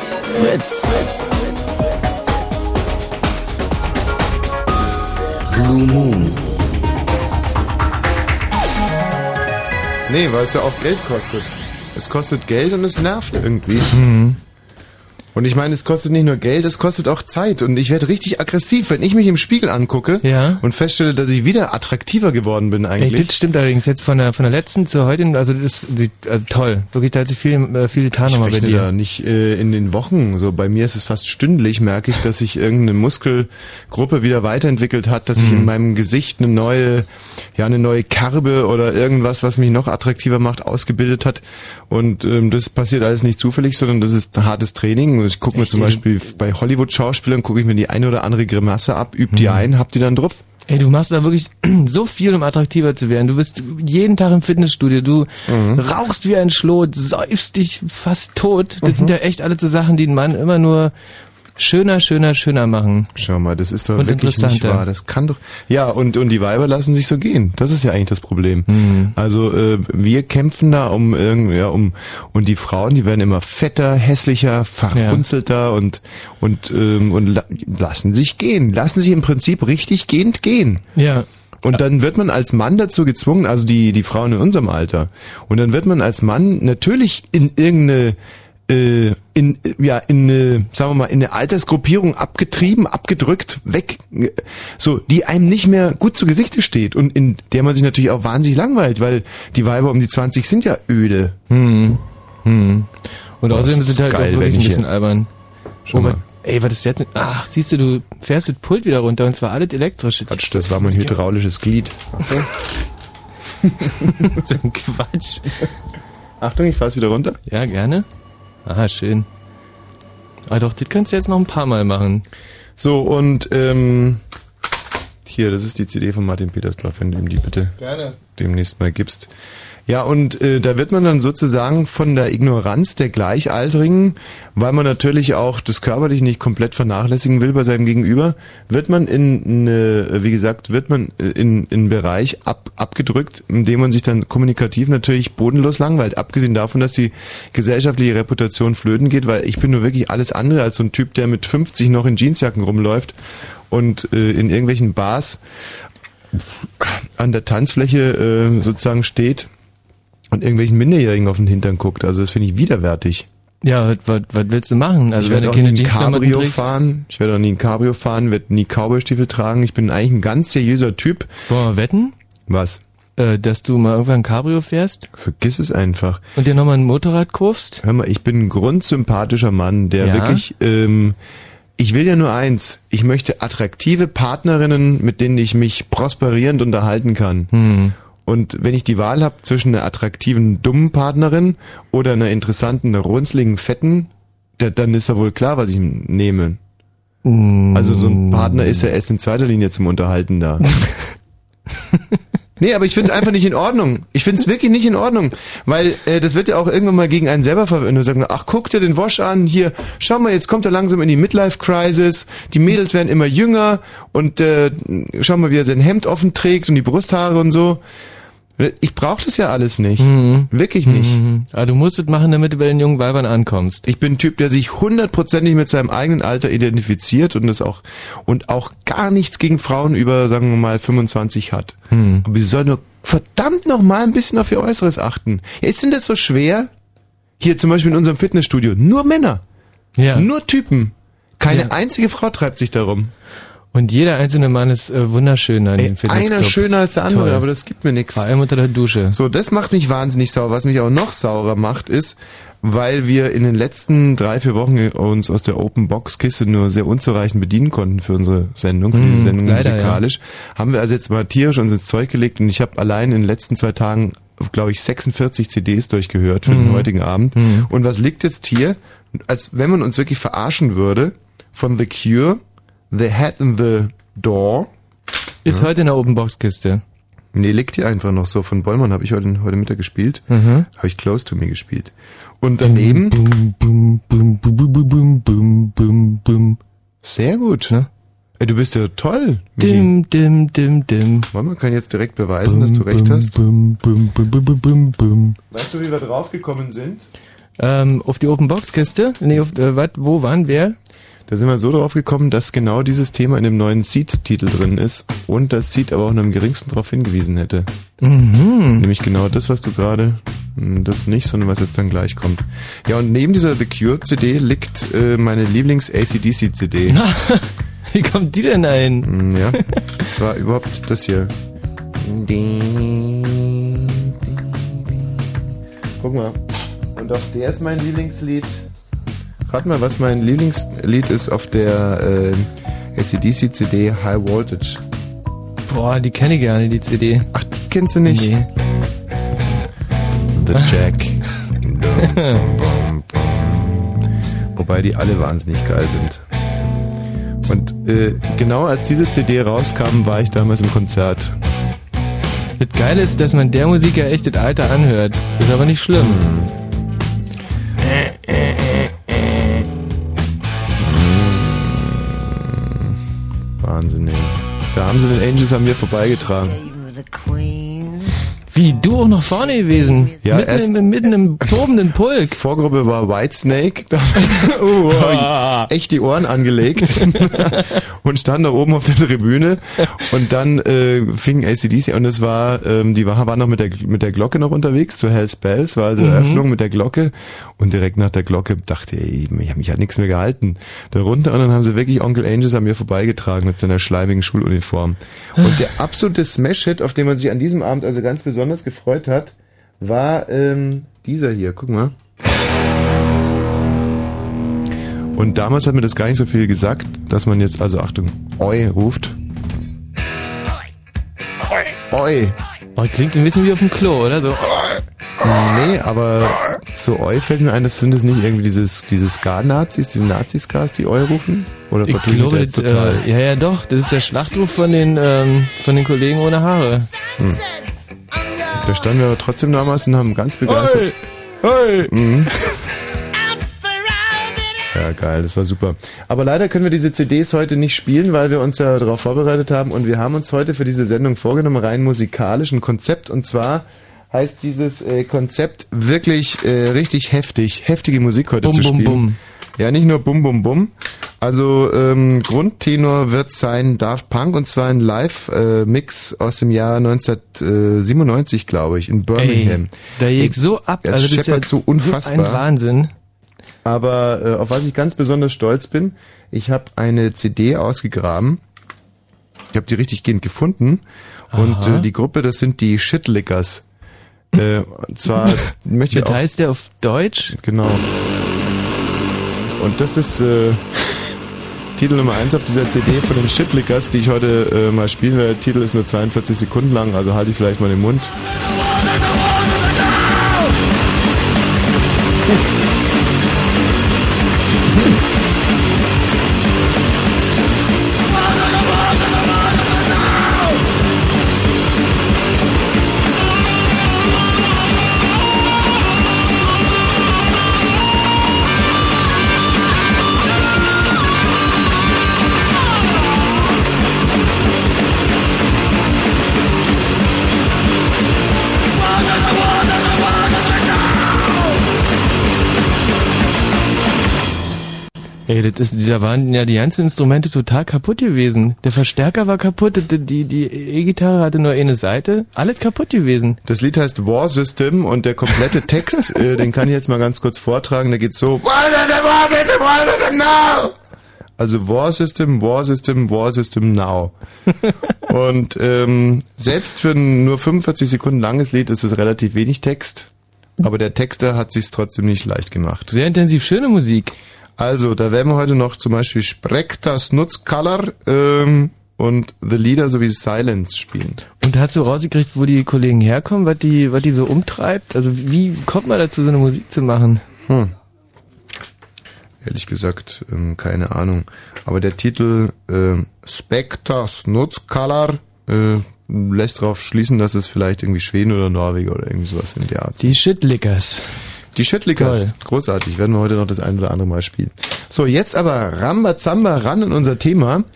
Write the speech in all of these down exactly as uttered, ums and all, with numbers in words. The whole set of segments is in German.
Fritz. Blue Moon. Nee, weil es ja auch Geld kostet. Es kostet Geld und es nervt irgendwie. Mhm. Und ich meine, es kostet nicht nur Geld, es kostet auch Zeit. Und ich werde richtig aggressiv, wenn ich mich im Spiegel angucke ja. und feststelle, dass ich wieder attraktiver geworden bin eigentlich. Ey, das stimmt allerdings jetzt von der von der letzten zur heutigen, also das ist die, also toll. Wirklich, da hat sich viel, äh, viel getan nochmal bei dir. Da nicht äh, in den Wochen, so bei mir ist es fast stündlich, merke ich, dass sich irgendeine Muskelgruppe wieder weiterentwickelt hat, dass sich mhm. in meinem Gesicht eine neue, ja eine neue Kerbe oder irgendwas, was mich noch attraktiver macht, ausgebildet hat. Und ähm, das passiert alles nicht zufällig, sondern das ist hartes Training. Ich gucke mir zum Beispiel bei Hollywood-Schauspielern, gucke ich mir die eine oder andere Grimasse ab, üb die mhm. ein, hab die dann drauf. Ey, du machst da wirklich so viel, um attraktiver zu werden. Du bist jeden Tag im Fitnessstudio, du mhm. rauchst wie ein Schlot, säufst dich fast tot. Das mhm. sind ja echt alles so Sachen, die ein Mann immer nur schöner, schöner, schöner machen. Schau mal, das ist doch und wirklich nicht wahr. Das kann doch... Ja, und und die Weiber lassen sich so gehen. Das ist ja eigentlich das Problem. Mhm. Also äh, wir kämpfen da um irgendwie, ja, um und die Frauen, die werden immer fetter, hässlicher, verrunzelter ja. und und ähm, und la- lassen sich gehen, lassen sich im Prinzip richtig gehend gehen. Ja. Und dann wird man als Mann dazu gezwungen, also die die Frauen in unserem Alter, und dann wird man als Mann natürlich in irgendeine äh, in ja in eine, sagen wir mal, in eine Altersgruppierung abgetrieben, abgedrückt, weg, so, die einem nicht mehr gut zu Gesichte steht und in der man sich natürlich auch wahnsinnig langweilt, weil die Weiber um die zwanzig sind ja öde. Hm. Hm. Und außerdem sind halt geil, auch wirklich ein bisschen hier. albern. Schon oh, mal. Ey, was ist jetzt? Ach, siehst du, du fährst das Pult wieder runter und zwar alles elektrisch. Quatsch, das war mein hydraulisches Glied. So ein Quatsch. Achtung, ich fahr's wieder runter. Ja, gerne. Aha, schön. Ah doch, das kannst du jetzt noch ein paar Mal machen. So, und ähm, hier, das ist die C D von Martin Petersdorf, wenn du ihm die bitte gerne demnächst mal gibst. Ja, und äh, da wird man dann sozusagen von der Ignoranz der Gleichaltrigen, weil man natürlich auch das körperlich nicht komplett vernachlässigen will bei seinem Gegenüber, wird man in eine, wie gesagt, wird man in in einen Bereich ab, abgedrückt, in dem man sich dann kommunikativ natürlich bodenlos langweilt. Abgesehen davon, dass die gesellschaftliche Reputation flöten geht, weil ich bin nur wirklich alles andere als so ein Typ, der mit fünfzig noch in Jeansjacken rumläuft und äh, in irgendwelchen Bars an der Tanzfläche äh, sozusagen steht und irgendwelchen Minderjährigen auf den Hintern guckt. Also das finde ich widerwärtig. Ja, was, was willst du machen? Also ich wenn werde du auch keine nie ein Cabrio trägst? fahren. Ich werde auch nie ein Cabrio fahren, werde nie Cowboystiefel tragen. Ich bin eigentlich ein ganz seriöser Typ. Wollen wir wetten? Was? Äh, dass du mal irgendwann ein Cabrio fährst? Vergiss es einfach. Und dir nochmal ein Motorrad kaufst? Hör mal, ich bin ein grundsympathischer Mann, der ja? wirklich... Ähm, ich will ja nur eins. Ich möchte attraktive Partnerinnen, mit denen ich mich prosperierend unterhalten kann. Hm. Und wenn ich die Wahl habe zwischen einer attraktiven, dummen Partnerin oder einer interessanten, runzligen, fetten, der, dann ist ja wohl klar, was ich nehme. Mm. Also so ein Partner ist ja erst in zweiter Linie zum Unterhalten da. Nee, aber ich finde es einfach nicht in Ordnung. Ich finde es wirklich nicht in Ordnung, weil äh, das wird ja auch irgendwann mal gegen einen selber verwendet. Sagen, ach, guck dir den Wosch an, hier, schau mal, jetzt kommt er langsam in die Midlife-Crisis, die Mädels werden immer jünger und äh, schau mal, wie er sein Hemd offen trägt und die Brusthaare und so. Ich brauche das ja alles nicht. Mhm. Wirklich nicht. Mhm. Aber du musst es machen, damit du bei den jungen Weibern ankommst. Ich bin ein Typ, der sich hundertprozentig mit seinem eigenen Alter identifiziert und das auch und auch gar nichts gegen Frauen über, sagen wir mal, fünfundzwanzig hat. Mhm. Aber sie sollen nur verdammt noch mal ein bisschen auf ihr Äußeres achten. Ja, ist denn das so schwer? Hier zum Beispiel in unserem Fitnessstudio. Nur Männer. Ja. Nur Typen. Keine ja. einzige Frau treibt sich darum. Und jeder einzelne Mann ist äh, wunderschön an dem Fitnessclub. Einer schöner als der andere, toll. Aber das gibt mir nichts. Vor allem unter der Dusche. So, das macht mich wahnsinnig sauer. Was mich auch noch saurer macht, ist, weil wir in den letzten drei, vier Wochen uns aus der Open-Box-Kiste nur sehr unzureichend bedienen konnten für unsere Sendung, für mmh, diese Sendung leider, musikalisch, ja. haben wir also jetzt mal tierisch uns ins Zeug gelegt und ich habe allein in den letzten zwei Tagen, glaube ich, sechsundvierzig C Ds durchgehört für mmh. den heutigen Abend. Mmh. Und was liegt jetzt hier? Als wenn man uns wirklich verarschen würde, von The Cure, The Hat in the Door. Ist ja. heute in der Open-Box-Kiste. Nee, liegt hier einfach noch so. Von Bollmann habe ich heute, heute Mittag gespielt. Mhm. Habe ich Close to Me gespielt. Und daneben... Bum, bum, bum, bum, bum, bum, bum, bum, bum. Sehr gut. Ne? Ey, du bist ja toll. Dim, dim, dim, dim. Man kann jetzt direkt beweisen, bum, dass du recht bum, hast. Bum, bum, bum, bum, bum, bum. Weißt du, wie wir draufgekommen sind? Ähm, auf die Open-Box-Kiste? Nee, auf, äh, wat, wo waren wir? Da sind wir so drauf gekommen, dass genau dieses Thema in dem neuen Seed-Titel drin ist und das Seed aber auch nur am geringsten darauf hingewiesen hätte. Mhm. Nämlich genau das, was du gerade, das nicht, sondern was jetzt dann gleich kommt. Ja, und neben dieser The Cure-C D liegt äh, meine Lieblings-A C D C-C D. Wie kommt die denn ein? Ja, das war überhaupt das hier. Guck mal. Und auf der ist mein Lieblingslied. Rat mal, was mein Lieblingslied ist auf der äh, A C D C-C D High Voltage. Boah, die kenne ich gerne, die C D. Ach, die kennst du nicht? Nee. The Jack. Wobei die alle wahnsinnig geil sind. Und äh, genau als diese C D rauskam, war ich damals im Konzert. Das Geile ist, dass man der Musik ja echt das Alter anhört. Ist aber nicht schlimm. Hm. Wahnsinn, ey. Da haben sie den Angels an mir vorbeigetragen. Wie, du auch noch vorne gewesen? Ja, mitten, erst im, mitten im tobenden Pulk. Vorgruppe war Whitesnake. Da uh, habe ich echt die Ohren angelegt und stand da oben auf der Tribüne. Und dann äh, fing A C D C und es war, ähm, die war, war noch mit der mit der Glocke noch unterwegs zu Hell's Bells, war also mhm. Eröffnung mit der Glocke. Und direkt nach der Glocke dachte ich, ich habe mich halt nichts mehr gehalten. Da runter und dann haben sie wirklich Onkel Angels an mir vorbeigetragen mit seiner schleimigen Schuluniform. Und der absolute Smash-Hit, auf den man sich an diesem Abend also ganz besonders gefreut hat, war ähm, dieser hier. Guck mal. Und damals hat mir das gar nicht so viel gesagt, dass man jetzt, also Achtung, Oi ruft. Oi. Oh, klingt ein bisschen wie auf dem Klo, oder? So. Nee, aber zu Oi fällt mir ein, das sind es nicht irgendwie dieses, diese Ska-Nazis, diese Nazi-Skas, die Oi rufen? Oder ich glaube, das, total? Äh, ja, ja, doch. Das ist der Schlachtruf von den, ähm, von den Kollegen ohne Haare. Hm. Da standen wir aber trotzdem damals und haben ganz begeistert. Hey, hey. Mhm. Ja, geil, das war super. Aber leider können wir diese C Ds heute nicht spielen, weil wir uns ja darauf vorbereitet haben und wir haben uns heute für diese Sendung vorgenommen, rein musikalisch ein Konzept, und zwar heißt dieses äh, Konzept wirklich äh, richtig heftig, heftige Musik heute bum, zu spielen. Bum, bum. Ja, nicht nur Bum Bum Bum. Also ähm, Grundtenor wird sein Daft Punk, und zwar ein Live-Mix äh, aus dem Jahr neunzehnhundertsiebenundneunzig, glaube ich, in Birmingham. Ey, da geht so ab, es also das ist ja so unfassbar. So ein Wahnsinn. Aber äh, auf was ich ganz besonders stolz bin, ich habe eine C D ausgegraben. Ich habe die richtig gehend gefunden. Aha. Und äh, die Gruppe, das sind die Shitlickers. Äh, und zwar möchte ich das auch... heißt der auf Deutsch? Genau. Und das ist äh, Titel Nummer eins auf dieser C D von den Shitlickers, die ich heute äh, mal spielen werde. Der Titel ist nur zweiundvierzig Sekunden lang, also halte ich vielleicht mal den Mund. Ey, das ist, da waren ja die ganzen Instrumente total kaputt gewesen. Der Verstärker war kaputt, die, die E-Gitarre hatte nur eine Seite, alles kaputt gewesen. Das Lied heißt War System und der komplette Text, äh, den kann ich jetzt mal ganz kurz vortragen, der geht so: War System, War System now! Also War System, War System, War System now. Und ähm, selbst für ein nur fünfundvierzig Sekunden langes Lied ist es relativ wenig Text, aber der Texter hat sich's trotzdem nicht leicht gemacht. Sehr intensiv, schöne Musik. Also, da werden wir heute noch zum Beispiel Sprektas Nutzcolor ähm, und The Leader sowie Silence spielen. Und hast du rausgekriegt, wo die Kollegen herkommen, was die, was die so umtreibt? Also wie kommt man dazu, so eine Musik zu machen? Hm. Ehrlich gesagt, ähm, keine Ahnung. Aber der Titel äh, Sprektas Nutzcolor äh, lässt darauf schließen, dass es vielleicht irgendwie Schweden oder Norweger oder irgendwie sowas in der Art. Die Shitlickers. Die Shitlickers. Großartig. Werden wir heute noch das ein oder andere Mal spielen. So, jetzt aber Rambazamba ran in unser Thema.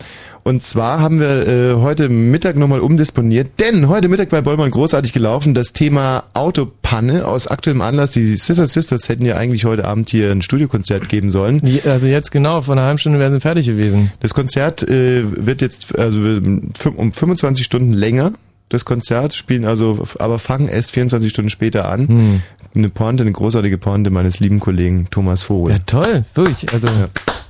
Und zwar haben wir äh, heute Mittag nochmal umdisponiert, denn heute Mittag bei Bollmann großartig gelaufen, das Thema Autopanne aus aktuellem Anlass. Die Sister Sisters hätten ja eigentlich heute Abend hier ein Studiokonzert geben sollen. Also jetzt genau, vor einer halben Stunde wären sie fertig gewesen. Das Konzert äh, wird jetzt also um fünfundzwanzig Stunden länger. Das Konzert spielen also, aber fangen erst vierundzwanzig Stunden später an. Hm. Eine Pointe, eine großartige Pointe meines lieben Kollegen Thomas Vogel. Ja toll, wirklich. Also ja.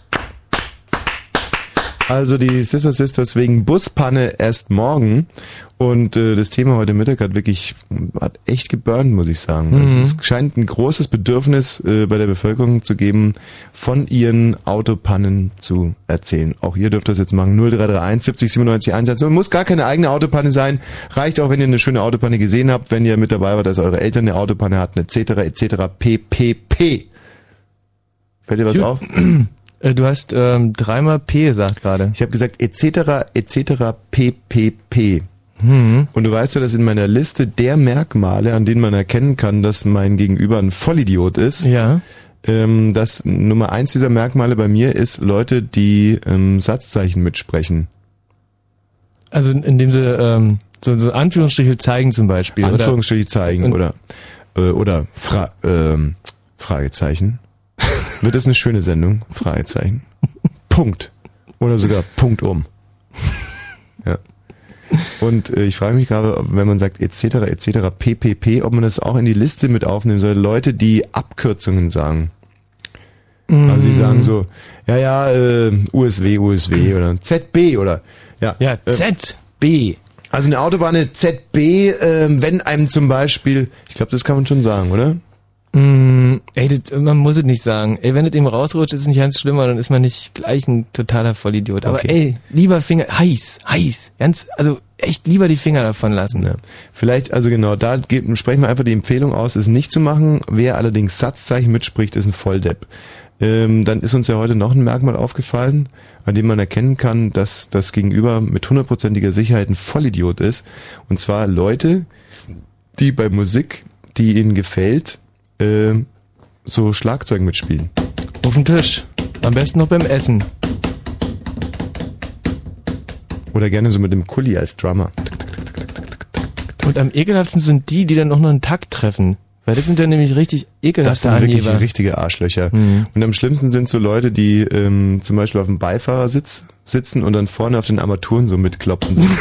Also die Sister Sisters wegen Buspanne erst morgen und äh, das Thema heute Mittag hat wirklich, hat echt geburnt, muss ich sagen. Mhm. Also es scheint ein großes Bedürfnis äh, bei der Bevölkerung zu geben, von ihren Autopannen zu erzählen. Auch ihr dürft das jetzt machen, null drei drei eins siebzig siebenundneunzig einundsiebzig. Muss gar keine eigene Autopanne sein, reicht auch, wenn ihr eine schöne Autopanne gesehen habt, wenn ihr mit dabei wart, dass eure Eltern eine Autopanne hatten, et cetera et cetera pp. Fällt dir was auf? Du hast ähm, dreimal P gesagt gerade. Ich habe gesagt et cetera et cetera pp. Mhm. Und du weißt ja, dass in meiner Liste der Merkmale, an denen man erkennen kann, dass mein Gegenüber ein Vollidiot ist, ja. ähm, dass Nummer eins dieser Merkmale bei mir ist Leute, die ähm, Satzzeichen mitsprechen. Also indem sie ähm, so, so Anführungsstriche zeigen zum Beispiel. Anführungsstriche oder? zeigen oder äh, oder Fra ähm, Fragezeichen. Wird das eine schöne Sendung? Fragezeichen. Punkt. Oder sogar Punkt um. Ja. Und äh, ich frage mich gerade, wenn man sagt et cetera et cetera pp, ob man das auch in die Liste mit aufnehmen soll. Leute, die Abkürzungen sagen. Mm. Also die sagen so, ja, ja, äh, U S W, U S W oder Z B oder ja. Ja, Z B. Also eine Autobahn, eine Z B, äh, wenn einem zum Beispiel, ich glaube, das kann man schon sagen, oder? Mm, ey, das, man muss es nicht sagen. Ey, wenn es ihm rausrutscht, ist es nicht ganz schlimmer, dann ist man nicht gleich ein totaler Vollidiot. Aber okay. Ey, lieber Finger, heiß, heiß, ganz, also echt lieber die Finger davon lassen. Ja. Vielleicht, also genau, da geht, sprechen wir einfach die Empfehlung aus, es nicht zu machen. Wer allerdings Satzzeichen mitspricht, ist ein Volldepp. Ähm, dann ist uns ja heute noch ein Merkmal aufgefallen, an dem man erkennen kann, dass das Gegenüber mit hundertprozentiger Sicherheit ein Vollidiot ist. Und zwar Leute, die bei Musik, die ihnen gefällt, so Schlagzeug mitspielen. Auf den Tisch. Am besten noch beim Essen. Oder gerne so mit dem Kuli als Drummer. Und am ekelhaftesten sind die, die dann auch noch einen Takt treffen. Weil das sind ja nämlich richtig ekelhafte Das sind Angeber. wirklich richtige Arschlöcher. Mhm. Und am schlimmsten sind so Leute, die ähm, zum Beispiel auf dem Beifahrersitz sitzen und dann vorne auf den Armaturen so mitklopfen. So.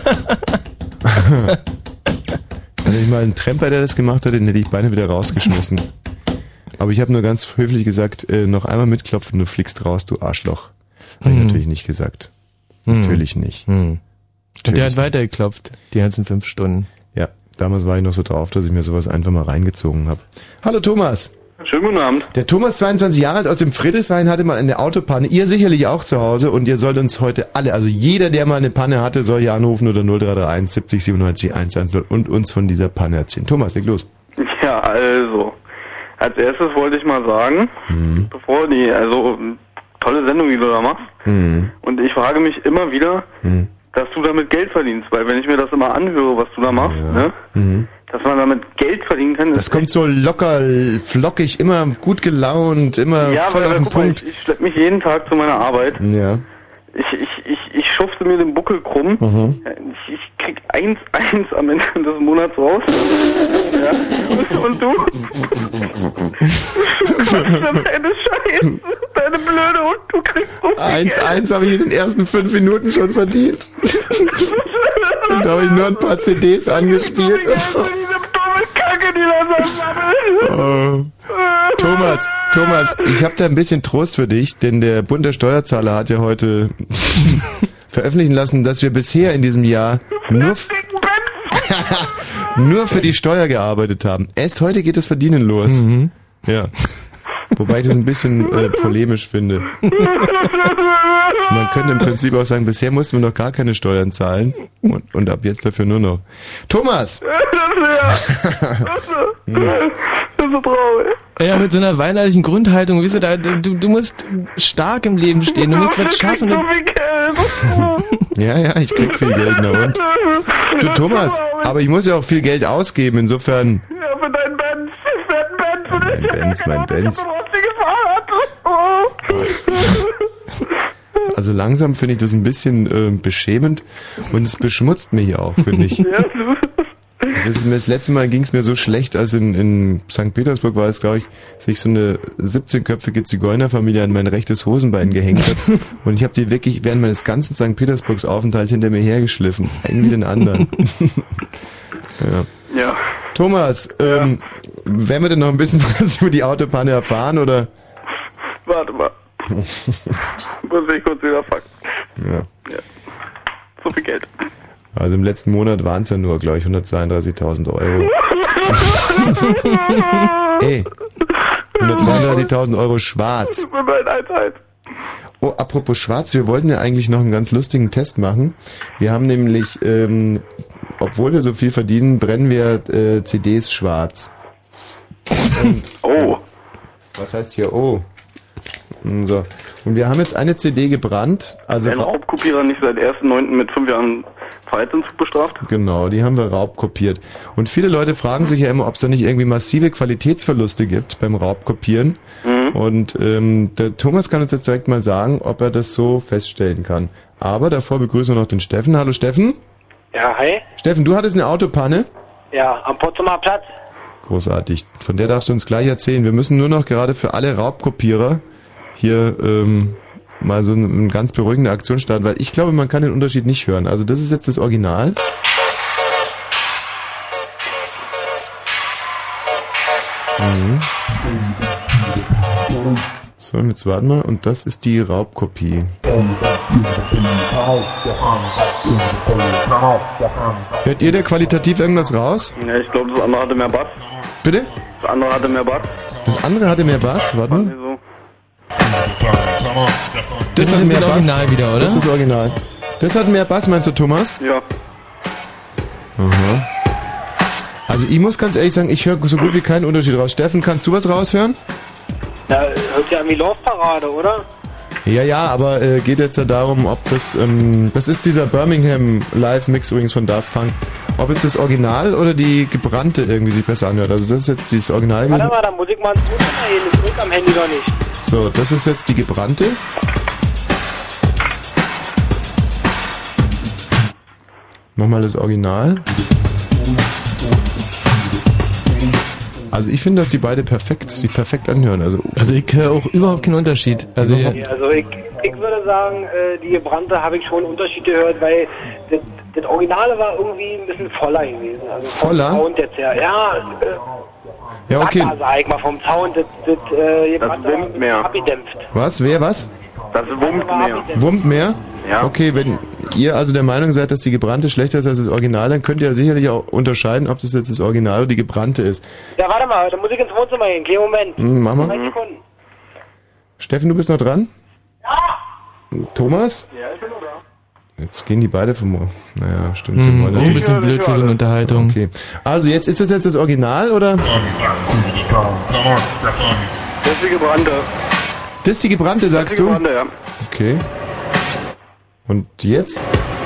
Wenn ich mal einen Tremper, der das gemacht hat, den hätte ich beinahe wieder rausgeschmissen. Aber ich habe nur ganz höflich gesagt, äh, noch einmal mitklopfen, du fliegst raus, du Arschloch. Habe ich hm. natürlich nicht gesagt. Hm. Natürlich nicht. Hm. Natürlich und der hat weitergeklopft, die ganzen fünf Stunden. Ja, damals war ich noch so drauf, dass ich mir sowas einfach mal reingezogen habe. Hallo Thomas. Schönen guten Abend. Der Thomas, zweiundzwanzig Jahre alt, aus dem Friedrichshain, hatte mal eine Autopanne. Ihr sicherlich auch zu Hause und ihr sollt uns heute alle, also jeder, der mal eine Panne hatte, soll hier anrufen oder null drei drei eins siebzig siebenundneunzig einhundertzehn und uns von dieser Panne erzählen. Thomas, leg los. Ja, also, als erstes wollte ich mal sagen, mhm. bevor die, also, tolle Sendung, die du da machst. Mhm. Und ich frage mich immer wieder, mhm. dass du damit Geld verdienst, weil wenn ich mir das immer anhöre, was du da machst, ja. ne? Mhm. Dass man damit Geld verdienen kann. Das kommt so locker, flockig, immer gut gelaunt, immer ja, voll weil, auf den guck Punkt. Mal, ich, ich schlepp mich jeden Tag zu meiner Arbeit. Ja. Ich, ich, ich, ich schufte mir den Buckel krumm. Mhm. Ich, ich krieg eins, eins am Ende des Monats raus. Ja. Und du? Was ist deine Scheiße? Deine blöde Hund, du kriegst so viel eins, eins habe ich in den ersten fünf Minuten schon verdient. Und da habe ich nur ein paar C Ds angespielt. Oh. Thomas, Thomas, ich habe da ein bisschen Trost für dich, denn der Bund der Steuerzahler hat ja heute veröffentlichen lassen, dass wir bisher in diesem Jahr nur, f- nur für die Steuer gearbeitet haben. Erst heute geht das Verdienen los. Mhm. Ja. Wobei ich das ein bisschen äh, polemisch finde. Man könnte im Prinzip auch sagen, bisher mussten wir noch gar keine Steuern zahlen und, und ab jetzt dafür nur noch. Thomas! Das ist so traurig. Ja, mit so einer weinerlichen Grundhaltung, weißt du, da, du, du musst stark im Leben stehen, du musst was schaffen. So viel Geld. Ja, ja, ich krieg viel Geld, na und? Du Thomas, aber ich muss ja auch viel Geld ausgeben, insofern... Ja, für deinen Benz, für deinen Benz. Mein Benz, mein Benz. also langsam finde ich das ein bisschen äh, beschämend und es beschmutzt mich auch, finde ich. Ja, du. Das, ist mir, das letzte Mal ging es mir so schlecht, als in, in Sankt Petersburg war es, glaube ich, sich so eine siebzehnköpfige Zigeunerfamilie an mein rechtes Hosenbein gehängt hat. Und ich habe die wirklich während meines ganzen Sankt Petersburgs Aufenthalts hinter mir hergeschliffen. Einen wie den anderen. ja. Ja. Thomas, ähm, ja. werden wir denn noch ein bisschen was über die Autopanne erfahren, oder? Warte mal. Muss ich kurz wieder fangen. Ja. ja. So viel Geld. Also im letzten Monat waren es ja nur, glaube ich, hundertzweiunddreißigtausend Euro. Ey, hundertzweiunddreißigtausend Euro schwarz. Oh, apropos schwarz, wir wollten ja eigentlich noch einen ganz lustigen Test machen. Wir haben nämlich, ähm, obwohl wir so viel verdienen, brennen wir äh, C Ds schwarz. Und, oh. Was heißt hier oh? So. Und wir haben jetzt eine C D gebrannt. Also ein Raubkopierer nicht seit ersten neunten mit fünf Jahren Freiheitsentzug bestraft? Genau, die haben wir raubkopiert. Und viele Leute fragen sich ja immer, ob es da nicht irgendwie massive Qualitätsverluste gibt beim Raubkopieren. Mhm. Und ähm, der Thomas kann uns jetzt direkt mal sagen, ob er das so feststellen kann. Aber davor begrüßen wir noch den Steffen. Hallo Steffen. Ja, hi. Steffen, du hattest eine Autopanne? Ja, am Potsdamer Platz. Großartig. Von der darfst du uns gleich erzählen. Wir müssen nur noch gerade für alle Raubkopierer hier ähm, mal so eine, eine ganz beruhigende Aktion starten, weil ich glaube, man kann den Unterschied nicht hören. Also das ist jetzt das Original. Mhm. So, jetzt warten wir. Und das ist die Raubkopie. Hört ihr da qualitativ irgendwas raus? Ja, ich glaube, das andere hatte mehr Bass. Bitte? Das andere hatte mehr Bass. Das andere hatte mehr Bass? Warte mal. So. Das, das ist jetzt das Original Bass. Wieder, oder? Das ist das Original. Das hat mehr Bass, meinst du, Thomas? Ja. Aha. Also ich muss ganz ehrlich sagen, ich höre so gut wie keinen Unterschied raus. Steffen, kannst du was raushören? Ja, hört ja an wie Laufparade, oder? Ja, ja, aber äh, geht jetzt ja darum, ob das, ähm, das ist dieser Birmingham Live-Mix übrigens von Daft Punk, ob jetzt das Original oder die gebrannte irgendwie sich besser anhört. Also das ist jetzt dieses Original gewesen. Warte mal, da muss ich mal einen Ton erheben, ich drück am Handy doch nicht. So, das ist jetzt die gebrannte. Nochmal das Original. Also ich finde, dass die beide perfekt, sich perfekt anhören. Also, also ich höre auch überhaupt keinen Unterschied. Also, okay, also ich, ich würde sagen, die gebrannte habe ich schon einen Unterschied gehört, weil das, das Originale war irgendwie ein bisschen voller gewesen. Also voller? Vom Sound jetzt her. Ja, äh, ja, okay. Da, sag ich mal, vom Sound, das, das, äh, das wummt mehr. Abgedämpft. Was? Wer, was? Das wummt mehr. Wummt mehr? Ja. Okay, wenn ihr also der Meinung seid, dass die gebrannte schlechter ist als das Original, dann könnt ihr ja sicherlich auch unterscheiden, ob das jetzt das Original oder die gebrannte ist. Ja, warte mal, da muss ich ins Wohnzimmer gehen. Kleinen Moment. Hm, mach mal. Drei Sekunden. Steffen, du bist noch dran? Ja. Thomas? Ja, ich bin noch da. Jetzt gehen die beide vom... Naja, stimmt. Hm, sie wollen wollen ein bisschen blöd für so eine Unterhaltung. Okay. Also jetzt, ist das jetzt das Original, oder? Das ist die gebrannte. Das ist die gebrannte, sagst du? Das ist die gebrannte, ja. Okay. Und jetzt?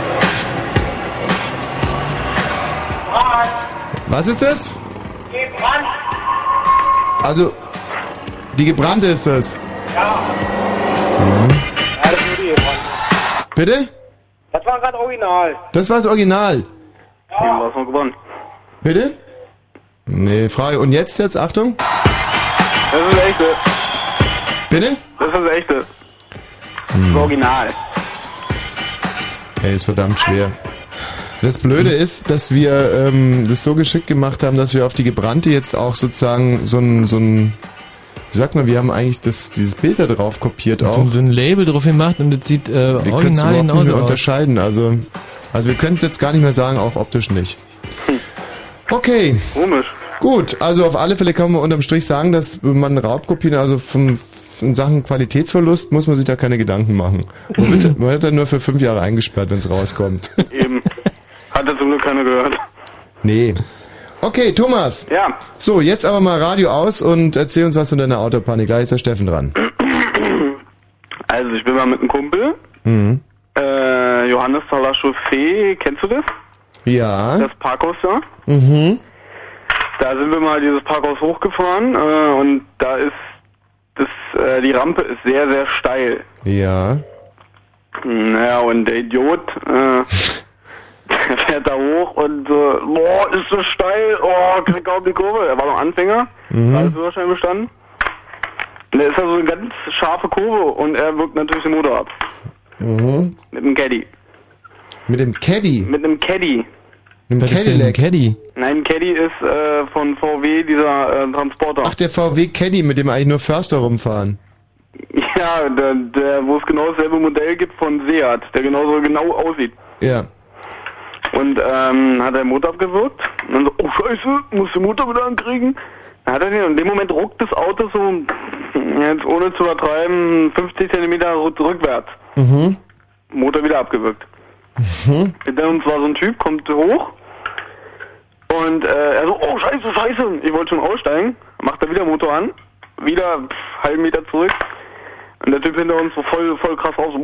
Was ist das? Gebrannt. Also, die gebrannte ist das? Ja. Mhm. Ja, das ist die gebrannte. Bitte? Das war gerade Original. Das war das Original. Ja. Eben war es noch gebrannt. Bitte? Nee, Frage. Und jetzt, jetzt, Achtung? Das ist das echte. Bitte? Das ist das echte. Hm. Das Original. Ey, ist verdammt schwer. Das Blöde ist, dass wir ähm, das so geschickt gemacht haben, dass wir auf die gebrannte jetzt auch sozusagen so ein, so ein, wie sagt man, wir haben eigentlich das, dieses Bild da drauf kopiert auch. So, so ein Label drauf gemacht und das sieht äh, wir original genauso genauso aus. Unterscheiden, also, also wir können es jetzt gar nicht mehr sagen, auch optisch nicht. Okay. Komisch. Gut, also auf alle Fälle kann man unterm Strich sagen, dass man Raubkopien, also von, in Sachen Qualitätsverlust muss man sich da keine Gedanken machen. Man wird, man wird dann nur für fünf Jahre eingesperrt, wenn es rauskommt. Eben. Hat zum Glück keiner gehört. Nee. Okay, Thomas. Ja. So, jetzt aber mal Radio aus und erzähl uns was von deiner Autopanne. Gleich ist der Steffen dran. Also ich bin mal mit einem Kumpel. Mhm. Äh, Johannes Chauffé, kennst du das? Ja. Das Parkhaus da? Mhm. Da sind wir mal dieses Parkhaus hochgefahren äh, und da ist das, äh, die Rampe ist sehr, sehr steil. Ja. Naja, und der Idiot, äh, der fährt da hoch und so, boah, ist so steil, oh, krieg kaum die Kurve. Er war noch Anfänger, Mhm. hat Führerschein bestanden. Und der ist da so eine ganz scharfe Kurve und er wirkt natürlich den Motor ab. Mhm. Mit einem Caddy. Mit dem Caddy? Mit einem Caddy. Mit dem Was ist denn ein Cadillac? Caddy? Nein, Caddy ist äh, von V W, dieser äh, Transporter. Ach, der V W Caddy, mit dem eigentlich nur Förster rumfahren. Ja, der, der wo es genau dasselbe Modell gibt von Seat, der genauso genau aussieht. Ja. Und ähm, hat er den Motor abgewürgt. Und dann so, oh Scheiße, muss den Motor wieder ankriegen. Dann hat er den, und in dem Moment ruckt das Auto so, jetzt ohne zu übertreiben, fünfzig Zentimeter rückwärts. Mhm. Motor wieder abgewürgt. Mhm. Und zwar so ein Typ, kommt hoch und äh, er so, oh Scheiße, Scheiße. Ich wollte schon aussteigen, macht er wieder Motor an, wieder pff, halben Meter zurück. Und der Typ hinter uns so voll, voll krass raus.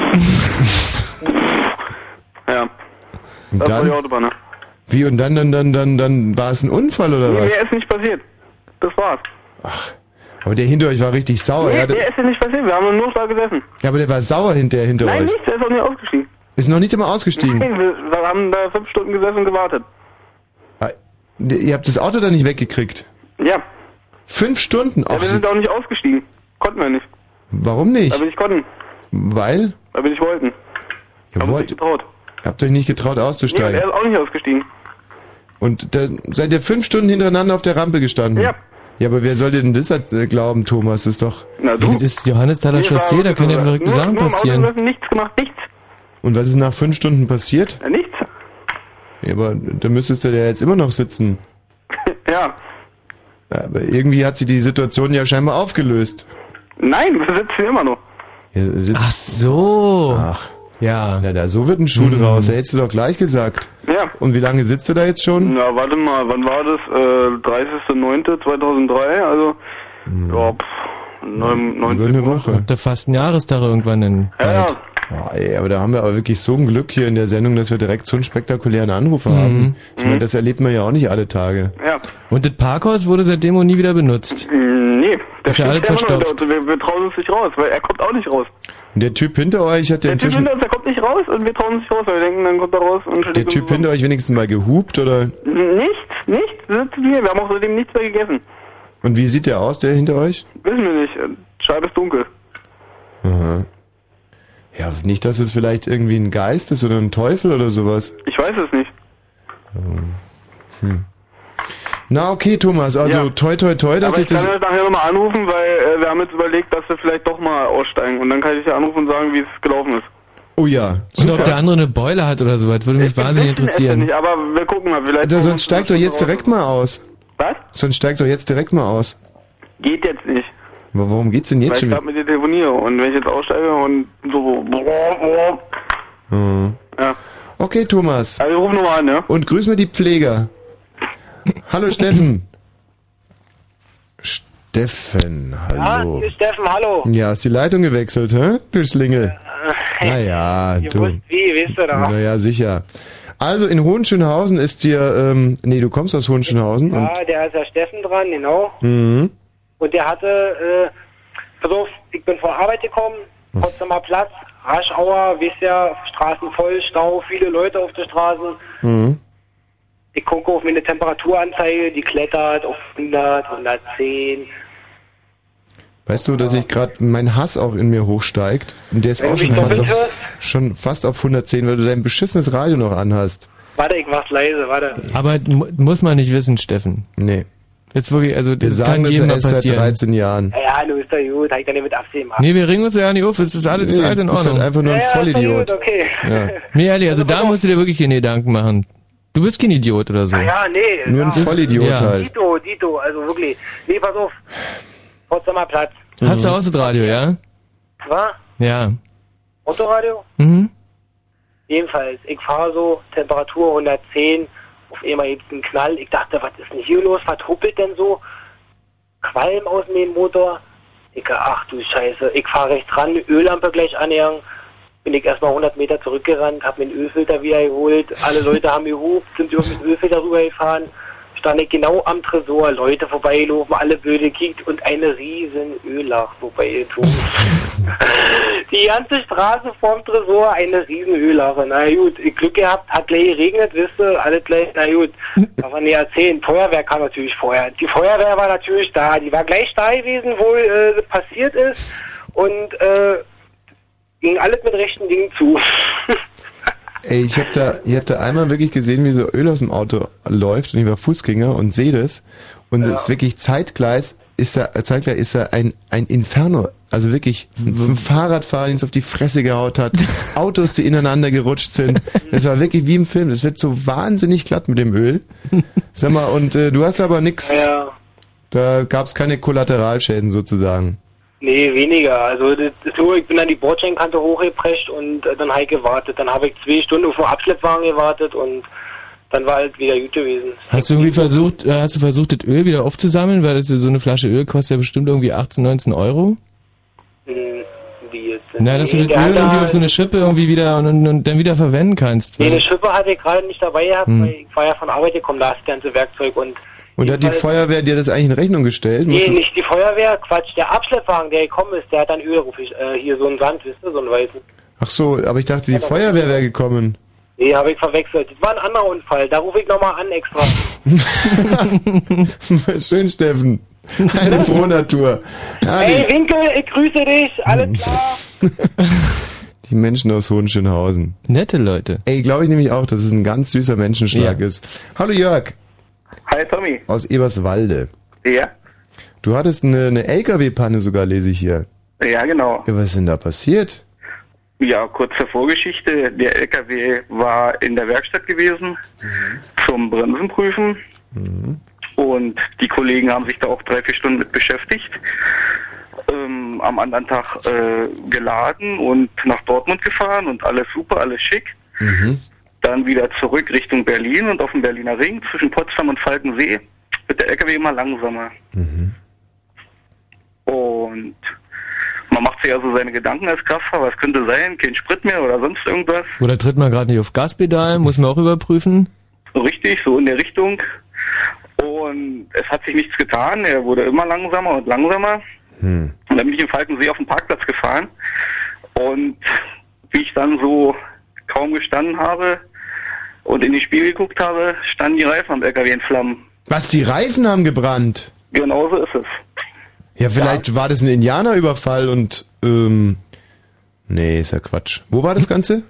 So, ja. Und Das war die dann? Autobahn, ne? Wie, und dann, dann, dann, dann, dann war es ein Unfall oder Nee, was? mehr ist nicht passiert. Das war's. Aber der hinter euch war richtig sauer. Nee, ja, der, mehr ist ja nicht passiert. Wir haben nur da gesessen. ja, aber der war sauer hinterher hinter Nein, euch. nichts. Der ist auch nicht ausgestiegen. Ist noch nicht einmal ausgestiegen. Nein, wir, wir haben da fünf Stunden gesessen und gewartet. Ah, Ihr habt das Auto da nicht weggekriegt. Ja. Fünf Stunden? Ja, Ach, wir sind auch nicht ausgestiegen. Konnten wir nicht. warum Weil nicht? wir nicht konnten. Weil? Weil wir nicht wollten. Ihr Haben uns wollt, nicht getraut. habt euch nicht getraut Nee, auszusteigen. er ist auch nicht ausgestiegen. Und dann seid ihr fünf Stunden hintereinander auf der Rampe gestanden? Ja. Ja, aber wer soll dir denn das äh, glauben, Thomas? Das ist doch... Na Ja, du? das ist Johannesthaler Nee, Chaussee, war- da können ja verrückte nur, Sachen nur im Auto passieren. gesessen, nichts gemacht, nichts. Und was ist nach fünf Stunden passiert? Ja, nichts. Ja, aber da müsstest du ja jetzt immer noch sitzen. Ja. Ja, aber irgendwie hat sie die Situation ja scheinbar aufgelöst. Nein, wir sitzen immer noch. Ja, sitzt, Ach so. Ach, Ja. na, da, so wird ein Schuh draus. Da hättest du doch gleich gesagt. Ja. Und wie lange sitzt du da jetzt schon? Na, warte mal, wann war das? Äh, dreißigster neunter zweitausenddrei, also, ja, pff, neun, Über neunzehn eine Woche. Habt ihr fast einen Jahrestag irgendwann in Ja, ja. bald. Ja, ey, aber da haben wir aber wirklich so ein Glück hier in der Sendung, dass wir direkt so einen spektakulären Anrufer haben. Ich meine, das erlebt man ja auch nicht alle Tage. Ja. Und das Parkhaus wurde seitdem auch nie wieder benutzt. Mm, Nee, der Ist ja alles immer noch in der verstopft. Auto. Wir, wir trauen uns nicht raus, weil er kommt auch nicht raus. Und der Typ hinter euch hat ja Der Typ inzwischen... hinter uns, der kommt nicht raus und wir trauen uns nicht raus, weil wir denken, dann kommt er raus und Der Typ hinter euch wenigstens mal gehupt, oder? Nichts, nichts, wir sitzen hier, wir haben auch seitdem nichts mehr gegessen. Und wie sieht der aus, der hinter euch? Wissen wir nicht, Scheibe ist dunkel. Aha. Ja, nicht, dass es vielleicht irgendwie ein Geist ist oder ein Teufel oder sowas. Ich weiß es nicht. Hm. Na okay, Thomas, also Ja. toi toi toi, dass Aber ich ich das... kann jetzt nachher nochmal anrufen, weil äh, wir haben jetzt überlegt, dass wir vielleicht doch mal aussteigen und dann kann ich ja anrufen und sagen, wie es gelaufen ist. Oh ja, Und super. ob der andere eine Beule hat oder so, das würde mich Wir wahnsinnig wissen es ja interessieren. nicht, aber wir gucken mal, vielleicht... Da, sonst steigt doch jetzt direkt mal aus. Was? Sonst steigt doch jetzt direkt mal aus. Geht jetzt nicht. Aber warum geht's denn Weil jetzt ich schon gerade mit dir telefoniere und wenn ich jetzt aussteige und so... wieder? Hm. Ja. Okay, Thomas. Also ruf nochmal an, ja? Und grüß mir die Pfleger. Hallo Steffen. Steffen, Ah, hallo. hier ist Steffen, hallo. Ja, ist die Leitung gewechselt, hä? Du Schlingel. Naja, Ihr du. wusst wie, weißt du da? Naja, sicher. Also in Hohenschönhausen ist hier, ähm, nee, du kommst aus Hohenschönhausen und, Ja, der ist ja Steffen dran, genau. mhm. Und der hatte, äh, pass auf, ich bin vor Arbeit gekommen, Potsdamer Platz, Raschauer, wisst ja, Straßen voll, Stau, viele Leute auf der Straße. Mhm. Ich gucke auf meine Temperaturanzeige, die klettert auf hundert, hundertzehn. Weißt du, dass ich gerade mein Hass auch in mir hochsteigt? Und der ist Wenn auch du mich schon fast, doppelt auf, hörst, schon fast auf hundertzehn, weil du dein beschissenes Radio noch anhast. warte, ich mach's leise, warte. Aber mu- muss man nicht wissen, Steffen. Nee. Jetzt wirklich, also Wir das sagen kann das jedem ja mal erst seit passieren. dreizehn Jahren. Ja, du ist doch gut, hab ich dann nicht mit Absehen gemacht. Nee, wir ringen uns ja nicht auf, es ist alles ist Nee, alles in du bist Ordnung. halt einfach nur ein ja, ja, ist doch Vollidiot. gut, okay. Ja. Nee, ehrlich, also da musst du dir wirklich keine Gedanken machen. Du bist kein Idiot oder so. Ja, ja, nee. Nur ein ja. Vollidiot Ja. halt. Dito, Dito, also wirklich. Nee, pass auf. Potsdamer Platz. Hast Mhm. du auch so ein Radio, ja? Was? Ja. Autoradio? Mhm. Jedenfalls, ich fahre so, Temperatur hundertzehn, auf einmal gibt's einen Knall. Ich dachte, was ist denn hier los? Was huppelt denn so? Qualm aus dem Motor. Ich dachte, ach du Scheiße. Ich fahre rechts ran, Öllampe gleich angegangen. Bin ich erstmal hundert Meter zurückgerannt, hab mir den Ölfilter wieder geholt. Alle Leute haben gehupt, sind über mit dem Ölfilter rübergefahren. stand ich genau am Tresor, Leute vorbeigelaufen, alle Böde gekickt und eine riesen Öllach vorbeigezogen. Die ganze Straße vorm Tresor, eine riesen Öllache. Na gut, ich Glück gehabt, hat gleich geregnet, wisst ihr, alles gleich, na gut, darf man nicht erzählen. Feuerwehr kam natürlich vorher. Die Feuerwehr war natürlich da, die war gleich da gewesen, wo äh, passiert ist und äh, ging alles mit rechten Dingen zu. Ey, ich hab da, ich hab da einmal wirklich gesehen, wie so Öl aus dem Auto läuft und ich war Fußgänger und sehe das und es ja. ist wirklich zeitgleich, ist da, zeitgleich ist da ein, ein Inferno, also wirklich ein Fahrradfahrer, den es auf die Fresse gehaut hat, Autos, die ineinander gerutscht sind, das war wirklich wie im Film, das wird so wahnsinnig glatt mit dem Öl. Sag mal, und äh, du hast aber nix, ja. da gab's keine Kollateralschäden sozusagen. Nee, weniger. Also das ist so, ich bin an die Bordscheinkante hochgeprescht und äh, dann habe ich gewartet. Dann habe ich zwei Stunden auf den Abschleppwagen gewartet und dann war halt wieder gut gewesen. Hast du irgendwie versucht, äh, hast du versucht, das Öl wieder aufzusammeln? Weil das, so eine Flasche Öl kostet ja bestimmt irgendwie achtzehn, neunzehn Euro. Hm, wie jetzt? Na, dass du das Öl irgendwie auf so eine Schippe irgendwie wieder und, und, und dann wieder verwenden kannst. Nee, eine Schippe hatte ich gerade nicht dabei gehabt, hm. weil ich war ja von Arbeit gekommen, da ist das ganze Werkzeug und Und hat die Feuerwehr dir das eigentlich in Rechnung gestellt? Nee, Musst nicht die Feuerwehr, Quatsch, der Abschleppwagen, der gekommen ist, der hat dann Öl, ruf ich, äh, hier so einen Sand, wisst ihr, so einen weißen. Ach so, aber ich dachte, die ja, Feuerwehr wäre gekommen. Nee, habe ich verwechselt. Das war ein anderer Unfall, da rufe ich nochmal an extra. Schön, Steffen. Eine Frohnatur. Ja, hey, Winkel, ich grüße dich, alles klar. Die Menschen aus Hohenschönhausen. Nette Leute. Ey, glaube ich nämlich auch, dass es ein ganz süßer Menschenschlag ja. ist. Hallo Jörg. Hi Tommy. Aus Eberswalde. Ja. Du hattest eine, eine L K W-Panne sogar, lese ich hier. Ja, genau. Ja, was ist denn da passiert? Ja, kurze Vorgeschichte. Der L K W war in der Werkstatt gewesen mhm. zum Bremsenprüfen. Mhm. Und die Kollegen haben sich da auch drei, vier Stunden mit beschäftigt. Ähm, am anderen Tag äh, geladen und nach Dortmund gefahren und alles super, alles schick. Mhm. Dann wieder zurück Richtung Berlin und auf dem Berliner Ring zwischen Potsdam und Falkensee wird der L K W immer langsamer. Mhm. Und man macht sich also seine Gedanken als Kraftfahrer, was könnte sein, kein Sprit mehr oder sonst irgendwas. Oder tritt man gerade nicht auf Gaspedal, muss man auch überprüfen? Richtig, so in der Richtung. Und es hat sich nichts getan, er wurde immer langsamer und langsamer. Mhm. Und dann bin ich im Falkensee auf den Parkplatz gefahren und wie ich dann so kaum gestanden habe und in die Spiegel geguckt habe, standen die Reifen am L K W in Flammen. Was, die Reifen haben gebrannt? Genau so ist es. Ja, vielleicht ja. war das ein Indianerüberfall und, ähm, nee, ist ja Quatsch. Wo war das Ganze?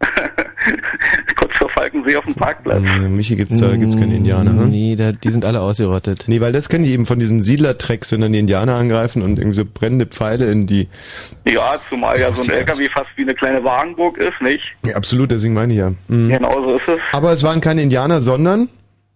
Kurz vor Falkensee auf dem Parkplatz. Ja, Michi, gibt's da gibt's keine Indianer, ne? Nee, da, die sind alle ausgerottet. Nee, weil das kenne ich eben von diesen Siedlertrecks, wenn dann die Indianer angreifen und irgendwie so brennende Pfeile in die... Ja, zumal ja so ein L K W fast wie eine kleine Wagenburg ist, nicht? Ja, absolut, deswegen meine ich ja. Mhm. Genau so ist es. Aber es waren keine Indianer, sondern...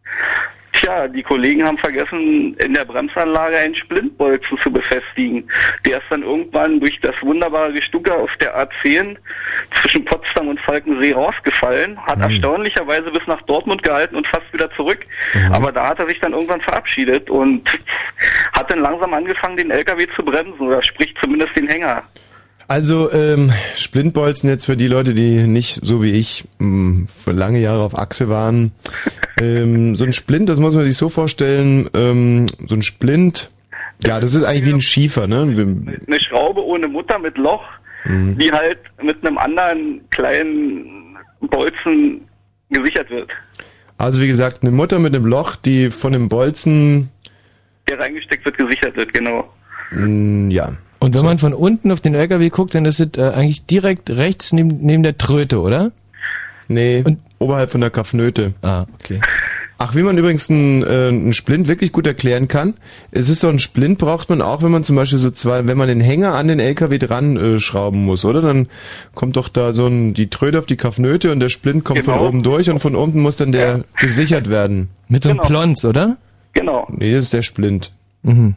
Tja, die Kollegen haben vergessen, in der Bremsanlage einen Splintbolzen zu befestigen. Der ist dann irgendwann durch das wunderbare Gestucker auf der A zehn zwischen Potsdam und Falkensee rausgefallen, hat mhm. erstaunlicherweise bis nach Dortmund gehalten und fast wieder zurück. Mhm. Aber da hat er sich dann irgendwann verabschiedet und hat dann langsam angefangen, den L K W zu bremsen, oder sprich zumindest den Hänger. Also ähm, Splintbolzen jetzt für die Leute, die nicht, so wie ich, mh, für lange Jahre auf Achse waren. ähm, so ein Splint, das muss man sich so vorstellen, ähm, so ein Splint, ja, das ist eigentlich wie ein Schiefer, ne? Eine Schraube ohne Mutter mit Loch, mhm. die halt mit einem anderen kleinen Bolzen gesichert wird. Also wie gesagt, eine Mutter mit einem Loch, die von dem Bolzen... Der reingesteckt wird, gesichert wird, genau. Mh, ja. Und wenn so. man von unten auf den L K W guckt, dann ist es äh, eigentlich direkt rechts neben, neben der Tröte, oder? Nee, und oberhalb von der Kaffnöte. Ah, okay. Ach, wie man übrigens einen, äh, einen Splint wirklich gut erklären kann, es ist doch ein Splint braucht man auch, wenn man zum Beispiel so zwei, wenn man den Hänger an den L K W dran äh, schrauben muss, oder? Dann kommt doch da so ein, die Tröte auf die Kaffnöte und der Splint kommt genau. von oben durch und von unten muss dann der ja. gesichert werden. Mit so einem genau. Plons, oder? Genau. Nee, das ist der Splint. Mhm.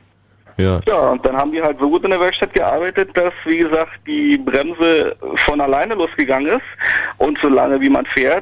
Ja. Ja, und dann haben die halt so gut in der Werkstatt gearbeitet, dass, wie gesagt, die Bremse von alleine losgegangen ist. Und solange wie man fährt,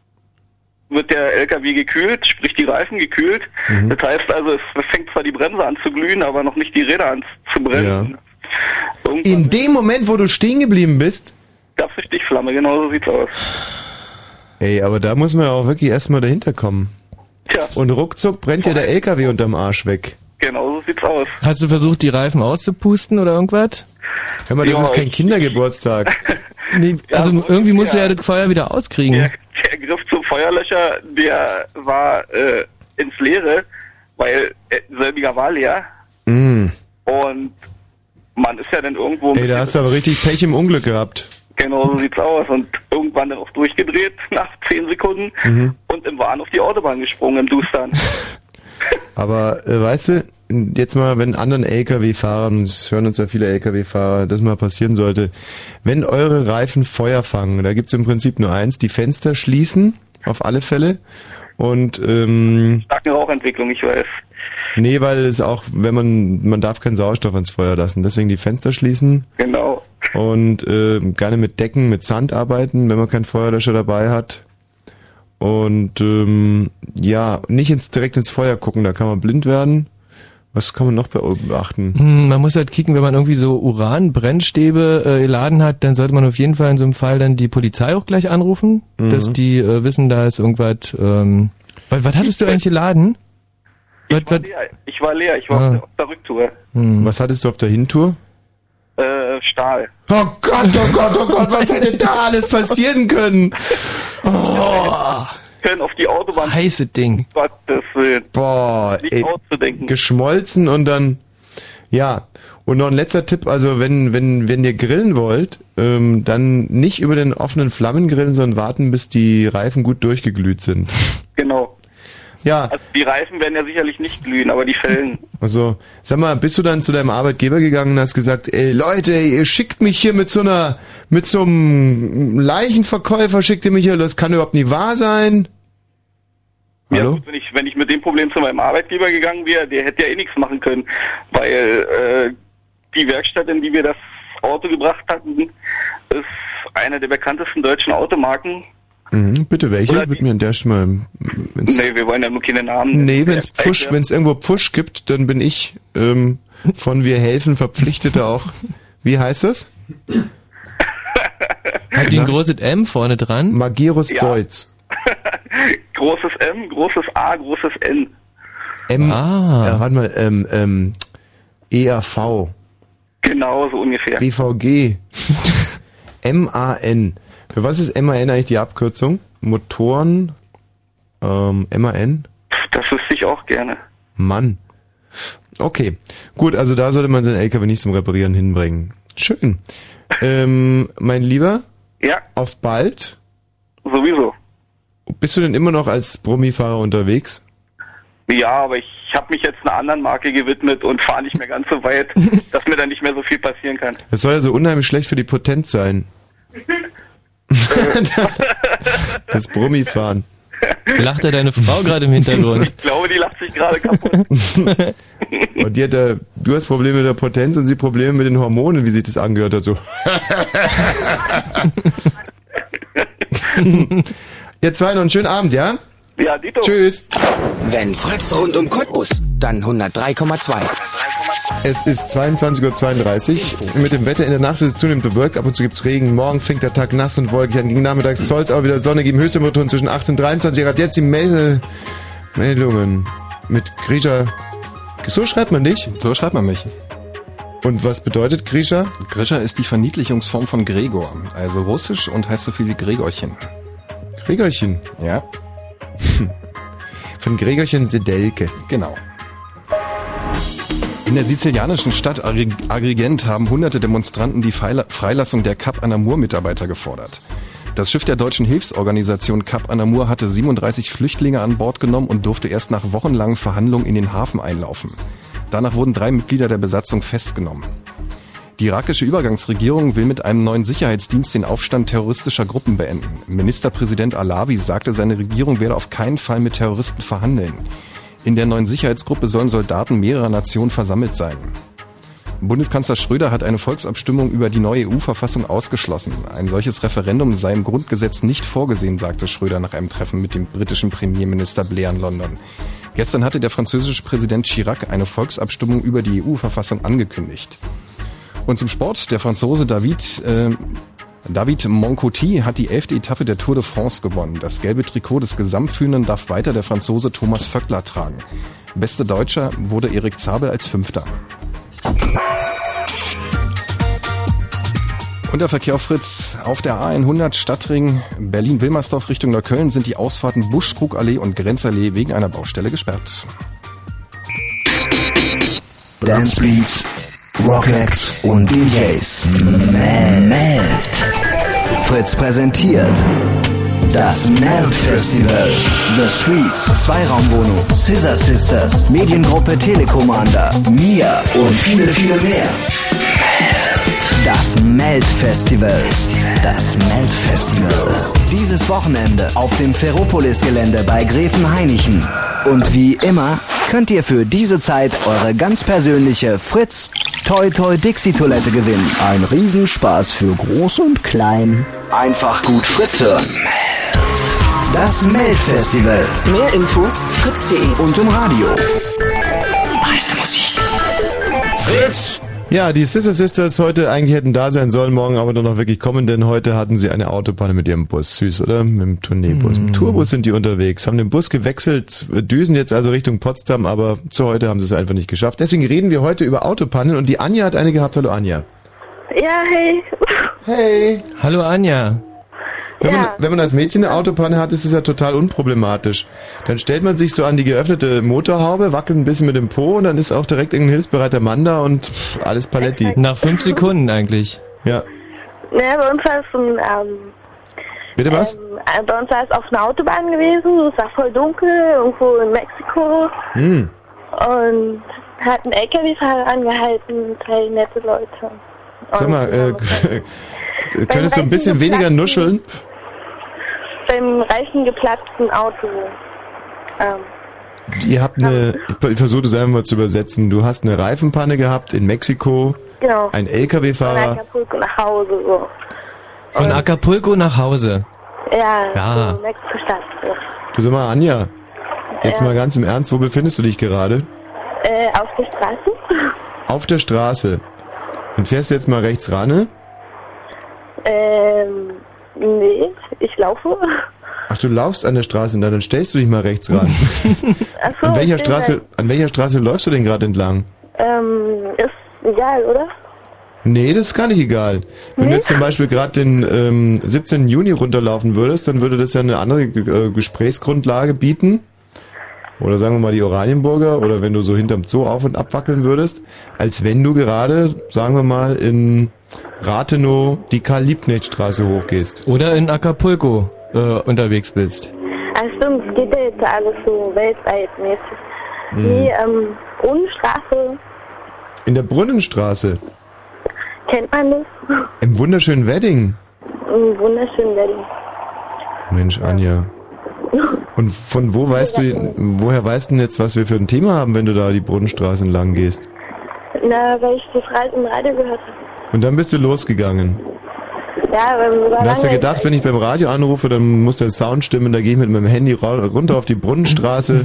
wird der L K W gekühlt, sprich die Reifen gekühlt. Mhm. Das heißt also, es fängt zwar die Bremse an zu glühen, aber noch nicht die Räder an zu brennen. Ja. In dem Moment, wo du stehen geblieben bist? Gab's eine Stichflamme, genau so sieht's aus. Ey, aber da muss man ja auch wirklich erstmal dahinter kommen. Tja. Und ruckzuck brennt dir der L K W unterm Arsch weg. Genau so sieht's aus. Hast du versucht, die Reifen auszupusten oder irgendwas? Hör mal, das Ja, ist kein ich- Kindergeburtstag. Nee, also Ja, irgendwie musst du ja. ja das Feuer wieder auskriegen. Der, der Griff zum Feuerlöscher, der war äh, ins Leere, weil äh, selbiger war leer. Mm. Und man ist ja dann irgendwo... Ey, da hast du aber richtig Pech im Unglück gehabt. Genau so sieht's aus. Und irgendwann dann auch durchgedreht nach zehn Sekunden Mhm. und im Wahn auf die Autobahn gesprungen im Dustern. Aber äh, weißt du, jetzt mal, wenn anderen L K W-Fahrern, es hören uns ja viele L K W-Fahrer, das mal passieren sollte, wenn eure Reifen Feuer fangen, da gibt's im Prinzip nur eins, die Fenster schließen, auf alle Fälle. Und ähm, Starke Rauchentwicklung, ich weiß. nee, weil es auch, wenn man, man darf keinen Sauerstoff ans Feuer lassen, deswegen die Fenster schließen Genau. und äh, gerne mit Decken, mit Sand arbeiten, wenn man keinen Feuerlöscher dabei hat. Und ähm, ja, nicht ins, direkt ins Feuer gucken, da kann man blind werden. Was kann man noch beachten? Hm, Man muss halt kicken, wenn man irgendwie so Uran-Brennstäbe äh, geladen hat, dann sollte man auf jeden Fall in so einem Fall dann die Polizei auch gleich anrufen, Mhm. dass die äh, wissen, da ist irgendwas... Ähm, was, was hattest du eigentlich geladen? Was, Ich war was, leer, ich war, leer. Ich war Ah. auf der Rücktour. hm. Was hattest du auf der Hintour? Äh, Stahl. Oh Gott, oh Gott, oh Gott, was hätte da alles passieren können? Oh, Können auf die Autobahn, Heiße Ding. Gottes Willen, boah, nicht ey, auszudenken. geschmolzen und dann, ja. Und noch ein letzter Tipp, also wenn, wenn, wenn ihr grillen wollt, ähm, dann nicht über den offenen Flammen grillen, sondern warten, bis die Reifen gut durchgeglüht sind. Genau. Ja, Also die Reifen werden ja sicherlich nicht glühen, aber die Fellen. also, sag mal, bist du dann zu deinem Arbeitgeber gegangen und hast gesagt, ey Leute, ihr schickt mich hier mit so einer, mit so einem Leichenverkäufer, schickt ihr mich hier, das kann überhaupt nicht wahr sein? Ja, Hallo? gut, wenn ich, wenn ich mit dem Problem zu meinem Arbeitgeber gegangen wäre, der hätte ja eh nichts machen können, weil äh, die Werkstatt, in die wir das Auto gebracht hatten, ist eine der bekanntesten deutschen Automarken. Mhm, bitte, welche? Oder Würde die- mir an der Stelle mal, wenn's, Nee, wir wollen ja nur keine Namen. nee, nennen. wenn's Ja, Pfusch, ja. wenn's irgendwo Pfusch gibt, dann bin ich, ähm, von Wir helfen verpflichtet auch. Wie heißt das? Hat die ein großes M vorne dran? Magirus Ja. Deutz. Großes M, großes A, großes N. M, Ah. äh, warte mal, ähm, ähm, E R V. Genau, so ungefähr. B V G. M A N. Für was ist M A N eigentlich die Abkürzung? Motoren, ähm, M A N? Das wüsste ich auch gerne. Mann. Okay, gut, also da sollte man seinen L K W nicht zum Reparieren hinbringen. Schön. Ähm, mein Lieber, Ja, auf bald. sowieso. Bist du denn immer noch als Brummifahrer unterwegs? Ja, aber ich habe mich jetzt einer anderen Marke gewidmet und fahre nicht mehr ganz so weit, dass mir da nicht mehr so viel passieren kann. Das soll ja so unheimlich schlecht für die Potenz sein. Das Brummifahren. Lacht da deine Frau gerade im Hintergrund? Ich glaube, die lacht sich gerade kaputt. Und die hat da, du hast Probleme mit der Potenz und sie Probleme mit den Hormonen, wie sich das angehört hat. So. Ihr zwei noch einen schönen Abend, ja? Ja, Dito. Tschüss. Wenn Fritz rund um Cottbus, dann hundertdrei Komma zwei. Es ist zweiundzwanzig Uhr zweiunddreißig. Mit dem Wetter in der Nacht ist es zunehmend bewölkt. Ab und zu gibt's Regen. Morgen fängt der Tag nass und wolkig an. Gegen Nachmittags soll es aber wieder Sonne geben. Höchsttemperaturen zwischen achtzehn und dreiundzwanzig Grad. Jetzt die Mel Meldungen mit Grisha. So schreibt man dich? So schreibt man mich. Und was bedeutet Grisha? Grisha ist die Verniedlichungsform von Gregor, also russisch und heißt so viel wie Gregorchen. Gregorchen. Ja, Von Gregorchen Sedelke. genau. In der sizilianischen Stadt Agri- Agrigent haben hunderte Demonstranten die Feila- Freilassung der Cap Anamur-Mitarbeiter gefordert. Das Schiff der deutschen Hilfsorganisation Cap Anamur hatte siebenunddreißig Flüchtlinge an Bord genommen und durfte erst nach wochenlangen Verhandlungen in den Hafen einlaufen. Danach wurden drei Mitglieder der Besatzung festgenommen. Die irakische Übergangsregierung will mit einem neuen Sicherheitsdienst den Aufstand terroristischer Gruppen beenden. Ministerpräsident Alawi sagte, seine Regierung werde auf keinen Fall mit Terroristen verhandeln. In der neuen Sicherheitsgruppe sollen Soldaten mehrerer Nationen versammelt sein. Bundeskanzler Schröder hat eine Volksabstimmung über die neue E U-Verfassung ausgeschlossen. Ein solches Referendum sei im Grundgesetz nicht vorgesehen, sagte Schröder nach einem Treffen mit dem britischen Premierminister Blair in London. Gestern hatte der französische Präsident Chirac eine Volksabstimmung über die E U-Verfassung angekündigt. Und zum Sport, der Franzose David äh, David Moncotti hat die elfte Etappe der Tour de France gewonnen. Das gelbe Trikot des Gesamtführenden darf weiter der Franzose Thomas Vöckler tragen. Bester Deutscher wurde Erik Zabel als Fünfter. Und der Verkehr auf Fritz. Auf der A hundert Stadtring Berlin-Wilmersdorf Richtung Neukölln sind die Ausfahrten Buschkrugallee und Grenzallee wegen einer Baustelle gesperrt. Dance Beats, Rockacts und D Js. Melt. Fritz präsentiert das Melt Festival. The Streets, Zweiraumwohnung, Scissor Sisters, Mediengruppe Telekommander, Mia und viele, viele mehr. Das Melt Festival. Das Melt Festival. Dieses Wochenende auf dem Ferropolis-Gelände bei Gräfenhainichen. Und wie immer könnt ihr für diese Zeit eure ganz persönliche Fritz Toi Toi Dixie Toilette gewinnen. Ein Riesenspaß für Groß und Klein. Einfach gut Fritz hören. Das Melt Festival. Mehr Infos fritz punkt de und im Radio. Preis Musik. Fritz! Ja, die Sister Sisters heute eigentlich hätten da sein sollen, morgen aber nur noch wirklich kommen, denn heute hatten sie eine Autopanne mit ihrem Bus. Süß, oder? Mit dem Tourneebus. Mm. Mit dem Tourbus sind die unterwegs, haben den Bus gewechselt, düsen jetzt also Richtung Potsdam, aber zu heute haben sie es einfach nicht geschafft. Deswegen reden wir heute über Autopannen und die Anja hat eine gehabt. Hallo Anja. Ja, hey. Hey. Hallo Anja. Wenn, ja. man, wenn man als Mädchen eine Autopanne hat, ist es ja total unproblematisch. Dann stellt man sich so an die geöffnete Motorhaube, wackelt ein bisschen mit dem Po und dann ist auch direkt irgendein hilfsbereiter Mann da und pff, alles Paletti. Nach fünf Sekunden eigentlich. Ja. Ne, bei uns war es ein, ähm, Bitte was? Ähm, bei uns war es auf einer Autobahn gewesen, es war voll dunkel, irgendwo in Mexiko. Hm. Und hat ein L K W-Fahrer angehalten, drei nette Leute. Sag mal, äh, könntest du ein bisschen weniger nuscheln? Beim reichen geplatzten Auto. Ähm, Ihr habt eine, ich versuche das einfach mal zu übersetzen, du hast eine Reifenpanne gehabt in Mexiko, genau. Ein L K W-Fahrer. Von Acapulco nach Hause, so. Von Und, Acapulco nach Hause? Ja, ja. So Mexiko-Stadt. Ja. Du sag mal, Anja, jetzt ja. mal ganz im Ernst, wo befindest du dich gerade? Äh, auf der Straße. Auf der Straße. Und fährst du jetzt mal rechts ran, ne? Ähm, nee, ich laufe. Ach, du laufst an der Straße, na, dann stellst du dich mal rechts ran. Ach so, an welcher ich Straße, halt, an welcher Straße läufst du denn gerade entlang? Ähm, ist egal, oder? Nee, das ist gar nicht egal. Wenn Nee? du jetzt zum Beispiel gerade den ähm, siebzehnten Juni runterlaufen würdest, dann würde das ja eine andere äh, Gesprächsgrundlage bieten. Oder sagen wir mal die Oranienburger, oder wenn du so hinterm Zoo auf und ab wackeln würdest, als wenn du gerade, sagen wir mal, in Rathenow die Karl-Liebknecht-Straße hochgehst. Oder in Acapulco äh, unterwegs bist. Ach stimmt, es geht ja jetzt alles so weltweit mäßig. Mhm. Die ähm, Brunnenstraße, In der Brunnenstraße, kennt man das? im wunderschönen Wedding. Ein wunderschönen Wedding. Mensch, Anja. Und von wo weißt du, woher weißt du denn jetzt, was wir für ein Thema haben, wenn du da die Brunnenstraße entlang gehst? Na, weil ich das Radio im Radio gehört habe. Und dann bist du losgegangen. Ja, weil wir Du hast ja gedacht, wenn ich beim Radio anrufe, dann muss der Sound stimmen, da gehe ich mit meinem Handy ra- runter auf die Brunnenstraße.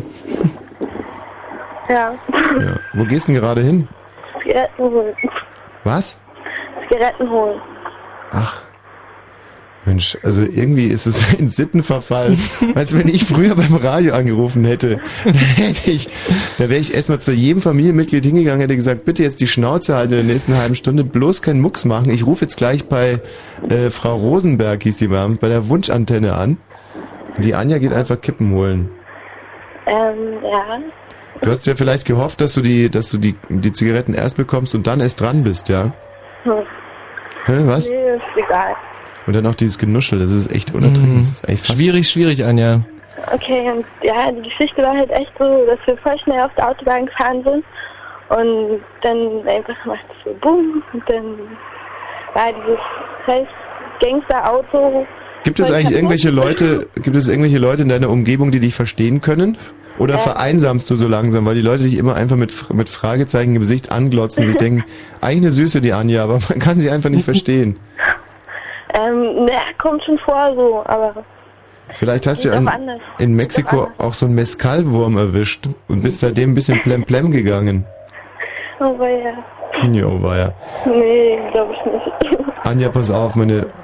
Ja. Ja. Wo gehst du denn gerade hin? Zigaretten holen. Was? Zigaretten holen. Ach. Mensch, also irgendwie ist es ein Sittenverfall. Weißt du, wenn ich früher beim Radio angerufen hätte, dann hätte ich, da wäre ich erstmal zu jedem Familienmitglied hingegangen, hätte gesagt, bitte jetzt die Schnauze halten in der nächsten halben Stunde, bloß keinen Mucks machen. Ich rufe jetzt gleich bei äh, Frau Rosenberg, hieß die mal, bei der Wunschantenne an. Und die Anja geht einfach Kippen holen. Ähm, ja. Du hast ja vielleicht gehofft, dass du die, dass du die, die Zigaretten erst bekommst und dann erst dran bist, ja? Hm. Hä, was? Nee, ist egal. Und dann auch dieses Genuschel, das ist echt unerträglich. Das ist echt fast Schwierig, schwierig, Anja. Okay, und ja, die Geschichte war halt echt so, dass wir voll schnell auf der Autobahn gefahren sind und dann einfach macht es so Boom und dann war dieses scheiß Gangster-Auto. Gibt es eigentlich irgendwelche Leute, gibt es irgendwelche Leute in deiner Umgebung, die dich verstehen können? Oder Ja. vereinsamst du so langsam, weil die Leute dich immer einfach mit, mit Fragezeichen im Gesicht anglotzen, sich denken, eigentlich eine Süße, die Anja, aber man kann sie einfach nicht verstehen. Ähm, ne, kommt schon vor so, aber Vielleicht hast du Ist ja in, auch anders. in Mexiko auch so einen Mescalwurm erwischt und bist seitdem ein bisschen plemplem gegangen. oh ja. Jo, war ja. Nee, glaube ich nicht. Anja, pass auf, meine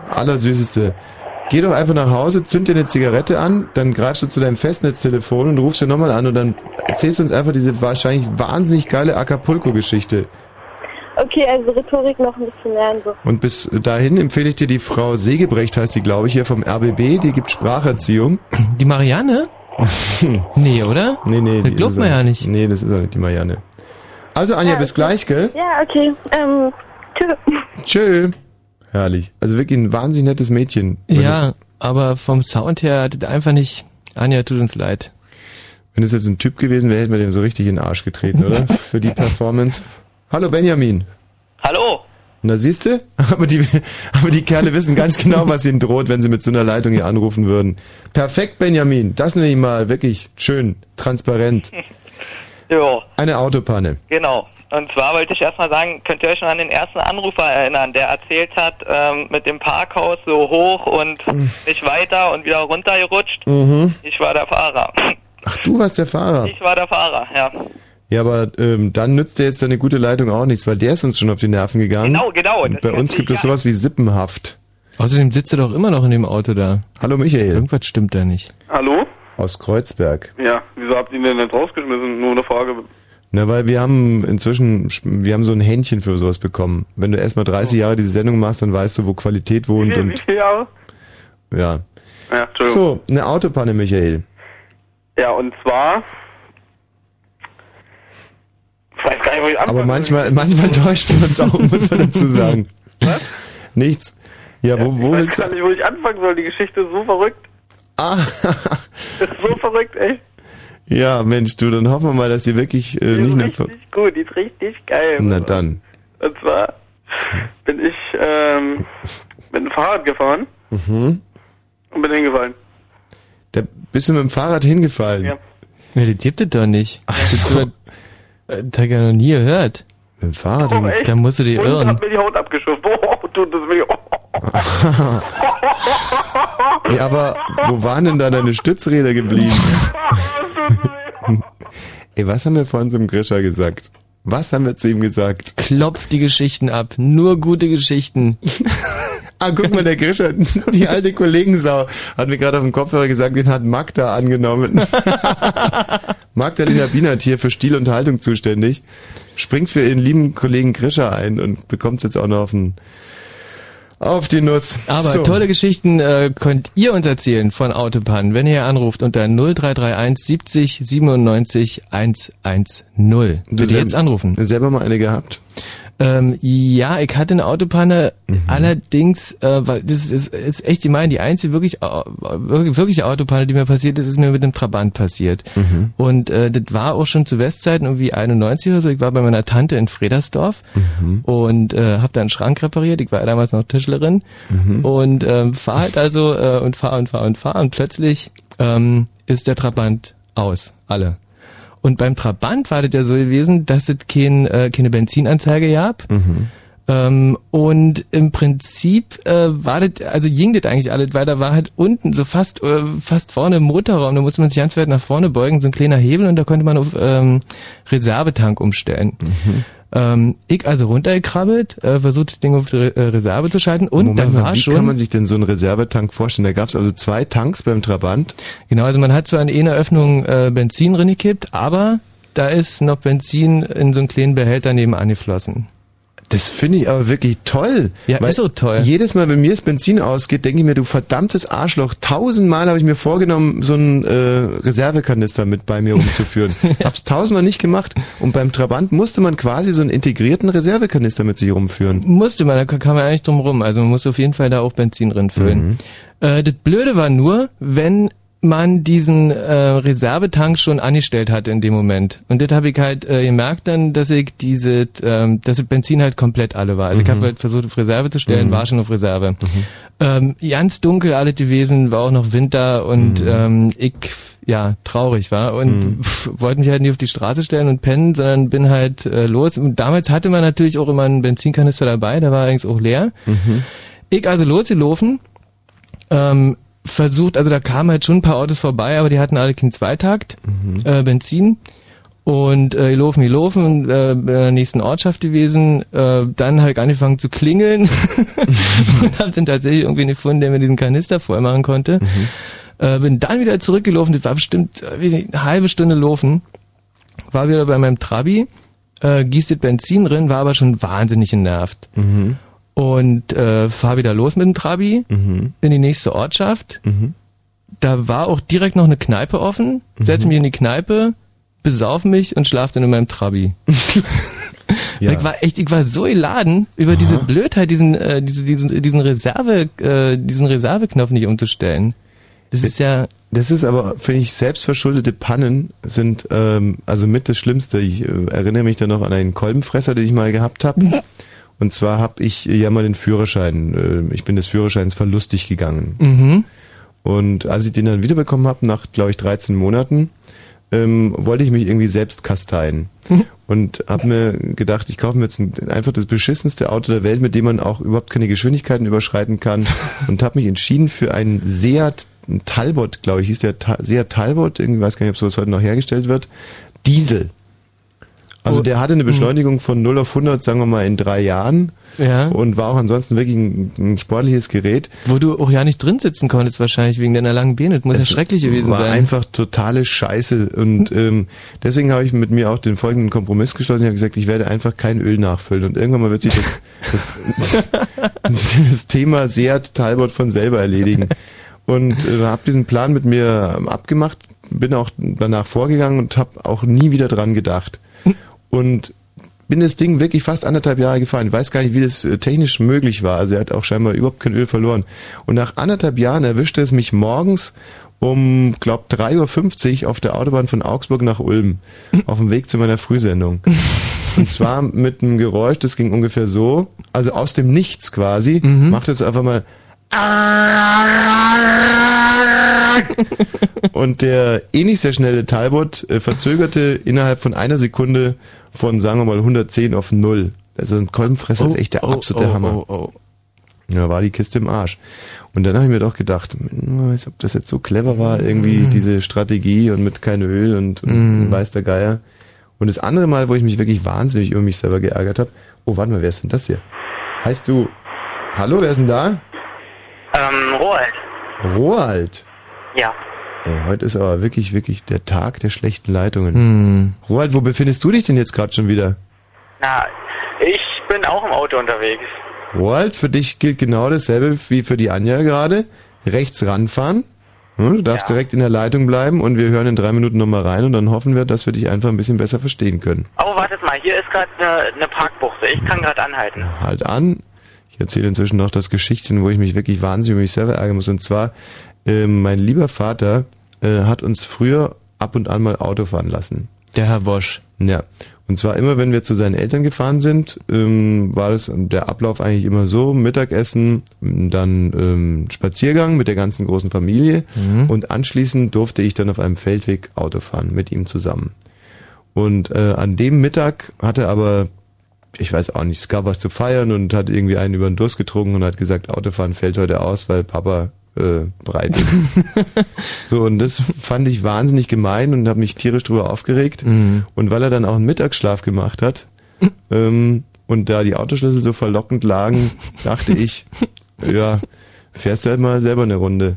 Allersüßeste. Geh doch einfach nach Hause, zünd dir eine Zigarette an, dann greifst du zu deinem Festnetztelefon und rufst dir nochmal an und dann erzählst du uns einfach diese wahrscheinlich wahnsinnig geile Acapulco-Geschichte. Okay, also Rhetorik noch ein bisschen lernen so. Und bis dahin empfehle ich dir die Frau Segebrecht, heißt die, glaube ich, hier vom R B B, die gibt Spracherziehung. Die Marianne? Nee, oder? Nee, nee. Das glaubt man ja nicht. Nee, das ist auch nicht die Marianne. Also Anja, ja, bis okay. gleich, gell? Ja, okay. Ähm, tschö. Tschö. Herrlich. Also wirklich ein wahnsinnig nettes Mädchen. Ja, aber vom Sound her hat es einfach nicht... Anja, tut uns leid. Wenn es jetzt ein Typ gewesen wäre, hätten wir dem so richtig in den Arsch getreten, oder? Für die Performance. Hallo Benjamin. Hallo. Na siehst du? Aber die, aber die Kerle wissen ganz genau, was ihnen droht, wenn sie mit so einer Leitung hier anrufen würden. Perfekt, Benjamin. Das nenne ich mal wirklich schön, transparent. Jo. Eine Autopanne. Genau. Und zwar wollte ich erstmal sagen, könnt ihr euch noch an den ersten Anrufer erinnern, der erzählt hat, ähm, mit dem Parkhaus so hoch und nicht weiter und wieder runtergerutscht? Mhm. Ich war der Fahrer. Ach, du warst der Fahrer? Ich war der Fahrer, ja. Ja, aber ähm, dann nützt dir jetzt deine gute Leitung auch nichts, weil der ist uns schon auf die Nerven gegangen. Genau, genau. Und bei uns gibt es sowas wie Sippenhaft. Außerdem sitzt er doch immer noch in dem Auto da. Hallo Michael. Irgendwas stimmt da nicht. Hallo? Aus Kreuzberg. Ja, wieso habt ihr ihn denn nicht rausgeschmissen? Nur eine Frage. Na, weil wir haben inzwischen, wir haben so ein Händchen für sowas bekommen. Wenn du erstmal dreißig Jahre diese Sendung machst, dann weißt du, wo Qualität wohnt. Wie viel, und wie viele Jahre? Ja. Ja, Entschuldigung. So, eine Autopanne, Michael. Ja, und zwar... Ich weiß gar nicht, wo ich anfangen Aber manchmal, manchmal täuscht man uns auch, muss man dazu sagen. Was? Nichts. Ja, wo, wo ich willst weiß gar du... nicht, wo ich anfangen soll. Die Geschichte ist so verrückt. Ah, ist so verrückt, echt. ja, Mensch, du, dann hoffen wir mal, dass die wirklich äh, Die nicht ist mehr... richtig gut, die ist richtig geil. Na dann. Und zwar bin ich ähm, mit dem Fahrrad gefahren Mhm. und bin hingefallen. Da bist du mit dem Fahrrad hingefallen? Ja. Ja, das gibt es doch nicht. Ach Das so. hat das hab ich ja noch nie gehört. Mit dem Fahrrad Oh, hingefallen? echt? Da musst du dich Und irren. hat mir die Haut abgeschürft. Oh, tut das weh. Oh. Ja, aber wo waren denn da deine Stützräder geblieben? Ey, was haben wir vorhin zum Grischer gesagt? Was haben wir zu ihm gesagt? Klopf die Geschichten ab. Nur gute Geschichten. Ah, guck mal, der Grischer, die alte Kollegensau, hat mir gerade auf dem Kopfhörer gesagt, den hat Magda angenommen. Magdalena Bienert hier für Stil und Haltung zuständig, springt für ihren lieben Kollegen Grischer ein und bekommt jetzt auch noch auf den Auf die Nuss. Aber so. tolle Geschichten äh, könnt ihr uns erzählen von Autopannen, wenn ihr anruft unter null drei drei eins siebzig siebenundneunzig hundertzehn. Bitte jetzt anrufen. Selber mal eine gehabt? Ähm, ja, ich hatte eine Autopanne, mhm. allerdings, äh, weil das ist, ist echt, ich meine, die einzige wirklich, äh, wirklich, wirkliche Autopanne, die mir passiert ist, ist mir mit einem Trabant passiert. Mhm. Und äh, das war auch schon zu Westzeiten, irgendwie einundneunzig oder so. Ich war bei meiner Tante in Fredersdorf mhm. und äh, habe da einen Schrank repariert. Ich war damals noch Tischlerin mhm. und äh, fahr halt also äh, und fahr und fahr und fahr und plötzlich ähm, ist der Trabant aus, alle. Und beim Trabant war das ja so gewesen, dass es kein, äh, keine Benzinanzeige gab. Mhm. Ähm, und im Prinzip äh, war das, also ging das eigentlich alles, weil da war halt unten so fast äh, fast vorne im Motorraum, da musste man sich ganz weit nach vorne beugen, so ein kleiner Hebel und da konnte man auf ähm, Reservetank umstellen. Mhm. Ähm, ich also runtergekrabbelt, äh, versucht das Ding auf die Re- äh, Reserve zu schalten und Moment da mal, war wie schon... kann man sich denn so einen Reservetank vorstellen? Da gab es also zwei Tanks beim Trabant? Genau, also man hat zwar in einer Öffnung äh, Benzin reingekippt, aber da ist noch Benzin in so einen kleinen Behälter nebenan geflossen. Das finde ich aber wirklich toll. Ja, ist so toll. Jedes Mal, wenn mir das Benzin ausgeht, denke ich mir, du verdammtes Arschloch, tausendmal habe ich mir vorgenommen, so einen äh, Reservekanister mit bei mir rumzuführen. Hab's tausendmal nicht gemacht. Und beim Trabant musste man quasi so einen integrierten Reservekanister mit sich rumführen. Musste man, da kam man eigentlich drum rum. Also man musste auf jeden Fall da auch Benzin drin füllen. Mhm. Äh, das Blöde war nur, wenn man diesen äh, Reservetank schon angestellt hatte in dem Moment. Und das habe ich halt äh, gemerkt dann, dass ich diese, ähm, dass das Benzin halt komplett alle war. Also mhm. ich habe halt versucht auf Reserve zu stellen, mhm. war schon auf Reserve. Mhm. Ähm, ganz dunkel alles gewesen, war auch noch Winter und mhm. ähm, ich, ja, traurig war und mhm. pff, wollte mich halt nicht auf die Straße stellen und pennen, sondern bin halt äh, los. Und damals hatte man natürlich auch immer einen Benzinkanister dabei, der war allerdings auch leer. Mhm. Ich also losgelaufen, ähm, versucht, also da kamen halt schon ein paar Autos vorbei, aber die hatten alle keinen Zweitakt, mhm. äh, Benzin. Und äh, gelaufen, gelaufen, äh, in der nächsten Ortschaft gewesen, äh, dann halt angefangen zu klingeln und hab dann tatsächlich irgendwie einen gefunden, der mir diesen Kanister voll machen konnte. Mhm. Äh, bin dann wieder zurückgelaufen, das war bestimmt äh, eine halbe Stunde laufen, war wieder bei meinem Trabi, äh, gießt das Benzin drin, war aber schon wahnsinnig genervt. Mhm. Und äh, fahr wieder los mit dem Trabi mhm. in die nächste Ortschaft. Mhm. Da war auch direkt noch eine Kneipe offen, setze mich in die Kneipe, besauf mich und schlaf dann in meinem Trabi. Ja. Ich war echt, ich war so geladen über Aha. diese Blödheit, diesen, äh, diese, diesen, diesen Reserve, äh, diesen Reserveknopf nicht umzustellen. Das ist ja. Das ist aber, finde ich, selbstverschuldete Pannen sind ähm, also mit das Schlimmste. Ich äh, erinnere mich da noch an einen Kolbenfresser, den ich mal gehabt habe. Und zwar habe ich ja mal den Führerschein. Äh, ich bin des Führerscheins verlustig gegangen. Mhm. Und als ich den dann wiederbekommen habe, nach, glaube ich, dreizehn Monaten, ähm, wollte ich mich irgendwie selbst kasteien. Mhm. Und habe mir gedacht, ich kaufe mir jetzt ein, einfach das beschissenste Auto der Welt, mit dem man auch überhaupt keine Geschwindigkeiten überschreiten kann. Und habe mich entschieden für einen Seat Talbot, glaube ich, hieß der Ta- Seat Talbot, irgendwie weiß gar nicht, ob sowas heute noch hergestellt wird, Diesel. Also der hatte eine Beschleunigung von null auf hundert, sagen wir mal, in drei Jahren. Ja. Und war auch ansonsten wirklich ein, ein sportliches Gerät. Wo du auch ja nicht drin sitzen konntest wahrscheinlich, wegen deiner langen Beine. Das muss es ja schrecklich gewesen war sein. War einfach totale Scheiße. Und ähm, deswegen habe ich mit mir auch den folgenden Kompromiss geschlossen. Ich habe gesagt, ich werde einfach kein Öl nachfüllen. Und irgendwann mal wird sich das, das, das Thema Seat Talbot von selber erledigen. Und äh, habe diesen Plan mit mir abgemacht, bin auch danach vorgegangen und habe auch nie wieder dran gedacht. Und bin das Ding wirklich fast anderthalb Jahre gefahren. Ich weiß gar nicht, wie das technisch möglich war. Also er hat auch scheinbar überhaupt kein Öl verloren. Und nach anderthalb Jahren erwischte es mich morgens um, glaub, drei Uhr fünfzig auf der Autobahn von Augsburg nach Ulm. Auf dem Weg zu meiner Frühsendung. Und zwar mit einem Geräusch, das ging ungefähr so, also aus dem Nichts quasi, mhm. macht es einfach mal und der eh nicht sehr schnelle Talbot äh, verzögerte innerhalb von einer Sekunde von, sagen wir mal, hundertzehn auf null. Also ein Kolbenfresser oh, ist echt der oh, absolute oh, Hammer. Oh, oh. Ja, war die Kiste im Arsch. Und dann habe ich mir doch gedacht, ob das jetzt so clever war, irgendwie mm. diese Strategie und mit kein Öl und, und mm. weiß der Geier. Und das andere Mal, wo ich mich wirklich wahnsinnig über mich selber geärgert habe, oh, warte mal, wer ist denn das hier? Heißt du, hallo, wer ist denn da? Ähm, Roald. Roald? Ja. Ey, heute ist aber wirklich, wirklich der Tag der schlechten Leitungen. Hm. Roald, wo befindest du dich denn jetzt gerade schon wieder? Na, ich bin auch im Auto unterwegs. Roald, für dich gilt genau dasselbe wie für die Anja gerade. Rechts ranfahren. Du darfst ja. direkt in der Leitung bleiben und wir hören in drei Minuten nochmal rein und dann hoffen wir, dass wir dich einfach ein bisschen besser verstehen können. Oh, wartet mal, hier ist gerade eine, eine Parkbuchte. Ich kann gerade anhalten. Halt an. Ich erzähle inzwischen noch das Geschichtchen, wo ich mich wirklich wahnsinnig über mich selber ärgern muss. Und zwar, äh, mein lieber Vater äh, hat uns früher ab und an mal Auto fahren lassen. Der Herr Wosch. Ja. Und zwar immer, wenn wir zu seinen Eltern gefahren sind, ähm, war das der Ablauf eigentlich immer so, Mittagessen, dann ähm, Spaziergang mit der ganzen großen Familie mhm. und anschließend durfte ich dann auf einem Feldweg Auto fahren mit ihm zusammen. Und äh, an dem Mittag hatte aber, ich weiß auch nicht, es gab was zu feiern und hat irgendwie einen über den Durst getrunken und hat gesagt, Autofahren fällt heute aus, weil Papa äh, breit ist. So, und das fand ich wahnsinnig gemein und habe mich tierisch drüber aufgeregt. Mhm. Und weil er dann auch einen Mittagsschlaf gemacht hat ähm, und da die Autoschlüssel so verlockend lagen, dachte ich, ja, fährst du halt mal selber eine Runde.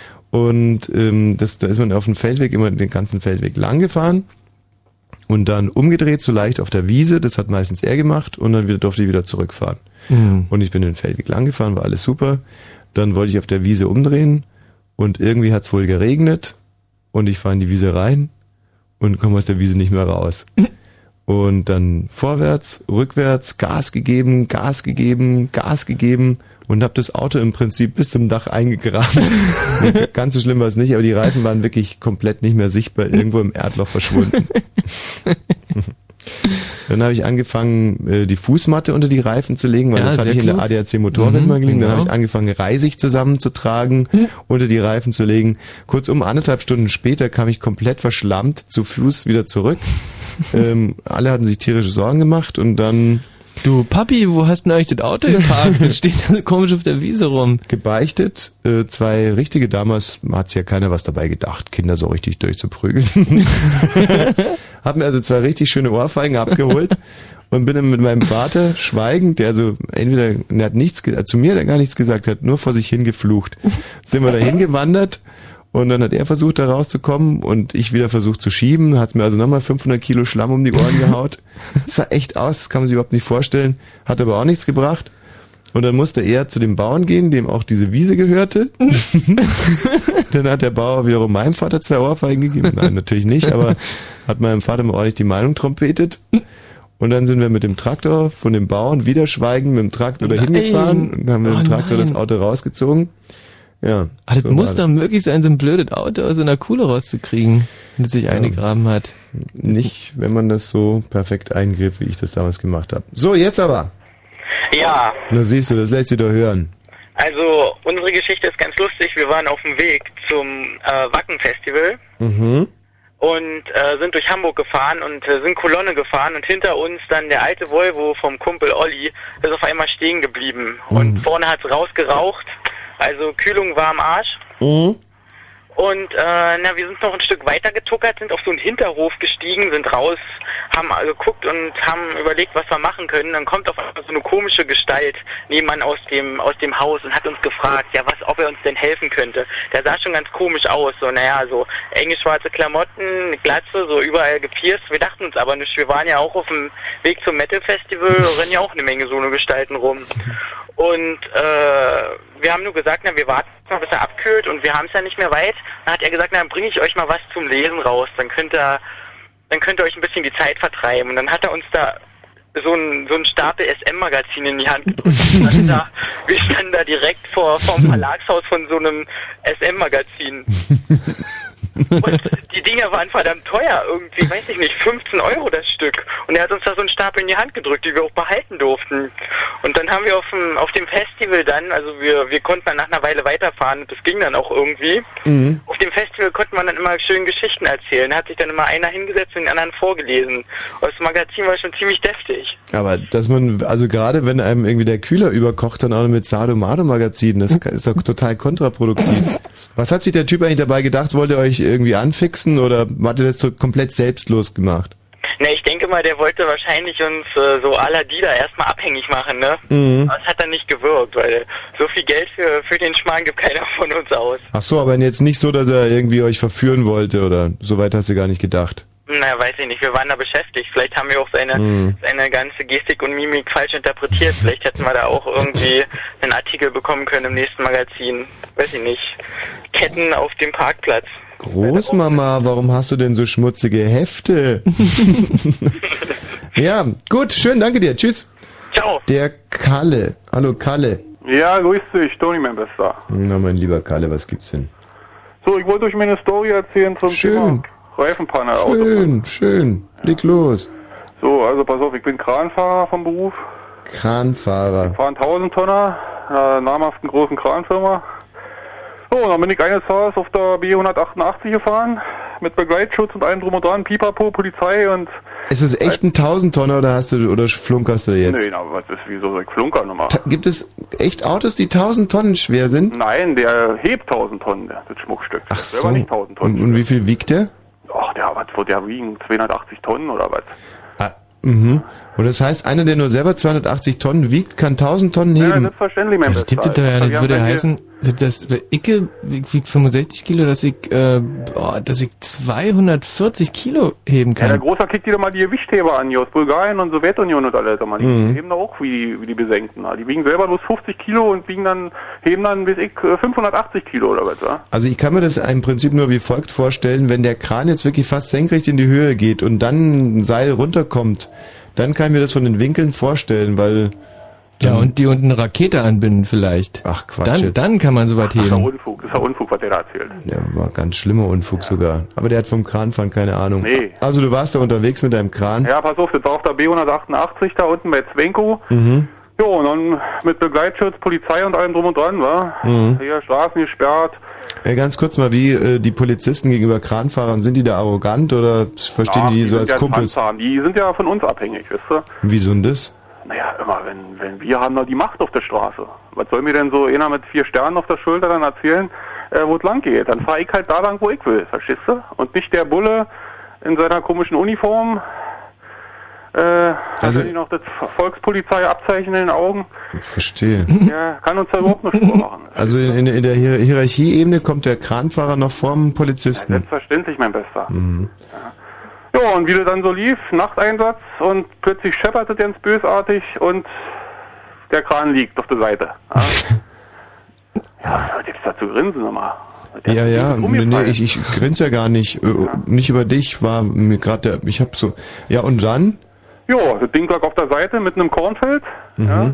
Und ähm, das, da ist man auf dem Feldweg immer den ganzen Feldweg lang gefahren. Und dann umgedreht, so leicht auf der Wiese, das hat meistens er gemacht und dann wieder, durfte ich wieder zurückfahren. Mhm. Und ich bin den Feldweg lang gefahren, war alles super. Dann wollte ich auf der Wiese umdrehen und irgendwie hat's wohl geregnet und ich fahre in die Wiese rein und komme aus der Wiese nicht mehr raus. Und dann vorwärts, rückwärts, Gas gegeben, Gas gegeben, Gas gegeben und habe das Auto im Prinzip bis zum Dach eingegraben. Ganz so schlimm war es nicht, aber die Reifen waren wirklich komplett nicht mehr sichtbar, irgendwo im Erdloch verschwunden. Dann habe ich angefangen, die Fußmatte unter die Reifen zu legen, weil ja, das hatte ich in der A D A C Motorrad mhm, mal gelegen. Genau. Dann habe ich angefangen, Reisig zusammenzutragen, mhm. unter die Reifen zu legen. Kurzum, anderthalb Stunden später kam ich komplett verschlammt zu Fuß wieder zurück. ähm, alle hatten sich tierische Sorgen gemacht und dann Du Papi, wo hast du denn eigentlich das Auto geparkt? Das steht da so komisch auf der Wiese rum. Gebeichtet, äh, zwei richtige, damals hat sich ja keiner was dabei gedacht, Kinder so richtig durchzuprügeln. Hab mir also zwei richtig schöne Ohrfeigen abgeholt und bin dann mit meinem Vater schweigend, der also entweder, der hat nichts, zu mir der gar nichts gesagt hat, nur vor sich hingeflucht. Sind wir da hingewandert. Und dann hat er versucht, da rauszukommen und ich wieder versucht zu schieben. Hat's mir also nochmal fünfhundert Kilo Schlamm um die Ohren gehaut. Das sah echt aus, das kann man sich überhaupt nicht vorstellen. Hat aber auch nichts gebracht. Und dann musste er zu dem Bauern gehen, dem auch diese Wiese gehörte. Dann hat der Bauer wiederum meinem Vater zwei Ohrfeigen gegeben. Nein, natürlich nicht, aber hat meinem Vater mal ordentlich die Meinung trompetet. Und dann sind wir mit dem Traktor von dem Bauern wieder schweigend mit dem Traktor dahin gefahren und haben mit dem Oh Traktor nein. das Auto rausgezogen. Ja. Ah, das so muss war doch möglich sein, so ein blödes Auto aus einer Kuhle rauszukriegen, wenn es sich eingegraben hat. Nicht, wenn man das so perfekt eingräbt, wie ich das damals gemacht habe. So, jetzt aber. Ja, Na siehst du, das lässt sich doch hören. also unsere Geschichte ist ganz lustig. Wir waren auf dem Weg zum äh, Wacken-Festival Mhm. und äh, sind durch Hamburg gefahren und äh, sind Kolonne gefahren und hinter uns dann der alte Volvo vom Kumpel Olli ist auf einmal stehen geblieben und vorne hat's rausgeraucht, also Kühlung war am Arsch. Mhm. Und äh, na, wir sind noch ein Stück weiter getuckert, sind auf so einen Hinterhof gestiegen, sind raus, haben äh, geguckt und haben überlegt, was wir machen können. Dann kommt auf einmal so eine komische Gestalt nebenan aus dem aus dem Haus und hat uns gefragt, ja, was, ob er uns denn helfen könnte. Der sah schon ganz komisch aus, so naja, so enge schwarze Klamotten, eine Glatze, so überall gepierst. Wir dachten uns aber nicht, wir waren ja auch auf dem Weg zum Metal Festival, rennen ja auch eine Menge so eine Gestalten rum. Und äh, wir haben nur gesagt, na, wir warten mal, bis er abkühlt und wir haben es ja nicht mehr weit. Dann hat er gesagt, na, dann bringe ich euch mal was zum Lesen raus. Dann könnt ihr, dann könnt ihr euch ein bisschen die Zeit vertreiben. Und dann hat er uns da so ein, so ein Stapel S M-Magazin in die Hand gedrückt. Wir standen da, wir standen da direkt vor, vom Verlagshaus von so einem S M-Magazin. Und die Dinger waren verdammt teuer, irgendwie, weiß ich nicht, fünfzehn Euro das Stück. Und er hat uns da so einen Stapel in die Hand gedrückt, die wir auch behalten durften. Und dann haben wir auf dem, auf dem Festival dann, also wir, wir konnten dann nach einer Weile weiterfahren und das ging dann auch irgendwie. Mhm. Auf dem Festival konnte man dann immer schön Geschichten erzählen. Da hat sich dann immer einer hingesetzt und den anderen vorgelesen. Und das Magazin war schon ziemlich deftig. Aber dass man, also gerade wenn einem irgendwie der Kühler überkocht, dann auch noch mit Sado-Mado-Magazin, das ist doch total kontraproduktiv. Was hat sich der Typ eigentlich dabei gedacht? Wollte er euch irgendwie anfixen oder hat er das so komplett selbstlos gemacht? Na, ich denke mal, der wollte wahrscheinlich uns äh, so à la Dieter erstmal abhängig machen, ne? Mhm. Aber es hat dann nicht gewirkt, weil so viel Geld für, für den Schmarrn gibt keiner von uns aus. Ach so, aber jetzt nicht so, dass er irgendwie euch verführen wollte oder so weit hast du gar nicht gedacht. Na, weiß ich nicht, wir waren da beschäftigt. Vielleicht haben wir auch seine, Mhm. seine ganze Gestik und Mimik falsch interpretiert. Vielleicht hätten wir da auch irgendwie einen Artikel bekommen können im nächsten Magazin. Weiß ich nicht. Ketten auf dem Parkplatz. Großmama, warum hast du denn so schmutzige Hefte? Ja, gut, schön, danke dir. Tschüss. Ciao. Der Kalle. Hallo Kalle. Ja, grüß dich, Toni, mein Bester. Na, mein lieber Kalle, was gibt's denn? So, ich wollte euch meine Story erzählen zum Schön. Thema Reifenpanne. Schön, schön. Leg los. So, also pass auf, ich bin Kranfahrer vom Beruf. Kranfahrer. Ich fahre einen tausend-Tonner einer namhaften großen Kranfirma. So, und dann bin ich eines Tages auf der B hundertachtundachtzig gefahren, mit Begleitschutz und allem drum und dran, Pipapo, Polizei und... Ist das echt ein Tausend-Tonner oder hast du, oder flunkerst du jetzt? Nee, na, was ist, wieso soll ich flunkern nochmal? Ta- Gibt es echt Autos, die tausend Tonnen schwer sind? Nein, der hebt tausend Tonnen, das Schmuckstück. Ach so. Selber nicht tausend Tonnen. Und, und wie viel wiegt der? Ach, der, was wird der wiegen? zweihundertachtzig Tonnen oder was? Ah, mhm. Und das heißt, einer, der nur selber zweihundertachtzig Tonnen wiegt, kann tausend Tonnen Ja, heben? selbstverständlich, mein Das gibt es doch ja nicht. Das würde ja heißen, dass Icke wiegt fünfundsechzig Kilo, dass ich, äh, boah, dass ich zweihundertvierzig Kilo heben Ja, der kann. Großer kriegt wieder mal die Gewichtheber an, hier aus Bulgarien und Sowjetunion und alles. Die Mhm. heben da auch wie, wie die Besenkten. Die wiegen selber bloß fünfzig Kilo und wiegen dann, heben dann, bis ich, fünfhundertachtzig Kilo oder was, ja? Also ich kann mir das im Prinzip nur wie folgt vorstellen, wenn der Kran jetzt wirklich fast senkrecht in die Höhe geht und dann ein Seil runterkommt, dann kann ich mir das von den Winkeln vorstellen, weil... Ja, und die unten eine Rakete anbinden vielleicht. Ach Quatsch Dann, jetzt. dann kann man so weit Das ist ja heben. Unfug, das ist ja Unfug, was der da erzählt. Ja, war ganz schlimmer Unfug sogar. Aber der hat vom Kranfahren keine Ahnung. Nee. Also du warst da unterwegs mit deinem Kran? Ja, pass auf, das war auf der B hundertachtundachtzig da unten bei Zwenko. Mhm. Jo, und dann mit Begleitschutz, Polizei und allem drum und dran, wa? Mhm. Hier, Straßen gesperrt. Ja, ganz kurz mal, wie äh, die Polizisten gegenüber Kranfahrern, sind die da arrogant oder verstehen Ach, die so sind als ja Kumpels? Panzer, die sind ja von uns abhängig, weißt du? Wieso denn das? naja, immer, wenn, wenn wir haben da die Macht auf der Straße. Was soll mir denn so einer mit vier Sternen auf der Schulter dann erzählen, äh, wo es lang geht? Dann fahre ich halt da lang, wo ich will, verstehst du? Und nicht der Bulle in seiner komischen Uniform, äh, also hat noch das Volkspolizei-Abzeichen in den Augen. Verstehe. Ja, kann uns da überhaupt eine Spur machen. Also in, in der Hier- Hierarchieebene kommt der Kranfahrer noch vorm Polizisten. Ja, selbstverständlich, mein Bester. Mhm. Ja. ja, und wie das dann so lief, Nachteinsatz und plötzlich scheppert es ganz bösartig und der Kran liegt auf der Seite. Ja, ja was gibt's da zu grinsen nochmal? Ja, ja, nee, ich, ich grinse ja gar nicht. Äh, Ja. Nicht über dich, war mir gerade der, ich hab so, ja und dann? Ja, das Ding lag auf der Seite mitten im Kornfeld. Mhm. Ja.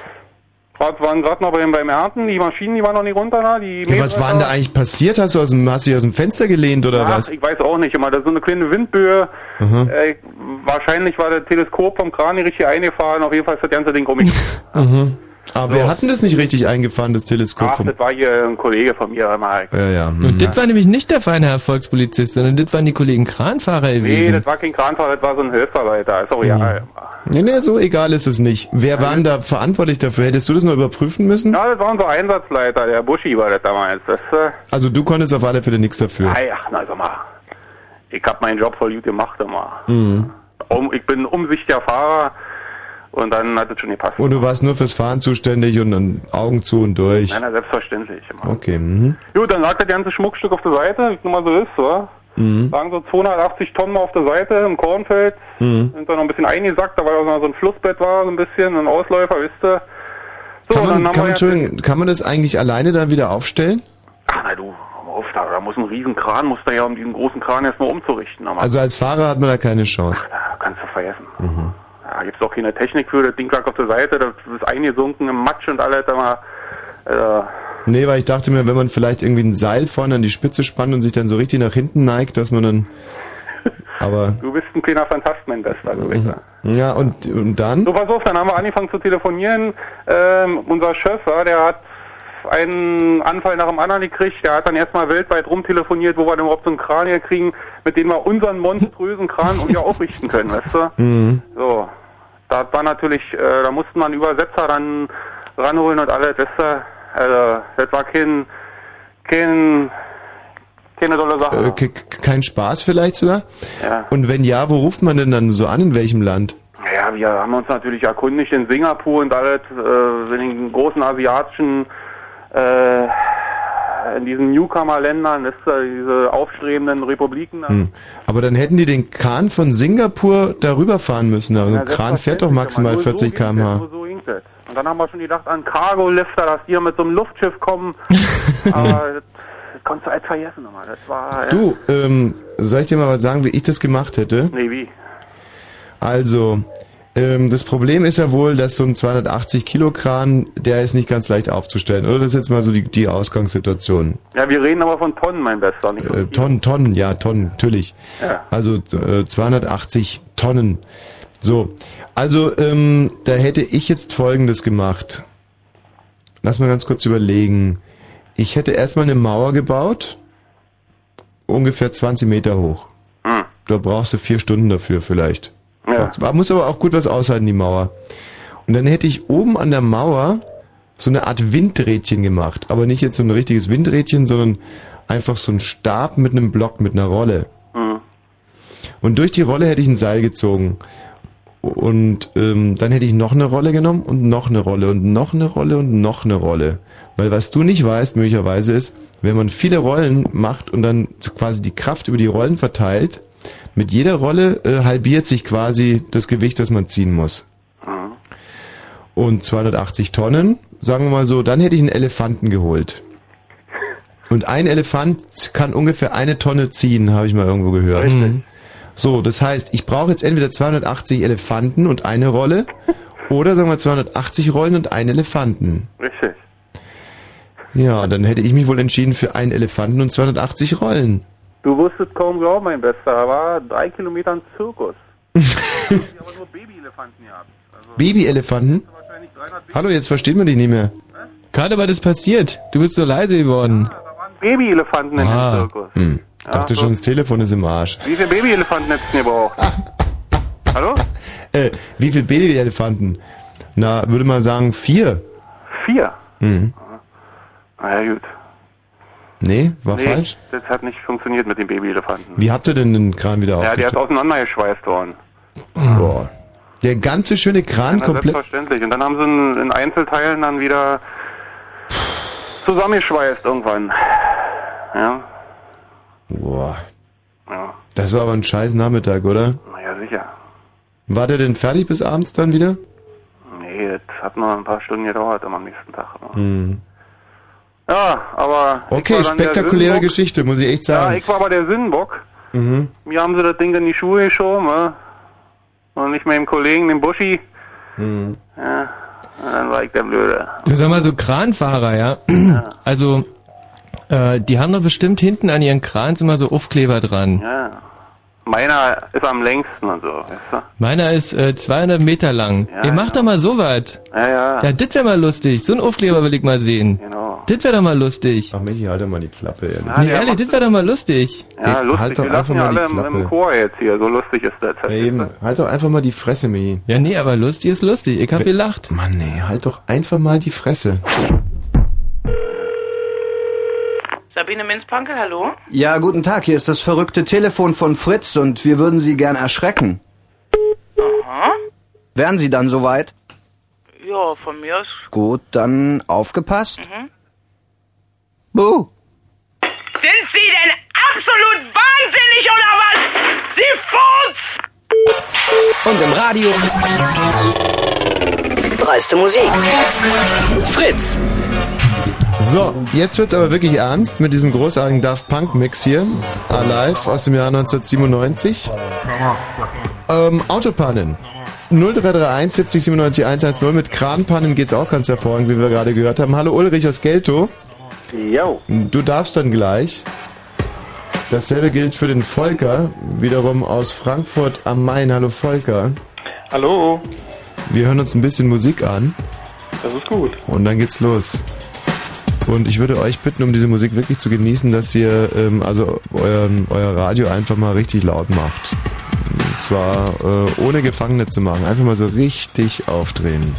Grad, waren gerade noch beim, beim Ernten, die Maschinen, die waren noch nicht runter da. Die Ja, was war denn da eigentlich passiert? Hast du aus dem, hast du dich aus dem Fenster gelehnt oder Ach, was? ich weiß auch nicht immer. Das ist so eine kleine Windböe. Mhm. Äh, wahrscheinlich war das Teleskop vom Kran nicht richtig eingefahren. Auf jeden Fall ist das ganze Ding umgekippt. Mhm. Aber So. wer hat denn das nicht richtig eingefahren, das Teleskop? Ach, vom das war hier ein Kollege von mir. Mal. ja, ja. Und Mhm. das war nämlich nicht der feine Herr Volkspolizist, sondern das waren die Kollegen Kranfahrer Nee, gewesen. das war kein Kranfahrer, das war so ein Hilfsarbeiter. Ist auch egal. Nee, nee, so egal ist es nicht. Wer war denn da verantwortlich dafür? Hättest du das noch überprüfen müssen? Ja, das war unser Einsatzleiter, der Buschi war das damals. Das, äh, Also du konntest auf alle Fälle nichts dafür. ach, na sag mal. Ich hab meinen Job voll gut gemacht immer. Mhm. Um, ich bin umsichtiger Fahrer und dann hat es schon gepasst. Und du warst nur fürs Fahren zuständig und dann Augen zu und durch. Nein, na, selbstverständlich. Immer. Okay, mhm. Gut, dann lag das ganze Schmuckstück auf der Seite, wie es nun mal so ist, so. Mhm. Lagen so zweihundertachtzig Tonnen auf der Seite im Kornfeld. Mhm. Sind dann noch ein bisschen eingesackt, da weil auch noch so ein Flussbett war, so ein bisschen, ein Ausläufer, wisst ihr. So, Kann und man, dann haben kann, wir man, jetzt- Entschuldigung, kann man das eigentlich alleine dann wieder aufstellen? Ach, na du, hör mal auf, da, da muss ein riesen Kran, muss da ja, um diesen großen Kran erstmal umzurichten. Aber Also als Fahrer hat man da keine Chance. da kannst du vergessen. Mhm. Da gibt's auch keine Technik für, das Ding lag auf der Seite, das ist eingesunken im Matsch und alles, aber, äh, Nee, weil ich dachte mir, wenn man vielleicht irgendwie ein Seil vorne an die Spitze spannt und sich dann so richtig nach hinten neigt, dass man dann... Aber... du bist ein kleiner Phantast, mein Bester, du Wichser. Ja, und, und dann? So, pass auf, dann haben wir angefangen zu telefonieren. Ähm, unser Chef, ja, der hat einen Anfall nach dem anderen gekriegt. Der hat dann erstmal weltweit rumtelefoniert, wo wir denn überhaupt so einen Kran hier kriegen, mit dem wir unseren monströsen Kran wieder aufrichten können, weißt du? Mhm. So, das war natürlich, äh, da mussten wir einen Übersetzer dann ranholen und alles, weißt du? Also, das war kein, kein, keine tolle Sache. Äh, ke- kein Spaß vielleicht sogar? Ja. Und wenn ja, wo ruft man denn dann so an, in welchem Land? Ja, wir haben uns natürlich erkundigt in Singapur und alles, äh, in den großen asiatischen, äh, in diesen Newcomer-Ländern, das ist, äh, diese aufstrebenden Republiken. Hm. Aber dann hätten die den Kran von Singapur darüber fahren müssen. Also Ja, ein Kran fährt doch maximal Nur so vierzig ging das, Kilometer pro nur Stunde. so ging das. Und dann haben wir schon gedacht an Cargo-Lifter, dass die hier mit so einem Luftschiff kommen. Aber das, das konntest du alles vergessen nochmal. Das war, ja. Du, ähm, soll ich dir mal was sagen, wie ich das gemacht hätte? Nee, wie? Also, ähm, das Problem ist ja wohl, dass so ein zweihundertachtzig Kilo Kran, der ist nicht ganz leicht aufzustellen, oder? Das ist jetzt mal so die, die Ausgangssituation. Ja, wir reden aber von Tonnen, mein Bester. Nicht Äh, Tonnen, Tonnen, ja, Tonnen, natürlich. Ja. Also äh, zweihundertachtzig Tonnen. So, also ähm, da hätte ich jetzt Folgendes gemacht. Lass mal ganz kurz überlegen. Ich hätte erstmal eine Mauer gebaut, ungefähr zwanzig Meter hoch. Hm. Da brauchst du vier Stunden dafür vielleicht. Ja. Man muss aber auch gut was aushalten, die Mauer. Und dann hätte ich oben an der Mauer so eine Art Windrädchen gemacht. Aber nicht jetzt so ein richtiges Windrädchen, sondern einfach so ein Stab mit einem Block, mit einer Rolle. Hm. Und durch die Rolle hätte ich ein Seil gezogen. Und ähm, dann hätte ich noch eine Rolle genommen und noch eine Rolle und noch eine Rolle und noch eine Rolle. Weil was du nicht weißt, möglicherweise ist, wenn man viele Rollen macht und dann so quasi die Kraft über die Rollen verteilt, mit jeder Rolle äh, halbiert sich quasi das Gewicht, das man ziehen muss. Hm. Und zweihundertachtzig Tonnen, sagen wir mal so, dann hätte ich einen Elefanten geholt. Und ein Elefant kann ungefähr eine Tonne ziehen, habe ich mal irgendwo gehört. Richtig. So, das heißt, ich brauche jetzt entweder zweihundertachtzig Elefanten und eine Rolle oder sagen wir zweihundertachtzig Rollen und einen Elefanten. Richtig. Ja, dann hätte ich mich wohl entschieden für einen Elefanten und zweihundertachtzig Rollen. Du wirst es kaum glauben, mein Bester. Da war drei Kilometer ein Zirkus. Ich habe aber nur Babyelefanten gehabt. Also Babyelefanten? Hallo, jetzt versteht man dich nicht mehr. Gerade war das passiert. Du bist so leise geworden. Babyelefanten in Ah. dem Zirkus. Hm. Ja, Dachte so. schon, das Telefon ist im Arsch. Wie viele Babyelefanten hättest du denn gebraucht? Hallo? Äh, wie viele Babyelefanten? Na, würde mal sagen vier. Vier? Mhm. Na ja, gut. Nee, war nee, falsch? Das hat nicht funktioniert mit dem Babyelefanten. Wie habt ihr denn den Kran wieder Ja, der aufgestellt? ist auseinandergeschweißt worden. Boah. Der ganze schöne Kran Ja, komplett... selbstverständlich. Und dann haben sie ihn in Einzelteilen dann wieder zusammengeschweißt irgendwann. Ja. Boah. Ja. Das war aber ein scheiß Nachmittag, oder? Naja, sicher. War der denn fertig bis abends dann wieder? Nee, das hat noch ein paar Stunden gedauert am nächsten Tag. Hm. Ja, aber... ich Okay, war dann der spektakuläre Sündenbock. Geschichte, muss ich echt Ja, sagen. ich war aber der Sündenbock. Mhm. Mir haben sie das Ding in die Schuhe geschoben, ne? Und nicht meinem Kollegen, dem Buschi. Mhm. Ja, und dann war ich der Blöde. Du sag mal, so Kranfahrer, ja? Also, äh, die haben doch bestimmt hinten an ihren Krans immer so Aufkleber dran. Ja. Meiner ist am längsten und so, weißt du? Meiner ist äh, zweihundert Meter lang. Ja, Ihr macht doch mal so was. Ja, ja. Ja, das wäre mal lustig. So ein Aufkleber will ich mal sehen. Genau. Das wäre doch mal lustig. Ach Michi, halt doch mal die Klappe, ehrlich. Nee, ehrlich, das wäre doch mal lustig. Ja, lustig. Halt doch Wir lachen ja einfach mal alle die im, im Klappe. Chor jetzt hier, so lustig ist das. Ja, eben. Halt doch einfach mal die Fresse, Michi. Ja, nee, aber lustig ist lustig. Ich hab gelacht. Mann, nee, halt doch einfach mal die Fresse. Sabine Minz-Pankel, hallo? Ja, guten Tag, hier ist das verrückte Telefon von Fritz und wir würden Sie gern erschrecken. Aha. Wären Sie dann soweit? Ja, von mir aus. Gut, dann aufgepasst. Mhm. Buh! Sind Sie denn absolut wahnsinnig oder was? Sie Furz! Und im Radio. Dreiste Musik. Fritz. So, jetzt wird's aber wirklich ernst mit diesem großartigen Daft Punk Mix hier. Alive aus dem Jahr neunzehnhundertsiebenundneunzig. Ähm, Autopannen. null drei drei eins siebzig siebenundneunzig hundertzehn. Mit Kranpannen geht's auch ganz hervorragend, wie wir gerade gehört haben. Hallo Ulrich aus Geltow. Jo. Du darfst dann gleich. Dasselbe gilt für den Volker, wiederum aus Frankfurt am Main. Hallo Volker. Hallo. Wir hören uns ein bisschen Musik an. Das ist gut. Und dann geht's los. Und ich würde euch bitten, um diese Musik wirklich zu genießen, dass ihr ähm, also euren, euer Radio einfach mal richtig laut macht. Und zwar äh, ohne Gefangene zu machen. Einfach mal so richtig aufdrehen.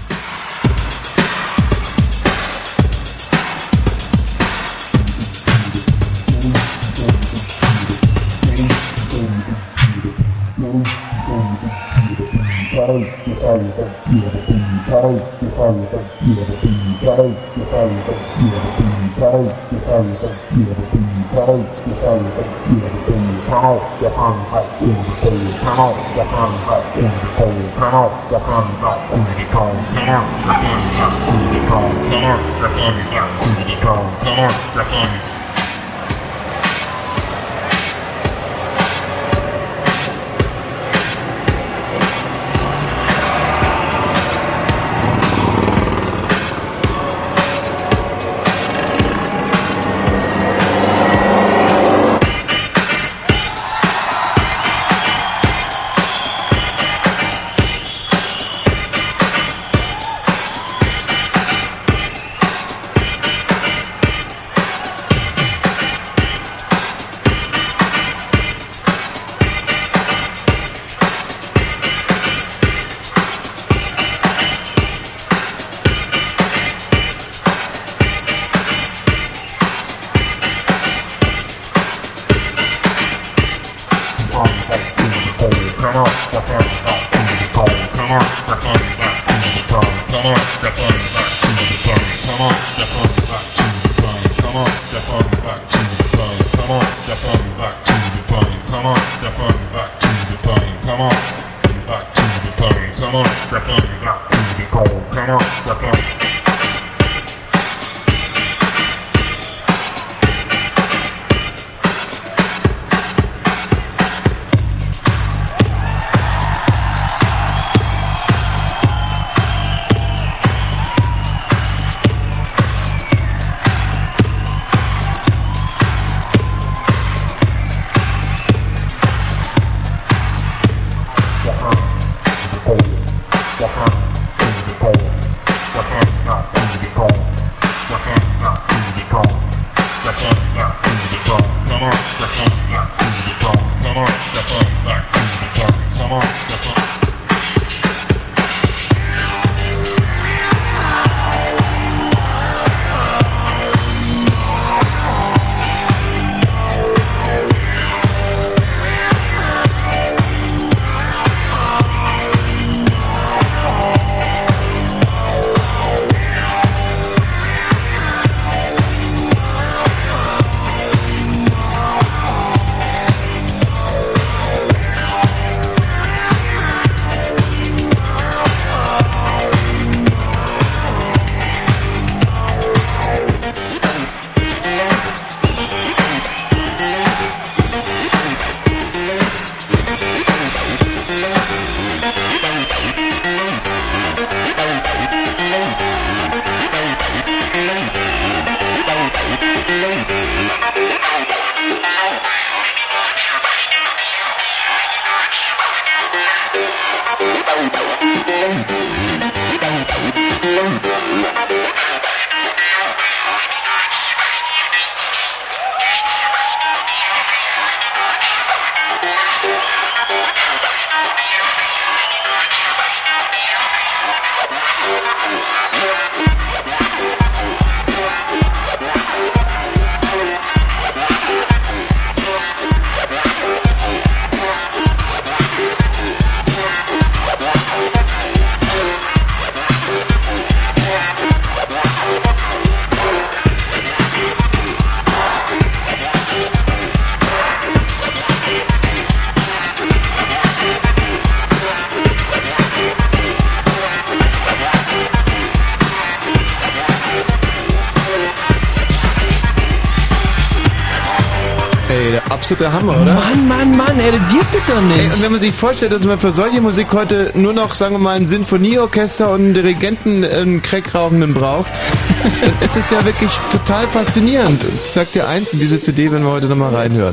Der absolute Hammer, oder? Mann, Mann, Mann, ey, das gibt es doch nicht. Ey, und wenn man sich vorstellt, dass man für solche Musik heute nur noch, sagen wir mal, ein Sinfonieorchester und einen Dirigenten, einen Crackrauchenden braucht, dann ist es ja wirklich total faszinierend. Und ich sag dir eins, in diese C D werden wir heute nochmal reinhören.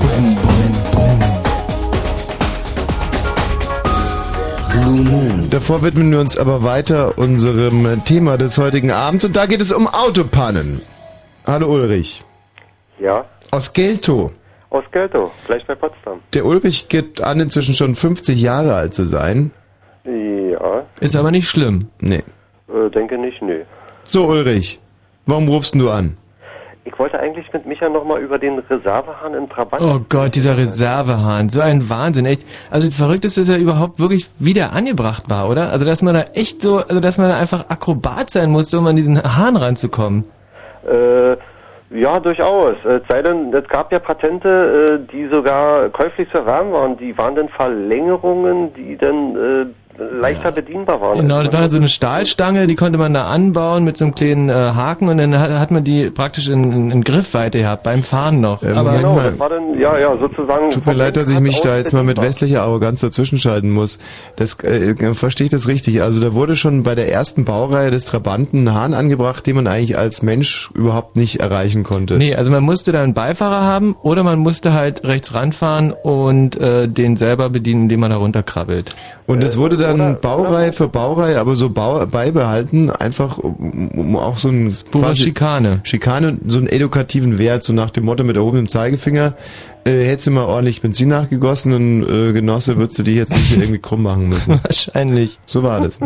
Blue Moon. Davor widmen wir uns aber weiter unserem Thema des heutigen Abends und da geht es um Autopannen. Hallo Ulrich. Ja. Aus Geltow. Aus Geltow, gleich bei Potsdam. Der Ulrich gibt an, inzwischen schon fünfzig Jahre alt zu sein. Ja. Ist aber nicht schlimm. Nee. Äh, denke nicht, nö. So Ulrich, warum rufst du an? Ich wollte eigentlich mit Micha nochmal über den Reservehahn in Trabant. Oh Gott, dieser Reservehahn, so ein Wahnsinn, echt. Also das Verrückteste ist ja überhaupt wirklich, wie der angebracht war, oder? Also dass man da echt so, also dass man da einfach Akrobat sein musste, um an diesen Hahn ranzukommen. Äh, ja, durchaus. Es sei denn, es gab ja Patente, äh, die sogar käuflich zu erwerben waren. Die waren dann Verlängerungen, die dann äh, leichter bedienbar waren. Genau, das war halt so eine Stahlstange, die konnte man da anbauen mit so einem kleinen äh, Haken und dann hat, hat man die praktisch in, in, in Griffweite gehabt, beim Fahren noch. Ähm, Aber genau, das war dann, ja, ja, sozusagen... Tut mir leid, dass ich mich da jetzt mal mit westlicher Arroganz dazwischenschalten muss. Das äh, verstehe ich das richtig. Also da wurde schon bei der ersten Baureihe des Trabanten ein Hahn angebracht, den man eigentlich als Mensch überhaupt nicht erreichen konnte. Nee, also man musste da einen Beifahrer haben oder man musste halt rechts ranfahren und äh, den selber bedienen, indem man da runterkrabbelt. Und es wurde dann Baureihe für Baureihe, aber so bau, beibehalten, einfach um, um auch so ein... Pure Schikane. Schikane, so einen edukativen Wert, so nach dem Motto mit erhobenem Zeigefinger, äh, hättest du mal ordentlich Benzin nachgegossen und äh, Genosse, würdest du dich jetzt nicht irgendwie krumm machen müssen. Wahrscheinlich. So war das.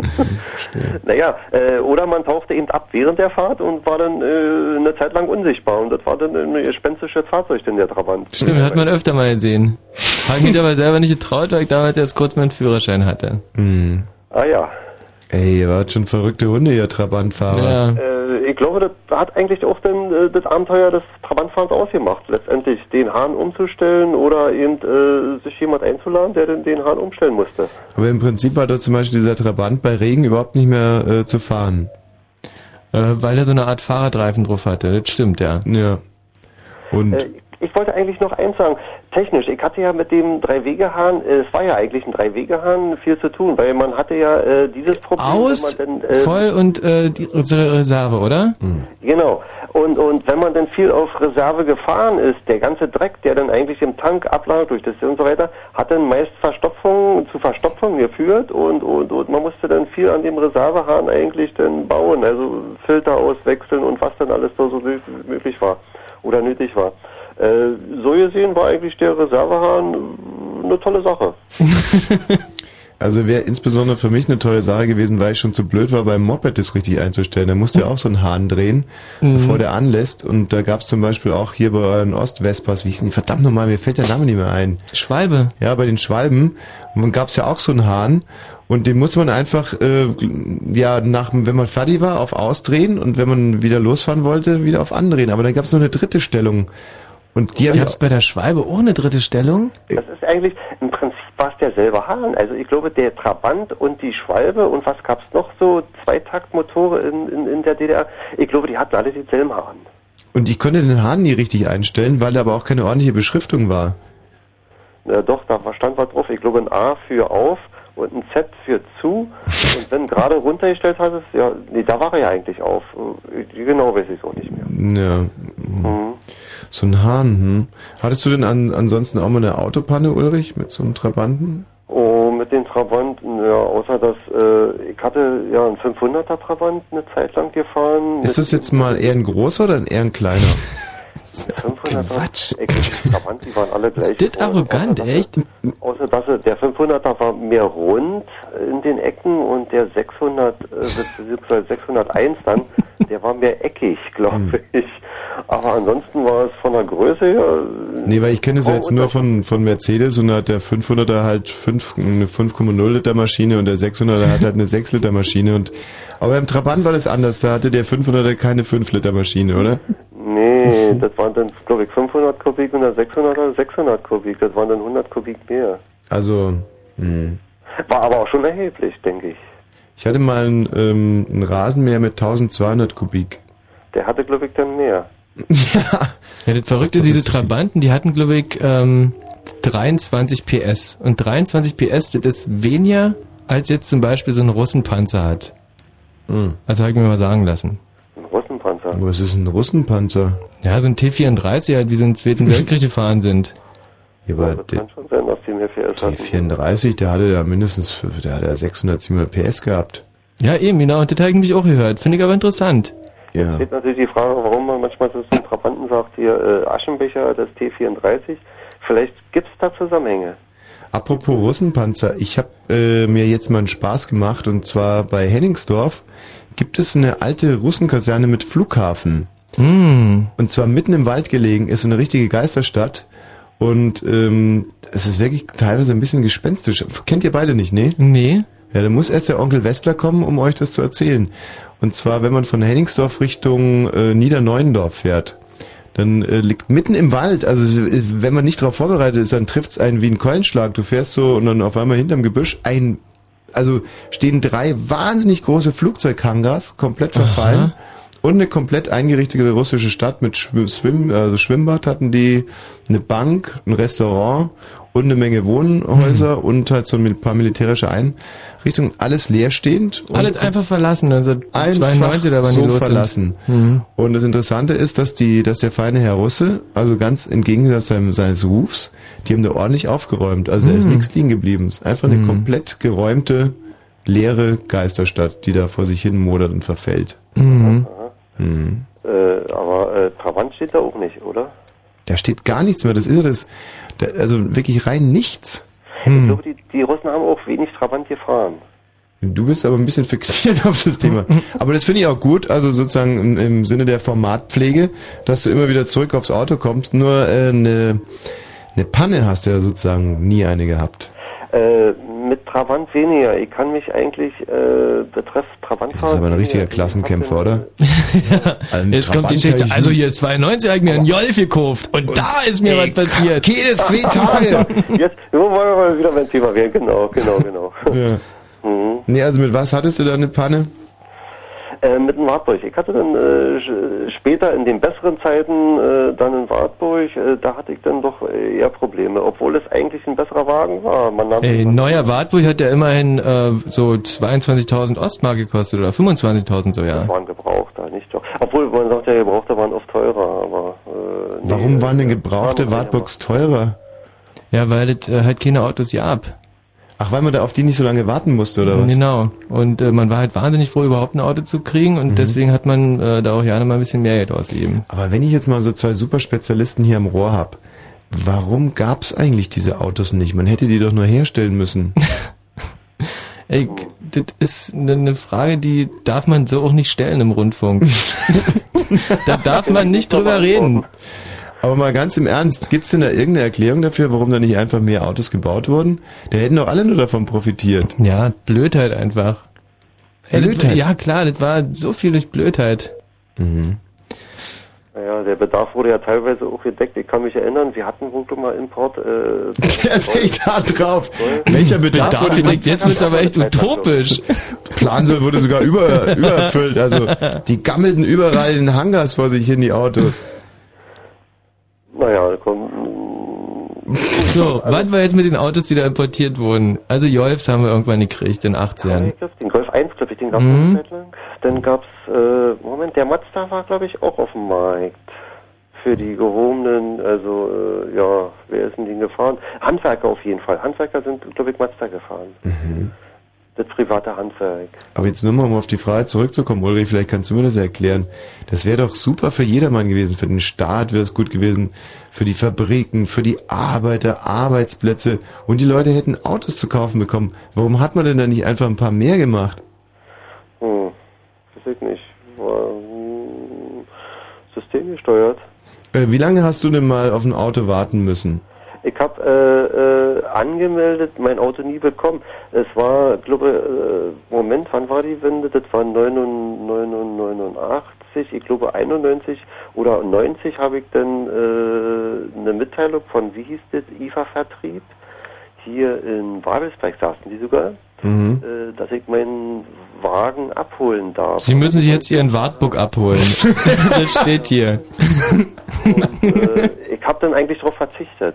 Naja, äh, oder man tauchte eben ab während der Fahrt und war dann äh, eine Zeit lang unsichtbar und das war dann ein gespenstisches Fahrzeug, denn der Trabant. Stimmt, hat man öfter mal gesehen. Habe ich mich aber selber nicht getraut, weil ich damals erst kurz meinen Führerschein hatte. Hm. Ah ja. Ey, ihr wart schon verrückte Hunde, ihr Trabantfahrer. Ja. Äh, ich glaube, das hat eigentlich auch dann äh, das Abenteuer des Trabantfahrens ausgemacht. Letztendlich den Hahn umzustellen oder eben äh, sich jemand einzuladen, der den, den Hahn umstellen musste. Aber im Prinzip war dort zum Beispiel dieser Trabant bei Regen überhaupt nicht mehr äh, zu fahren. Äh, weil er so eine Art Fahrradreifen drauf hatte, das stimmt, ja. Ja. Und... Äh, ich wollte eigentlich noch eins sagen, technisch, ich hatte ja mit dem Drei-Wege-Hahn, äh, es war ja eigentlich ein Drei-Wege-Hahn, viel zu tun, weil man hatte ja äh, dieses Problem... Aus, wenn man dann, äh, voll und äh, die Reserve, oder? Mhm. Genau. Und, und wenn man dann viel auf Reserve gefahren ist, der ganze Dreck, der dann eigentlich im Tank ablag durch das und so weiter, hat dann meist Verstopfung zu Verstopfung geführt und, und, und man musste dann viel an dem Reservehahn eigentlich dann bauen, also Filter auswechseln und was dann alles so, so möglich war oder nötig war. Äh, so gesehen war eigentlich der Reservehahn eine tolle Sache. Also wäre insbesondere für mich eine tolle Sache gewesen, weil ich schon zu blöd war, beim Moped das richtig einzustellen. Da musste ja auch so einen Hahn drehen, mhm. bevor der anlässt. Und da gab es zum Beispiel auch hier bei euren Ost-Vespas, wie hieß denn, verdammt nochmal, mir fällt der Name nicht mehr ein. Schwalbe. Ja, bei den Schwalben gab es ja auch so einen Hahn. Und den muss man einfach, äh, ja, nach, wenn man fertig war, auf Ausdrehen und wenn man wieder losfahren wollte, wieder auf Andrehen. Aber dann gab es noch eine dritte Stellung. Und die gab es bei der Schwalbe ohne dritte Stellung? Das ist eigentlich, im Prinzip war es derselbe Hahn. Also ich glaube, der Trabant und die Schwalbe und was gab es noch so, Zweitaktmotore in, in, in der D D R, ich glaube, die hatten alle denselben Hahn. Und ich konnte den Hahn nie richtig einstellen, weil da aber auch keine ordentliche Beschriftung war. Na doch, da stand was drauf, ich glaube ein A für auf und ein Z für zu und wenn gerade runtergestellt hattest, ja, nee, da war er ja eigentlich auf. Genau weiß ich es auch nicht mehr. Ja. Mhm. So ein Hahn, hm. Hattest du denn an, ansonsten auch mal eine Autopanne, Ulrich, mit so einem Trabanten? Oh, mit den Trabanten, ja, außer dass, äh, ich hatte ja einen fünfhunderter Trabant eine Zeit lang gefahren. Ist das jetzt mal eher ein großer oder eher ein kleiner? fünfhunderter Quatsch. Ey, die Trabant, die waren alle gleich. Ist das arrogant, außer, echt? Außer dass er, der fünfhunderter war mehr rund in den Ecken und der sechshundert, äh, beziehungsweise sechshunderteins dann, der war mehr eckig, glaube hm. ich. Aber ansonsten war es von der Größe her... Nee, weil ich kenne es ja jetzt nur von, von Mercedes und da hat der fünfhunderter halt fünf, eine fünf Komma null Liter Maschine und der sechshunderter hat halt eine sechs Liter Maschine. Und, aber im Trabant war das anders, da hatte der fünfhunderter keine fünf Liter Maschine, oder? Nee, das waren dann, glaube ich, fünfhundert Kubik und der sechshunderter sechshundert Kubik, das waren dann hundert Kubik mehr. Also, mh. War aber auch schon erheblich, denke ich. Ich hatte mal einen, ähm, einen Rasenmäher mit eintausendzweihundert Kubik. Der hatte, glaube ich, dann mehr. Ja, Ja, das Verrückte, diese Trabanten, die hatten, glaube ich, ähm, dreiundzwanzig P S. Und dreiundzwanzig P S, das ist weniger, als jetzt zum Beispiel so ein Russenpanzer hat. Hm. Also habe ich mir mal sagen lassen. Ein Russenpanzer? Was ist ein Russenpanzer? Ja, so ein T vierunddreißig halt, wie sie im Zweiten Weltkrieg gefahren sind. Ja, aber Das der kann schon sein, dass die mehr P S T vierunddreißig, der hatte ja mindestens, der hatte ja sechshundert, siebenhundert P S gehabt. Ja, eben, genau, und das habe ich nämlich auch gehört. Finde ich aber interessant. Ja. Es geht natürlich die Frage, warum man manchmal so zum Trabanten sagt, hier äh, Aschenbecher, das T vierunddreißig. Vielleicht gibt es da Zusammenhänge. Apropos Russenpanzer, ich habe äh, mir jetzt mal einen Spaß gemacht, und zwar bei Hennigsdorf gibt es eine alte Russenkaserne mit Flughafen. Mm. Und zwar mitten im Wald gelegen, ist so eine richtige Geisterstadt. Und ähm, es ist wirklich teilweise ein bisschen gespenstisch. Kennt ihr beide nicht, ne? Nee. Ja, dann muss erst der Onkel Westler kommen, um euch das zu erzählen. Und zwar, wenn man von Hennigsdorf Richtung äh, Niederneuendorf fährt, dann äh, liegt mitten im Wald, also wenn man nicht darauf vorbereitet ist, dann trifft's einen wie ein Keulenschlag. Du fährst so und dann auf einmal hinterm Gebüsch ein, also stehen drei wahnsinnig große Flugzeughangars, komplett verfallen. Aha. Und eine komplett eingerichtete russische Stadt mit Schwimm, also Schwimmbad hatten die, eine Bank, ein Restaurant und eine Menge Wohnhäuser mhm. und halt so ein paar militärische Einrichtungen, alles leerstehend. Alles einfach verlassen, also einfach zweiundneunzig, da waren so die los verlassen. Mhm. Und das Interessante ist, dass die, dass der feine Herr Russe, also ganz im Gegensatz seinem, seines Rufs, die haben da ordentlich aufgeräumt. Also da ist Mhm. nichts liegen geblieben. Es ist einfach eine Mhm. komplett geräumte, leere Geisterstadt, die da vor sich hin modert und verfällt. Mhm. Mhm. Äh, aber äh, Trabant steht da auch nicht, oder? Da steht gar nichts mehr. Das ist ja das, da, also wirklich rein nichts. Ich glaube, die, die Russen haben auch wenig Trabant gefahren. Du bist aber ein bisschen fixiert auf das Thema. Aber das finde ich auch gut, also sozusagen im, im Sinne der Formatpflege, dass du immer wieder zurück aufs Auto kommst. Nur äh, eine, eine Panne hast du ja sozusagen nie eine gehabt. Äh, mit Trabant weniger. Ich kann mich eigentlich äh, betreffs Trabantfahren... Das ist aber ein richtiger Klassenkämpfer, oder? ja. Jetzt kommt die Geschichte. Also hier zweiundneunzig habe ich mir einen Jolf gekauft und, und da ist mir was passiert. Jede zwei Tage. Jetzt wollen wir mal wieder beim Thema werden. Genau, genau, genau. Ja. Mhm. Nee, also mit was hattest du da eine Panne? Äh, mit einem Wartburg. Ich hatte dann äh, später in den besseren Zeiten äh, dann einen Wartburg, äh, da hatte ich dann doch eher Probleme, obwohl es eigentlich ein besserer Wagen war. Man nahm Ey, ein neuer Wartburg hat ja immerhin äh, so zweiundzwanzigtausend Ostmark gekostet oder fünfundzwanzigtausend so, ja. Das waren gebrauchter, nicht doch. Obwohl man sagt ja, gebrauchte waren oft teurer, aber äh, nee, Warum waren denn äh, gebrauchte Wartburgs teurer? Ja, weil es äh, halt keine Autos gab. Ach, weil man da auf die nicht so lange warten musste, oder was? Genau. Und äh, man war halt wahnsinnig froh, überhaupt ein Auto zu kriegen und mhm. deswegen hat man äh, da auch gerne mal ein bisschen mehr Geld ausgegeben. Aber wenn ich jetzt mal so zwei Superspezialisten hier am Rohr hab, warum gab's eigentlich diese Autos nicht? Man hätte die doch nur herstellen müssen. Ey, das ist eine Frage, die darf man so auch nicht stellen im Rundfunk. Da darf man nicht drüber reden. Aber mal ganz im Ernst, gibt's denn da irgendeine Erklärung dafür, warum da nicht einfach mehr Autos gebaut wurden? Da hätten doch alle nur davon profitiert. Ja, Blödheit einfach. Blödheit? Ey, das, ja klar, das war so viel durch Blödheit. Mhm. Naja, der Bedarf wurde ja teilweise auch gedeckt. Ich kann mich erinnern, wir hatten wohl mal Import. Äh, der ist echt hart drauf. Welcher Bedarf, Bedarf wurde gedeckt? Jetzt wird's aber echt utopisch. Plansoll wurde sogar über, übererfüllt. Also die gammelten überall in den Hangars vor sich hin, die Autos. Naja, komm. So, was war jetzt mit den Autos, die da importiert wurden? Also Golfs haben wir irgendwann gekriegt in achtzehn. Den Golf eins, glaube ich, den gab es Mhm. eine Zeit lang. Dann gab's, äh, Moment, der Mazda war, glaube ich, auch auf dem Markt. Für die gehobenen, also, äh, ja, wer ist denn den gefahren? Handwerker auf jeden Fall. Handwerker sind, glaube ich, Mazda gefahren. Mhm. Das private Handwerk. Aber jetzt nur mal, um auf die Frage zurückzukommen, Ulrich, vielleicht kannst du mir das erklären. Das wäre doch super für jedermann gewesen. Für den Staat wäre es gut gewesen, für die Fabriken, für die Arbeiter, Arbeitsplätze. Und die Leute hätten Autos zu kaufen bekommen. Warum hat man denn da nicht einfach ein paar mehr gemacht? Hm, weiß ich nicht. War hm, systemgesteuert. Äh, wie lange hast du denn mal auf ein Auto warten müssen? Ich habe äh, äh, angemeldet, mein Auto nie bekommen. Es war, glaube äh, Moment, wann war die Wende? Das war neunundneunzig, ich glaube einundneunzig oder neunzig habe ich dann äh, eine Mitteilung von, wie hieß das, I F A-Vertrieb, hier in Babelsberg saßen die sogar, mhm. äh, dass ich meinen Wagen abholen darf. Sie müssen sich jetzt Ihren Wartburg abholen. Das steht hier. Und äh, ich habe dann eigentlich darauf verzichtet.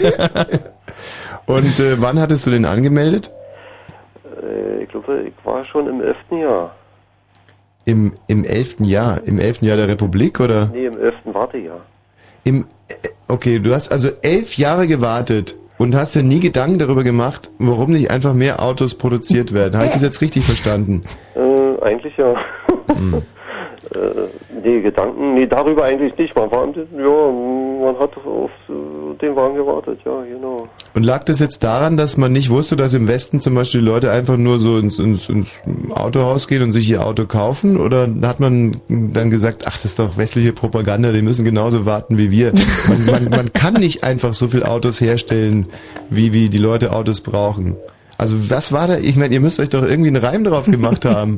Und äh, wann hattest du den angemeldet? Äh, ich glaube, ich war schon im elften Jahr. Im, im elften Jahr? Im elften Jahr der Republik, oder? Nee, im elften Wartejahr. Im, okay, du hast also elf Jahre gewartet und hast dir nie Gedanken darüber gemacht, warum nicht einfach mehr Autos produziert werden. Habe ich das jetzt richtig verstanden? Äh, eigentlich ja. Hm. äh, nee, Gedanken, nee, darüber eigentlich nicht. Man war, ja, man hat auf äh, den Wagen gewartet, ja, genau. Und lag das jetzt daran, dass man nicht wusste, dass im Westen zum Beispiel die Leute einfach nur so ins, ins, ins Autohaus gehen und sich ihr Auto kaufen? Oder hat man dann gesagt, ach, das ist doch westliche Propaganda, die müssen genauso warten wie wir. Man, man, man kann nicht einfach so viel Autos herstellen, wie, wie die Leute Autos brauchen. Also was war da? Ich meine, ihr müsst euch doch irgendwie einen Reim drauf gemacht haben.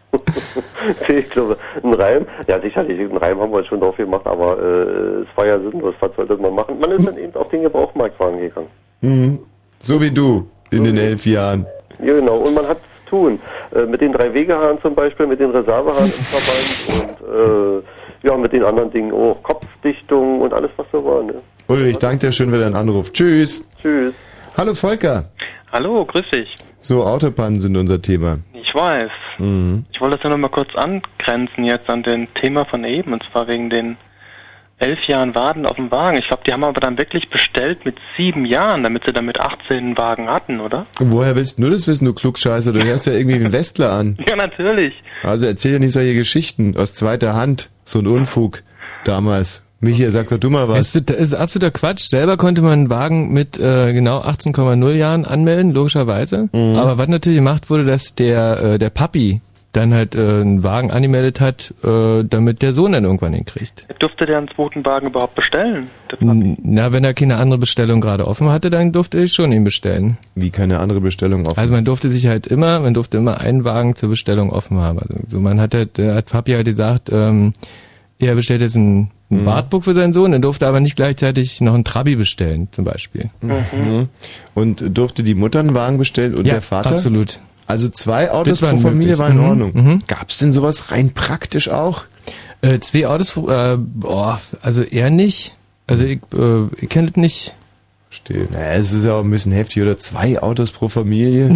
Ich glaube, ein Reim, ja sicherlich, einen Reim haben wir schon drauf gemacht, aber äh, es war ja sinnlos, was sollte man machen? Man ist dann eben auf den Gebrauchmarktwagen gegangen. Mhm. So wie du in so den elf Jahren. Ja genau, und man hat es zu tun. Äh, mit den drei Wegehaaren zum Beispiel, mit den Reservehahn im Verband und äh, ja, mit den anderen Dingen auch, Kopfdichtung und alles, was so war. Ne? Ulrich, danke dir schön für deinen Anruf. Tschüss. Tschüss. Hallo Volker. Hallo, grüß dich. So, Autopannen sind unser Thema. Ich weiß. Mhm. Ich wollte das ja noch mal kurz angrenzen jetzt an den Thema von eben, und zwar wegen den elf Jahren Warten auf dem Wagen. Ich glaube, die haben aber dann wirklich bestellt mit sieben Jahren, damit sie dann mit achtzehn einen Wagen hatten, oder? Woher willst du das wissen, du Klugscheißer? Du hörst ja irgendwie einen Westler an. Ja, natürlich. Also erzähl ja nicht solche Geschichten aus zweiter Hand. So ein Unfug damals. Michael, sag doch du mal was. Das ist absoluter Quatsch. Selber konnte man einen Wagen mit äh, genau achtzehn Komma null Jahren anmelden, logischerweise. Mhm. Aber was natürlich gemacht wurde, dass der äh, der Papi dann halt äh, einen Wagen angemeldet hat, äh, damit der Sohn dann irgendwann den kriegt. Durfte der einen zweiten Wagen überhaupt bestellen? Na, wenn er keine andere Bestellung gerade offen hatte, dann durfte ich schon ihn bestellen. Wie keine andere Bestellung offen? Also man durfte sich halt immer, man durfte immer einen Wagen zur Bestellung offen haben. Also so man hat halt, der hat Papi halt gesagt, ähm, er bestellt jetzt ein ein mhm. Wartburg für seinen Sohn, er durfte aber nicht gleichzeitig noch einen Trabi bestellen, zum Beispiel. Mhm. Und durfte die Mutter einen Wagen bestellen und ja, der Vater? Absolut. Also zwei Autos pro Familie war in mhm. Ordnung. Mhm. Gab es denn sowas rein praktisch auch? Äh, zwei Autos, äh, boah, also eher nicht. Also ich, äh, ich kenne das nicht. Verstehe. Naja, es ist ja auch ein bisschen heftig, oder? Zwei Autos pro Familie.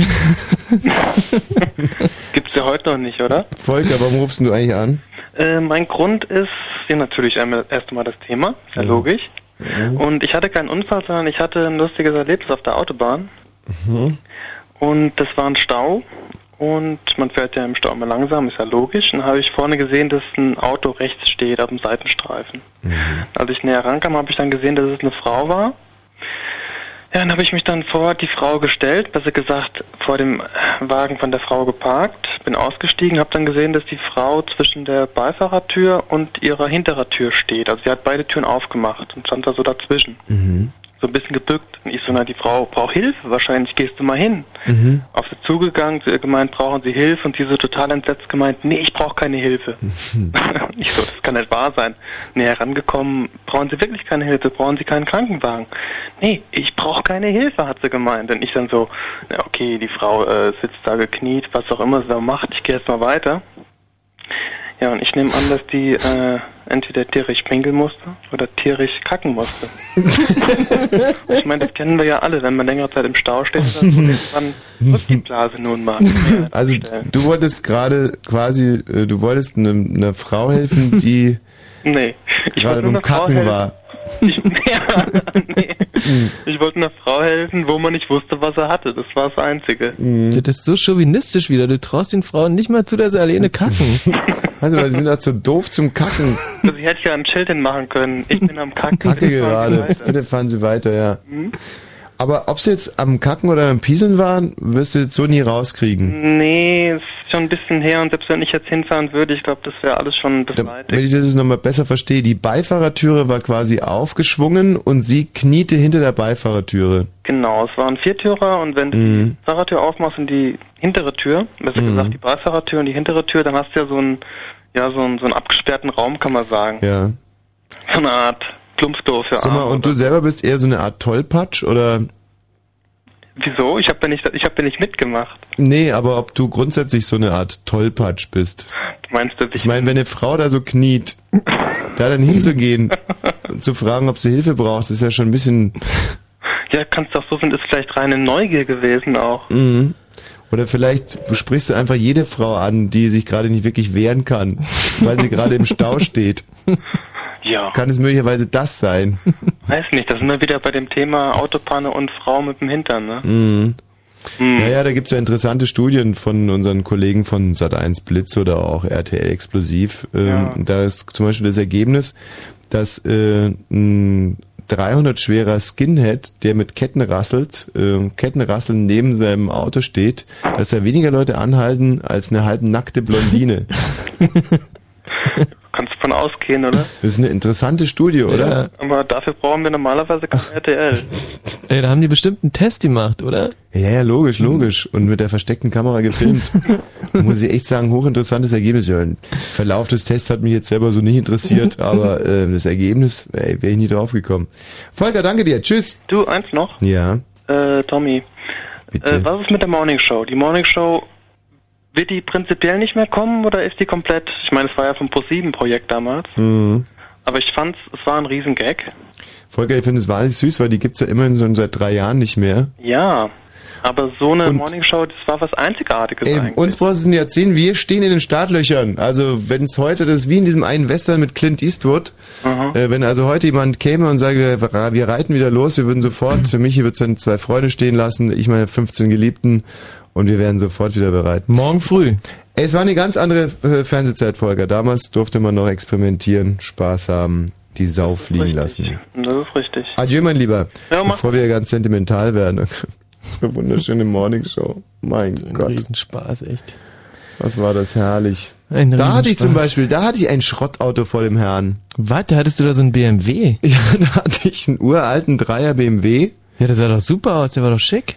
Gibt's ja heute noch nicht, oder? Volker, warum rufst du eigentlich an? Äh, mein Grund ist, ja natürlich einmal, erst einmal das Thema, ist ja mhm. logisch. Mhm. Und ich hatte keinen Unfall, sondern ich hatte ein lustiges Erlebnis auf der Autobahn. Mhm. Und das war ein Stau. Und man fährt ja im Stau immer langsam, ist ja logisch. Und dann habe ich vorne gesehen, dass ein Auto rechts steht auf dem Seitenstreifen. Mhm. Als ich näher rankam, habe ich dann gesehen, dass es eine Frau war. Ja, dann habe ich mich dann vor die Frau gestellt, besser gesagt vor dem Wagen von der Frau geparkt, bin ausgestiegen, habe dann gesehen, dass die Frau zwischen der Beifahrertür und ihrer hinterer Tür steht. Also sie hat beide Türen aufgemacht und stand da so dazwischen. Mhm. So ein bisschen gebückt. Und ich so, na, die Frau braucht Hilfe, wahrscheinlich gehst du mal hin. Mhm. Auf sie zugegangen, zu ihr gemeint, brauchen sie Hilfe? Und sie so total entsetzt gemeint, nee, ich brauche keine Hilfe. Mhm. Ich so, das kann nicht wahr sein. Näher rangekommen, brauchen sie wirklich keine Hilfe, brauchen sie keinen Krankenwagen? Nee, ich brauche keine Hilfe, hat sie gemeint. Und ich dann so, na okay, die Frau äh, sitzt da gekniet, was auch immer sie da macht, ich gehe jetzt mal weiter. Ja, und ich nehme an, dass die äh, entweder tierisch pinkeln musste oder tierisch kacken musste. Ich meine, das kennen wir ja alle, wenn man längere Zeit im Stau steht, dann wird die Blase nun mal. Also du wolltest gerade quasi, du wolltest einer eine Frau helfen, die nee, ich gerade beim Kacken war. Ich, ja, nee. Ich wollte einer Frau helfen, wo man nicht wusste, was er hatte. Das war das Einzige. Mhm. Das ist so chauvinistisch wieder. Du traust den Frauen nicht mal zu, dass sie alleine kacken. Also, weil sie sind halt so doof zum Kacken. Also ich hätte ja ein Schild hinmachen können. Ich bin am Kacken. Kacke gerade. Bitte fahren Sie weiter, ja. Mhm. Aber ob sie jetzt am Kacken oder am Pieseln waren, wirst du jetzt so nie rauskriegen. Nee, ist schon ein bisschen her und selbst wenn ich jetzt hinfahren würde, ich glaube, das wäre alles schon beseitigt. Wenn ich das jetzt nochmal besser verstehe, die Beifahrertüre war quasi aufgeschwungen und sie kniete hinter der Beifahrertüre. Genau, es war ein Viertürer und wenn du mhm. die Fahrertür aufmachst und die hintere Tür, besser mhm. gesagt die Beifahrertür und die hintere Tür, dann hast du ja so einen, ja, so einen, so einen abgesperrten Raum, kann man sagen. Ja. So eine Art Plumpsdorf für Sag mal, und du selber bist eher so eine Art Tollpatsch, oder? Wieso? Ich habe ja nicht, ich habe ja nicht mitgemacht. Nee, aber ob du grundsätzlich so eine Art Tollpatsch bist. Du meinst, dass ich... Ich meine, wenn eine Frau da so kniet, da dann hinzugehen, zu fragen, ob sie Hilfe braucht, ist ja schon ein bisschen... Ja, kannst doch so sind, ist vielleicht reine Neugier gewesen auch. Mhm. Oder vielleicht sprichst du einfach jede Frau an, die sich gerade nicht wirklich wehren kann, weil sie gerade im Stau steht. Ja. Kann es möglicherweise das sein? Weiß nicht, da sind wir wieder bei dem Thema Autopanne und Frau mit dem Hintern, ne? Mhm. Mhm. Ja, ja, da gibt's ja interessante Studien von unseren Kollegen von Sat eins Blitz oder auch R T L Explosiv. Ähm, Ja. Da ist zum Beispiel das Ergebnis, dass äh, ein dreihundert schwerer Skinhead, der mit Ketten rasselt, äh, Kettenrasseln neben seinem Auto steht, dass da weniger Leute anhalten als eine halbnackte Blondine. Kannst du von ausgehen, oder? Das ist eine interessante Studie, oder? Ja. Aber dafür brauchen wir normalerweise kein R T L. Ey, da haben die bestimmt einen Test gemacht, oder? Ja, ja, logisch, logisch. Und mit der versteckten Kamera gefilmt. Muss ich echt sagen, hochinteressantes Ergebnis. Ja, der Verlauf des Tests hat mich jetzt selber so nicht interessiert, aber äh, das Ergebnis, ey, wäre ich nie drauf gekommen. Volker, danke dir. Tschüss. Du, eins noch. Ja. Äh, Tommy. Bitte. Äh, was ist mit der Morning Show? Die Morning Show, wird die prinzipiell nicht mehr kommen oder ist die komplett, ich meine, es war ja vom ProSieben-Projekt damals, Mhm. aber ich fand's, es war ein Riesengag. Volker, ich finde es wahnsinnig süß, weil die gibt's ja immerhin schon seit drei Jahren nicht mehr. Ja, aber so eine Und- Morning Show, das war was Einzigartiges Ey, eigentlich. uns brauchst du nicht erzählen, wir stehen in den Startlöchern. Also wenn es heute, das ist wie in diesem einen Western mit Clint Eastwood, äh, wenn also heute jemand käme und sage, wir, wir reiten wieder los, wir würden sofort, für Michi wird's dann zwei Freunde stehen lassen, ich meine fünfzehn Geliebten und wir wären sofort wieder bereit. Morgen früh. Ey, es war eine ganz andere äh, Fernsehzeit, Volker. Damals durfte man noch experimentieren, Spaß haben, die Sau fliegen lassen. Das ist richtig. Adieu, mein Lieber. Ja, mach. Bevor wir ganz sentimental werden. Unsere wunderschöne Morningshow. Mein So ein Gott. Riesenspaß, echt. Was war das herrlich. Ein Da hatte ich Riesenspaß. zum Beispiel, da hatte ich ein Schrottauto vor dem Herrn. Was? Da hattest du da so ein B M W? Ja, da hatte ich einen uralten Dreier B M W. Ja, das sah doch super aus, der war doch schick.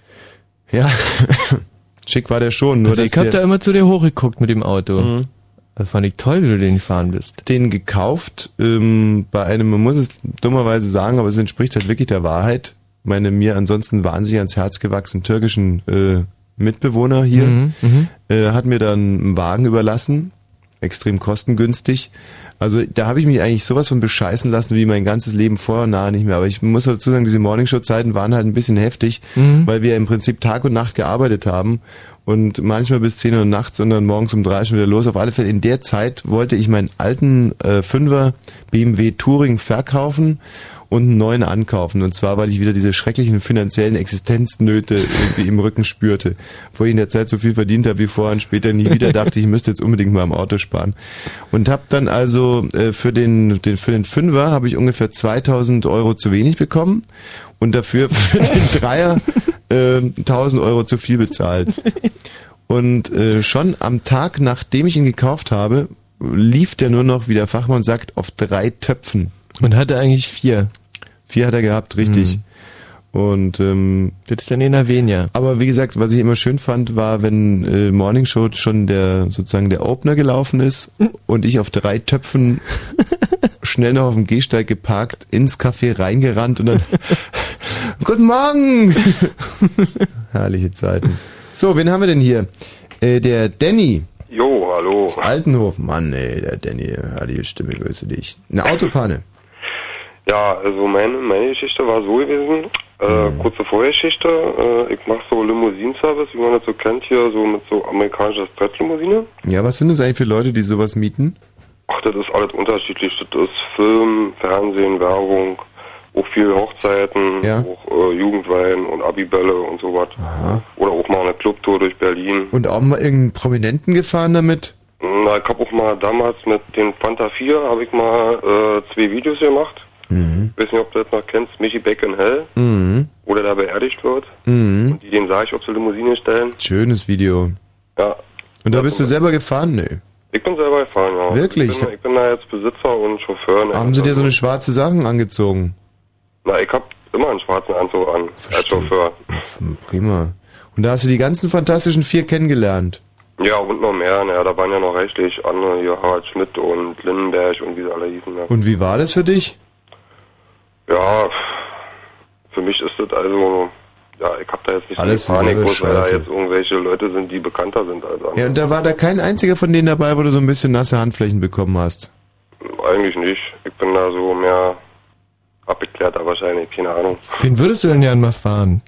Ja, schick war der schon. Nur Also dass ich hab der, da immer zu dir hochgeguckt mit dem Auto. Mhm. Das fand ich toll, wie du den gefahren bist. den gekauft ähm, bei einem, man muss es dummerweise sagen, aber es entspricht halt wirklich der Wahrheit. Meine mir ansonsten wahnsinnig ans Herz gewachsenen türkischen äh, Mitbewohner hier Mhm, mhm. äh, hat mir dann einen Wagen überlassen, extrem kostengünstig. Also da habe ich mich eigentlich sowas von bescheißen lassen wie mein ganzes Leben vorher und nachher nicht mehr. Aber ich muss dazu sagen, diese Morningshow-Zeiten waren halt ein bisschen heftig, Mhm. weil wir im Prinzip Tag und Nacht gearbeitet haben und manchmal bis zehn Uhr nachts und dann morgens um drei schon wieder los. Auf alle Fälle in der Zeit wollte ich meinen alten äh, Fünfer B M W Touring verkaufen und einen neuen ankaufen. Und zwar, weil ich wieder diese schrecklichen finanziellen Existenznöte irgendwie im Rücken spürte. Wo ich in der Zeit so viel verdient habe wie vorher und später nie wieder dachte, ich müsste jetzt unbedingt mal am Auto sparen. Und habe dann also äh, für den, den für den Fünfer habe ich ungefähr zweitausend Euro zu wenig bekommen und dafür für den Dreier äh, tausend Euro zu viel bezahlt. Und äh, schon am Tag, nachdem ich ihn gekauft habe, lief der nur noch, wie der Fachmann sagt, auf drei Töpfen. Und hatte eigentlich vier. Vier hat er gehabt, richtig. Und ähm, das ist dann in Avenia. Aber wie gesagt, was ich immer schön fand, war, wenn äh, Morning Show schon der sozusagen der Opener gelaufen ist und ich auf drei Töpfen schnell noch auf dem Gehsteig geparkt, ins Café reingerannt und dann Guten Morgen! Herrliche Zeiten. So, wen haben wir denn hier? Äh, der Danny. Jo, hallo. Aus Altenhof. Mann, ey, der Danny, herrliche Stimme, grüße dich. Eine Autopanne. Ja, also meine, meine Geschichte war so gewesen, äh, Mhm. kurze Vorgeschichte, äh, ich mache so Limousinenservice, wie man das so kennt hier, so mit so amerikanischer Stretch-Limousine. Ja, was sind das eigentlich für Leute, die sowas mieten? Ach, das ist alles unterschiedlich, das ist Film, Fernsehen, Werbung, auch viel Hochzeiten, Ja. auch äh, Jugendwein und Abibälle und sowas. Oder auch mal eine Clubtour durch Berlin. Und auch mal irgendeinen Prominenten gefahren damit? Na, ich habe auch mal damals mit den Fanta vier, habe ich mal äh, zwei Videos gemacht. Mhm. Ich weiß nicht, ob du das noch kennst, Michi Beck in Hell, Mhm. wo der da beerdigt wird. Mhm. Die den sage ich, ob sie Limousine stellen. Schönes Video. Ja. Und da bist du selber gefahren? Nö. Ich bin selber gefahren, ja. Wirklich? Ich bin, ich bin da jetzt Besitzer und Chauffeur. Ne? Haben sie dir so eine schwarze Sachen angezogen? Na, ich hab immer einen schwarzen Anzug an, als Chauffeur. Prima. Und da hast du die ganzen fantastischen vier kennengelernt? Ja, und noch mehr. Naja, da waren ja noch reichlich andere, hier Harald Schmidt und Lindenberg und wie sie alle hießen. Ja, Und wie war das für dich? ja für mich ist das also, ja, ich hab da jetzt nicht Alles so die Panik, dieselbe bloß weil da Scheiße. jetzt irgendwelche Leute sind, die bekannter sind als andere. Ja, und da war da kein einziger von denen dabei, wo du so ein bisschen nasse Handflächen bekommen hast? Eigentlich nicht. Ich bin da so mehr abgeklärter wahrscheinlich, keine Ahnung. Wen würdest du denn gerne mal fahren?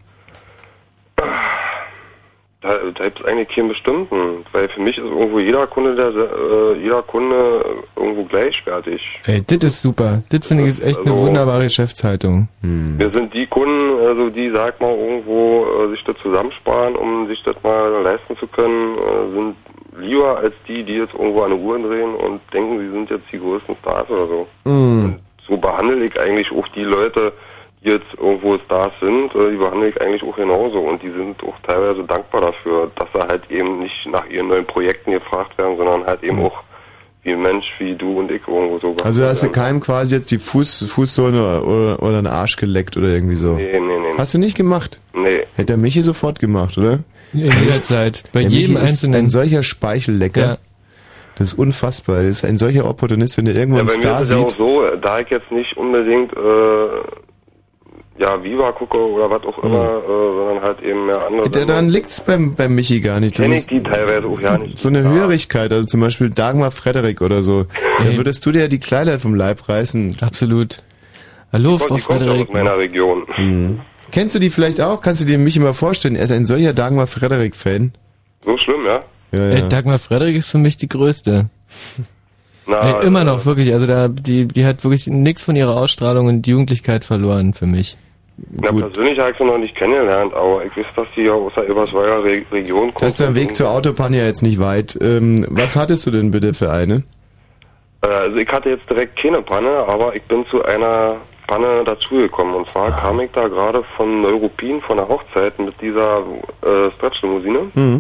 Da, da gibt es eigentlich keinen bestimmten, weil für mich ist irgendwo jeder Kunde, der, äh, jeder Kunde irgendwo gleichwertig. Ey, das ist super. Das finde ich ist echt also, eine wunderbare Geschäftshaltung. Hm. Wir sind die Kunden, also die, sag mal, irgendwo äh, sich das zusammensparen, um sich das mal leisten zu können, äh, sind lieber als die, die jetzt irgendwo an eine Uhr drehen und denken, sie sind jetzt die größten Stars oder so. Hm. Und so behandle ich eigentlich auch die Leute, die jetzt irgendwo Stars sind, äh, die behandle ich eigentlich auch genauso. Und die sind auch teilweise dankbar dafür, dass sie halt eben nicht nach ihren neuen Projekten gefragt werden, sondern halt eben auch wie ein Mensch, wie du und ich irgendwo so. Also hast du keinem quasi jetzt die Fuß, Fußsohlen oder, oder, oder einen Arsch geleckt oder irgendwie so? Nee, nee, nee. Hast du nicht gemacht? Nee. Hätte der Michi sofort gemacht, oder? In jeder Zeit. Bei der jedem Michi ist einzelnen. ein solcher Speichellecker. Ja. Das ist unfassbar. Das ist ein solcher Opportunist, wenn der irgendwo Ja, einen bei mir Star ist es ja sieht. auch so, da ich jetzt nicht unbedingt äh, ja, Viva gucke oder was auch immer, äh, sondern halt eben mehr andere. Da- Daran liegt's beim, beim Michi gar nicht. Das Kenn ich ist die teilweise auch ja nicht. so eine Hörigkeit, also zum Beispiel Dagmar Frederik oder so. Da würdest du dir ja die Kleider vom Leib reißen. Absolut. Hallo, Frau Die kommt ja Frederik. aus meiner Region. Mhm. Kennst du die vielleicht auch? Kannst du dir Michi mal vorstellen? Er ist ein solcher Dagmar Frederik-Fan. So schlimm, ja? Ja, ja. Ey, Dagmar Frederik ist für mich die größte. Na, Ey, immer noch, wirklich. Also da, die, die hat wirklich nichts von ihrer Ausstrahlung und Jugendlichkeit verloren für mich. Na, persönlich habe ich sie noch nicht kennengelernt, aber ich weiß, dass die ja aus der Eberswalder Re Region kommt. Da ist der Weg zur Autobahn ja jetzt nicht weit. Ähm, was hattest du denn bitte für eine? Äh, Also ich hatte jetzt direkt keine Panne, aber ich bin zu einer Panne dazugekommen. Und zwar kam ich da gerade von Neuruppin, von der Hochzeit mit dieser äh, Stretch-Limousine. Mhm.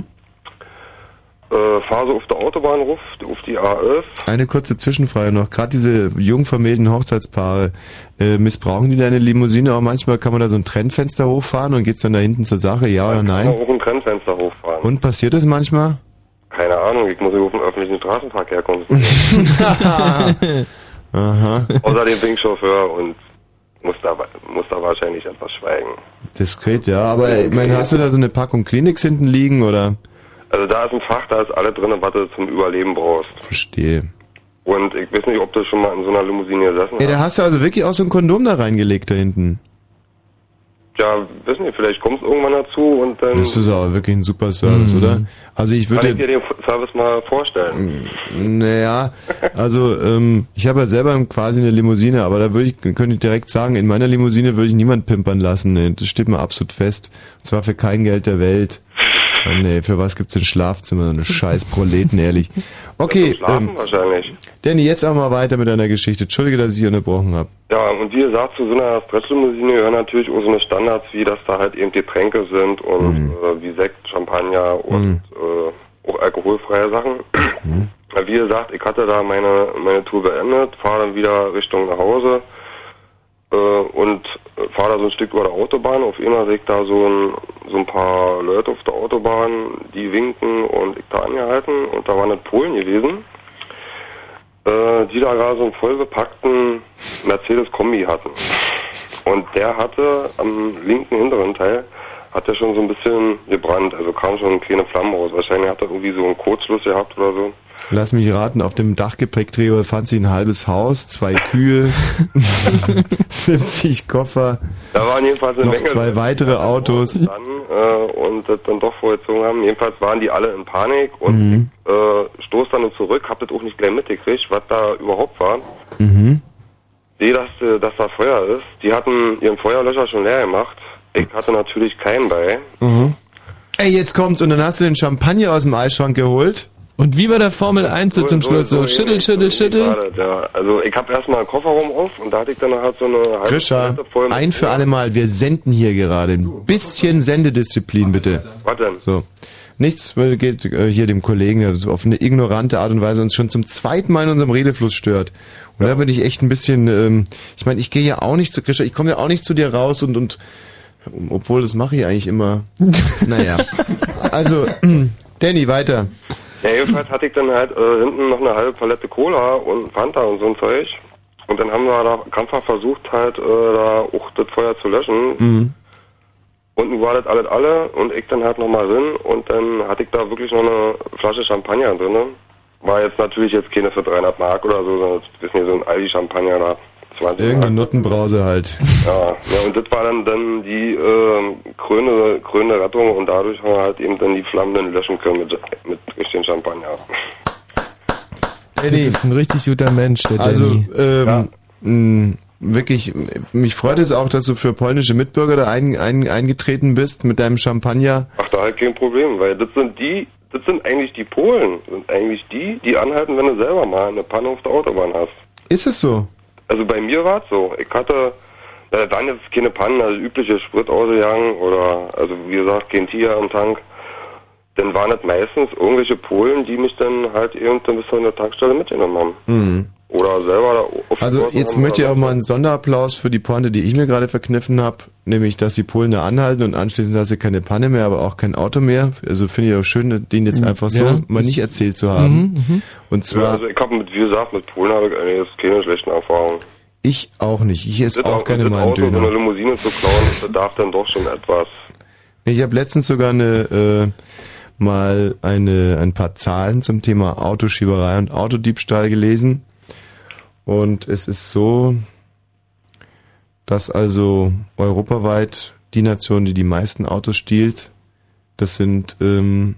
Äh, fahre so auf der Autobahn ruf, auf die A elf. Eine kurze Zwischenfrage noch. Gerade diese jungvermählten Hochzeitspaare, äh, missbrauchen die deine Limousine auch manchmal? Kann man da so ein Trennfenster hochfahren und geht's dann da hinten zur Sache, ja oder Kann nein? man auch ein Trennfenster hochfahren. Und passiert das manchmal? Keine Ahnung, ich muss ja auf den öffentlichen Straßenverkehr konzentrieren. Aha. Außerdem bin ich Chauffeur und muss da, muss da wahrscheinlich etwas schweigen. Diskret, ja. Aber ich meine, hast du da so eine Packung Kleenex hinten liegen oder? Also da ist ein Fach, da ist alles drin, was du zum Überleben brauchst. Verstehe. Und ich weiß nicht, ob du schon mal in so einer Limousine gesessen Ey, da hast. hast du also wirklich auch so ein Kondom da reingelegt da hinten. Ja, wiss nicht, vielleicht kommst du irgendwann dazu und dann Das ist aber wirklich ein super Service, Mhm. oder? Also ich kann würde... ich dir den Service mal vorstellen. Naja, also ähm, ich habe ja selber quasi eine Limousine, aber da würde ich, könnte ich direkt sagen, in meiner Limousine würde ich niemand pimpern lassen. Nee, das steht mir absolut fest. Und zwar für kein Geld der Welt. Oh, nee, für was gibt's denn Schlafzimmer? So eine scheiß Proleten, ehrlich. Okay, Schlafen ähm, wahrscheinlich. Danny, jetzt auch mal weiter mit deiner Geschichte. Entschuldige, dass ich dich unterbrochen habe. Ja, und wie gesagt, zu so einer Stretch-Limousine gehören natürlich auch so eine Standards, wie dass da halt eben Getränke sind und Mhm. äh, wie Sekt, Champagner und äh, auch alkoholfreie Sachen. Mhm. Ja, wie gesagt, ich hatte da meine, meine Tour beendet, fahre dann wieder Richtung nach Hause äh, und fahre da so ein Stück über der Autobahn. Auf einmal sehe ich da so ein, so ein paar Leute auf der Autobahn, die winken und ich da angehalten und da waren das Polen gewesen, äh, die da gerade so einen voll bepackten Mercedes-Kombi hatten. Und der hatte am linken hinteren Teil, hat der schon so ein bisschen gebrannt, also kam schon kleine Flammen raus. Wahrscheinlich hat er irgendwie so einen Kurzschluss gehabt oder so. Lass mich raten, auf dem Dachgepäckträger befand sich ein halbes Haus, zwei Kühe, siebzig Koffer, Da waren jedenfalls eine noch Menge zwei weitere Autos. dann, äh, und das dann doch vorgezogen haben. Jedenfalls waren die alle in Panik und Mhm. ich äh, stoß dann zurück, hab das auch nicht gleich mitgekriegt, was da überhaupt war. Mhm. Sehe, dass, äh, dass da Feuer ist. Die hatten ihren Feuerlöscher schon leer gemacht. Ich hatte natürlich keinen bei. Mhm. Ey, jetzt kommt's und dann hast du den Champagner aus dem Eisschrank geholt. Und wie bei der Formel eins so zum Schluss, so schüttel, schüttel, schüttel. Gerade, ja. Also ich habe erstmal einen Kofferraum auf und da hatte ich dann halt so eine halbe Grisha, Palette voll mit ein für alle Mal, wir senden hier gerade. Ein bisschen Sendedisziplin, bitte. Was denn? So. Nichts weil geht äh, hier dem Kollegen, der so auf eine ignorante Art und Weise uns schon zum zweiten Mal in unserem Redefluss stört. Und da bin ich echt ein bisschen, ähm, ich meine, ich gehe ja auch nicht zu Grisha, ich komme ja auch nicht zu dir raus und, und obwohl, das mache ich eigentlich immer. Naja. Also, Danny, weiter. Ja, jedenfalls hatte ich dann halt äh, hinten noch eine halbe Palette Cola und Fanta und so ein Zeug. Und dann haben wir da krampfhaft versucht, halt äh, da auch das Feuer zu löschen. Mhm. Und nun war das alles alle und ich dann halt nochmal drin und dann hatte ich da wirklich noch eine Flasche Champagner drin. War jetzt natürlich jetzt keine für dreihundert Mark oder so, sondern das ist nicht so ein Aldi-Champagner da. zwanzig Irgendeine Mark. Nuttenbrause halt. Ja, ja, und das war dann, dann die äh, krönende, krönende Rettung und dadurch haben wir halt eben dann die Flammen dann löschen können mit, mit richtigen Champagner. Danny. Das ist ein richtig guter Mensch, der Also, Danny. ähm, Ja. mh, wirklich, mich freut es auch, dass du für polnische Mitbürger da ein, ein, eingetreten bist mit deinem Champagner. Ach, da halt kein Problem, weil das sind die, das sind eigentlich die Polen, sind eigentlich die, die anhalten, wenn du selber mal eine Panne auf der Autobahn hast. Ist es so? Also bei mir war es so. Ich hatte, da waren jetzt keine Pannen, also übliche Sprit ausgegangen oder, also wie gesagt, kein Tier am Tank. Dann waren das meistens irgendwelche Polen, die mich dann halt eben dann bis zu einer Tankstelle mitgenommen haben. Mhm. Oder selber da auf Also jetzt möchte ich auch mal einen Sonderapplaus für die Pointe, die ich mir gerade verkniffen habe, nämlich, dass die Polen da anhalten und anschließend hast du keine Panne mehr, aber auch kein Auto mehr. Also finde ich auch schön, den jetzt einfach so Ja. mal nicht erzählt zu haben. Mhm, Und zwar, Ja, also ich habe mit, wie gesagt, mit Polen habe ich eigentlich jetzt keine schlechten Erfahrungen. ich auch nicht. Ich esse Das auch keine das mal einen Auto, so eine Döner. Limousine zu klauen, das darf dann doch schon etwas. Ich habe letztens sogar eine, äh, mal eine, ein paar Zahlen zum Thema Autoschieberei und Autodiebstahl gelesen. Und es ist so, dass also europaweit die Nation, die die meisten Autos stiehlt, das sind ähm,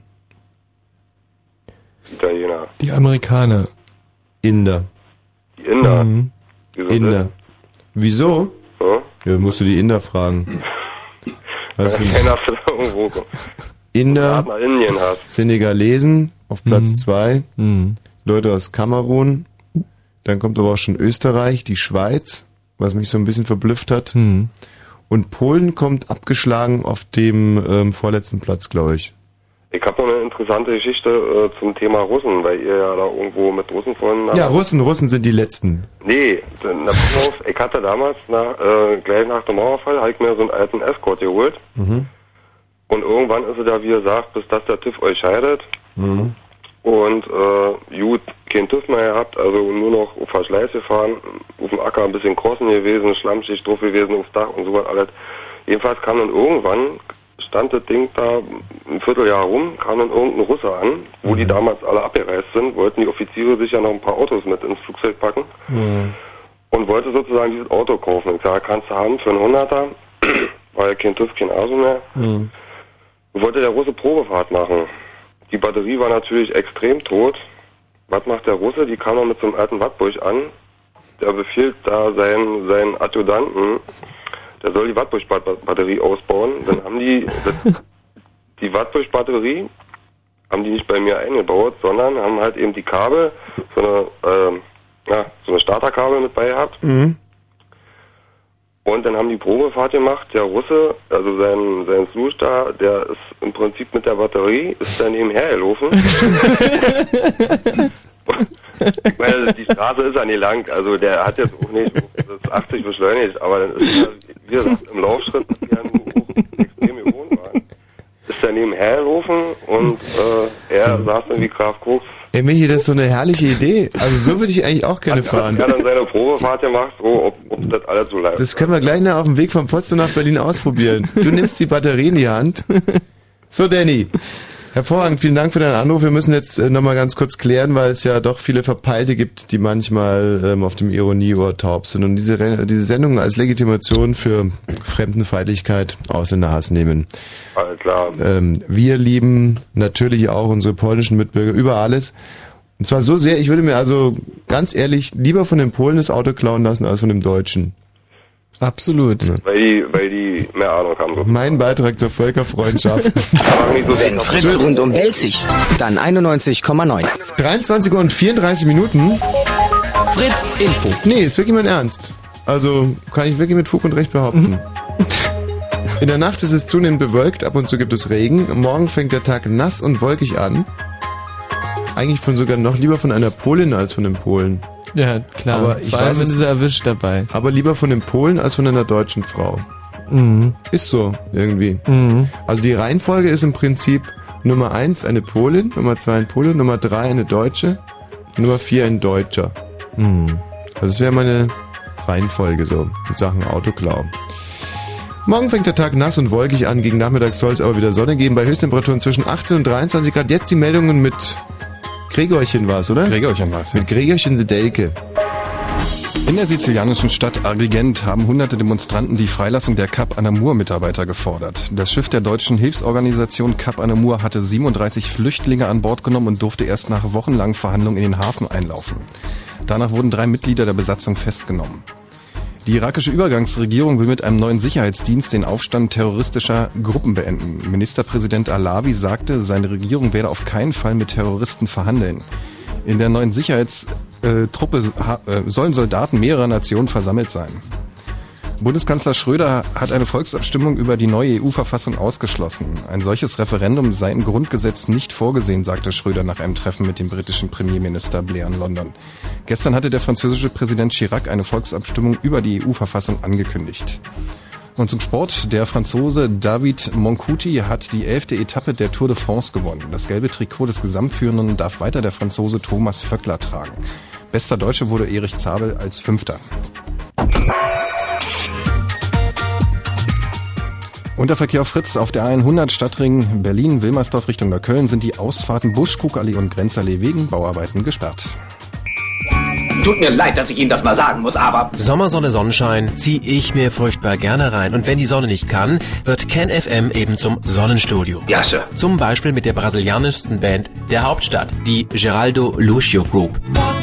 Italiener. Die Amerikaner. Inder. Die Inder. Mhm. Wieso Inder. Wieso? Ja? Ja, musst du die Inder fragen. Das sind Keiner für irgendwo. Inder, nach Indien hast. Senegalesen auf Platz Mhm. zwei, Leute aus Kamerun, dann kommt aber auch schon Österreich, die Schweiz, was mich so ein bisschen verblüfft hat, Mhm. und Polen kommt abgeschlagen auf dem ähm, vorletzten Platz, glaube ich. Ich habe noch eine interessante Geschichte äh, zum Thema Russen, weil ihr ja da irgendwo mit Russen vorhin... Ja, Russen, Russen sind die Letzten. Nee, na, pass auf, ich hatte damals, nach, äh, gleich nach dem Mauerfall, habe ich mir so einen alten Escort geholt. Mhm. Und irgendwann ist es da, wie ihr sagt, bis dass der TÜV euch scheidet. Mhm. Und äh, gut, kein TÜV mehr gehabt, also nur noch auf Verschleiß gefahren, auf dem Acker ein bisschen krossen gewesen, Schlammschicht drauf gewesen aufs Dach und so was alles. Jedenfalls kam dann irgendwann, stand das Ding da ein Vierteljahr rum, kam dann irgendein Russe an, wo die damals alle abgereist sind, wollten die Offiziere sich ja noch ein paar Autos mit ins Flugzeug packen Mhm. und wollte sozusagen dieses Auto kaufen. Ich sage, kannst du haben für einen Hunderter, weil kein TÜV, kein ASO mehr. Mhm. Wollte der Russe Probefahrt machen. Die Batterie war natürlich extrem tot. Was macht der Russe? Die kam dann mit so einem alten Wattburg an. Der befiehlt da seinen, seinen Adjutanten, der soll die Wattburg-Batterie ausbauen. Dann haben die das, die Wattburg-Batterie haben die nicht bei mir eingebaut, sondern haben halt eben die Kabel, so eine, ähm, ja, so eine Starterkabel mit bei gehabt. Mhm. Und dann haben die Probefahrt gemacht. Der Russe, also sein, sein Slush da, der ist im Prinzip mit der Batterie, ist dann nebenher gelaufen. Ich meine, die Straße ist ja nicht lang, also der hat jetzt auch nicht das achtzig beschleunigt, aber dann ist er, wie gesagt, im Laufschritt, die ja nur hoch extrem gewohnt waren, ist er nebenher gelaufen und äh, er saß dann wie Graf Koks. Ey, Michi, das ist so eine herrliche Idee. Also so würde ich eigentlich auch gerne fahren. Er hat dann seine Probefahrt gemacht, so, ob, ob das alles so läuft. Das können wir gleich nach auf dem Weg von Potsdam nach Berlin ausprobieren. Du nimmst die Batterie in die Hand. So, Danny. Hervorragend, vielen Dank für deinen Anruf. Wir müssen jetzt äh, nochmal ganz kurz klären, weil es ja doch viele Verpeilte gibt, die manchmal ähm, auf dem Ironieohr taub sind und diese, Re diese Sendung als Legitimation für Fremdenfeindlichkeit, Ausländerhass nehmen. Alles klar. Ähm, wir lieben natürlich auch unsere polnischen Mitbürger über alles. Und zwar so sehr, ich würde mir also ganz ehrlich lieber von den Polen das Auto klauen lassen als von dem Deutschen. Absolut. Ja. Weil die, weil die mehr Ahnung haben. So. Mein Beitrag zur Völkerfreundschaft. Wenn Fritz rundum Belzig, dann einundneunzig Komma neun. dreiundzwanzig Uhr und vierunddreißig Minuten. Fritz Info. Nee, ist wirklich mein Ernst. Also kann ich wirklich mit Fug und Recht behaupten. In der Nacht ist es zunehmend bewölkt, ab und zu gibt es Regen. Morgen fängt der Tag nass und wolkig an. Eigentlich von sogar noch lieber von einer Polin als von einem Polen. Ja, klar. Aber ich Vor allem weiß sind jetzt- sie erwischt dabei. Aber lieber von einem Polen als von einer deutschen Frau. Mhm. Ist so, irgendwie. Mhm. Also die Reihenfolge ist im Prinzip Nummer eins eine Polin, Nummer zwei ein Pole, Nummer drei eine Deutsche, Nummer vier ein Deutscher. Mhm. Also das wäre meine Reihenfolge so in Sachen Autoklau. Morgen fängt der Tag nass und wolkig an, gegen Nachmittag soll es aber wieder Sonne geben, bei Höchsttemperaturen zwischen achtzehn und dreiundzwanzig Grad. Jetzt die Meldungen mit Gregorchen war's, oder? Gregorchen war's, ja. Mit Gregorchen Sedelke. In der sizilianischen Stadt Agrigent haben hunderte Demonstranten die Freilassung der Cap Anamur-Mitarbeiter gefordert. Das Schiff der deutschen Hilfsorganisation Cap Anamur hatte siebenunddreißig Flüchtlinge an Bord genommen und durfte erst nach wochenlangen Verhandlungen in den Hafen einlaufen. Danach wurden drei Mitglieder der Besatzung festgenommen. Die irakische Übergangsregierung will mit einem neuen Sicherheitsdienst den Aufstand terroristischer Gruppen beenden. Ministerpräsident Alawi sagte, seine Regierung werde auf keinen Fall mit Terroristen verhandeln. In der neuen Sicherheitstruppe äh, sollen Soldaten mehrerer Nationen versammelt sein. Bundeskanzler Schröder hat eine Volksabstimmung über die neue E U-Verfassung ausgeschlossen. Ein solches Referendum sei im Grundgesetz nicht vorgesehen, sagte Schröder nach einem Treffen mit dem britischen Premierminister Blair in London. Gestern hatte der französische Präsident Chirac eine Volksabstimmung über die E U-Verfassung angekündigt. Und zum Sport. Der Franzose David Moncuti hat die elfte Etappe der Tour de France gewonnen. Das gelbe Trikot des Gesamtführenden darf weiter der Franzose Thomas Vöckler tragen. Bester Deutsche wurde Erich Zabel als Fünfter. Und der Verkehr auf Fritz. Auf der hundert Stadtring Berlin-Wilmersdorf Richtung Neukölln sind die Ausfahrten Busch-Kuckallee und Grenzallee wegen Bauarbeiten gesperrt. Tut mir leid, dass ich Ihnen das mal sagen muss, aber... Sommersonne, Sonnenschein zieh ich mir furchtbar gerne rein. Und wenn die Sonne nicht kann, wird Ken F M eben zum Sonnenstudio. Ja, Sir. Zum Beispiel mit der brasilianischsten Band der Hauptstadt, die Geraldo Lucio Group.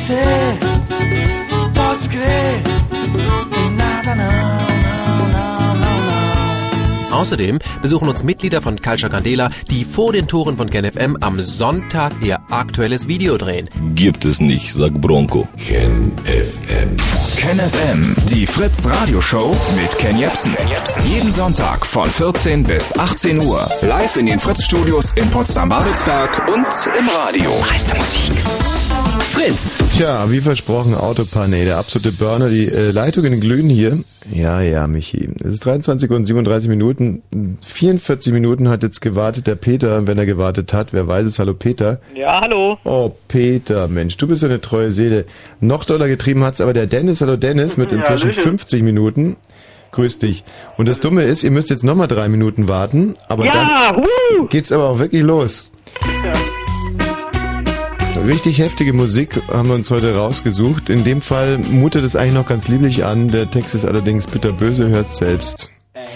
Außerdem besuchen uns Mitglieder von Culture Candela, die vor den Toren von Ken F M am Sonntag ihr aktuelles Video drehen. Gibt es nicht, sagt Bronco. Ken F M. Ken F M, die Fritz Radioshow mit Ken Jepsen. Jeden Sonntag von vierzehn bis achtzehn Uhr. Live in den Fritz-Studios in Potsdam-Babelsberg und im Radio. Meiste Musik. Fritz. Tja, wie versprochen, Autopanne, der absolute Burner. Die äh, Leitungen glühen hier. Ja, ja, Michi. Es ist dreiundzwanzig und siebenunddreißig Minuten. vierundvierzig Minuten hat jetzt gewartet der Peter, wenn er gewartet hat. Wer weiß es? Hallo Peter. Ja, hallo. Oh, Peter, Mensch, du bist so eine treue Seele. Noch doller getrieben hat's aber der Dennis. Hallo Dennis, mit inzwischen ja, fünfzig Minuten. Grüß dich. Und das Dumme ist, ihr müsst jetzt nochmal drei Minuten warten. Aber ja, dann wuh! Geht's aber auch wirklich los. Ja. Richtig heftige Musik haben wir uns heute rausgesucht. In dem Fall mutet es eigentlich noch ganz lieblich an. Der Text ist allerdings bitterböse, hört's selbst.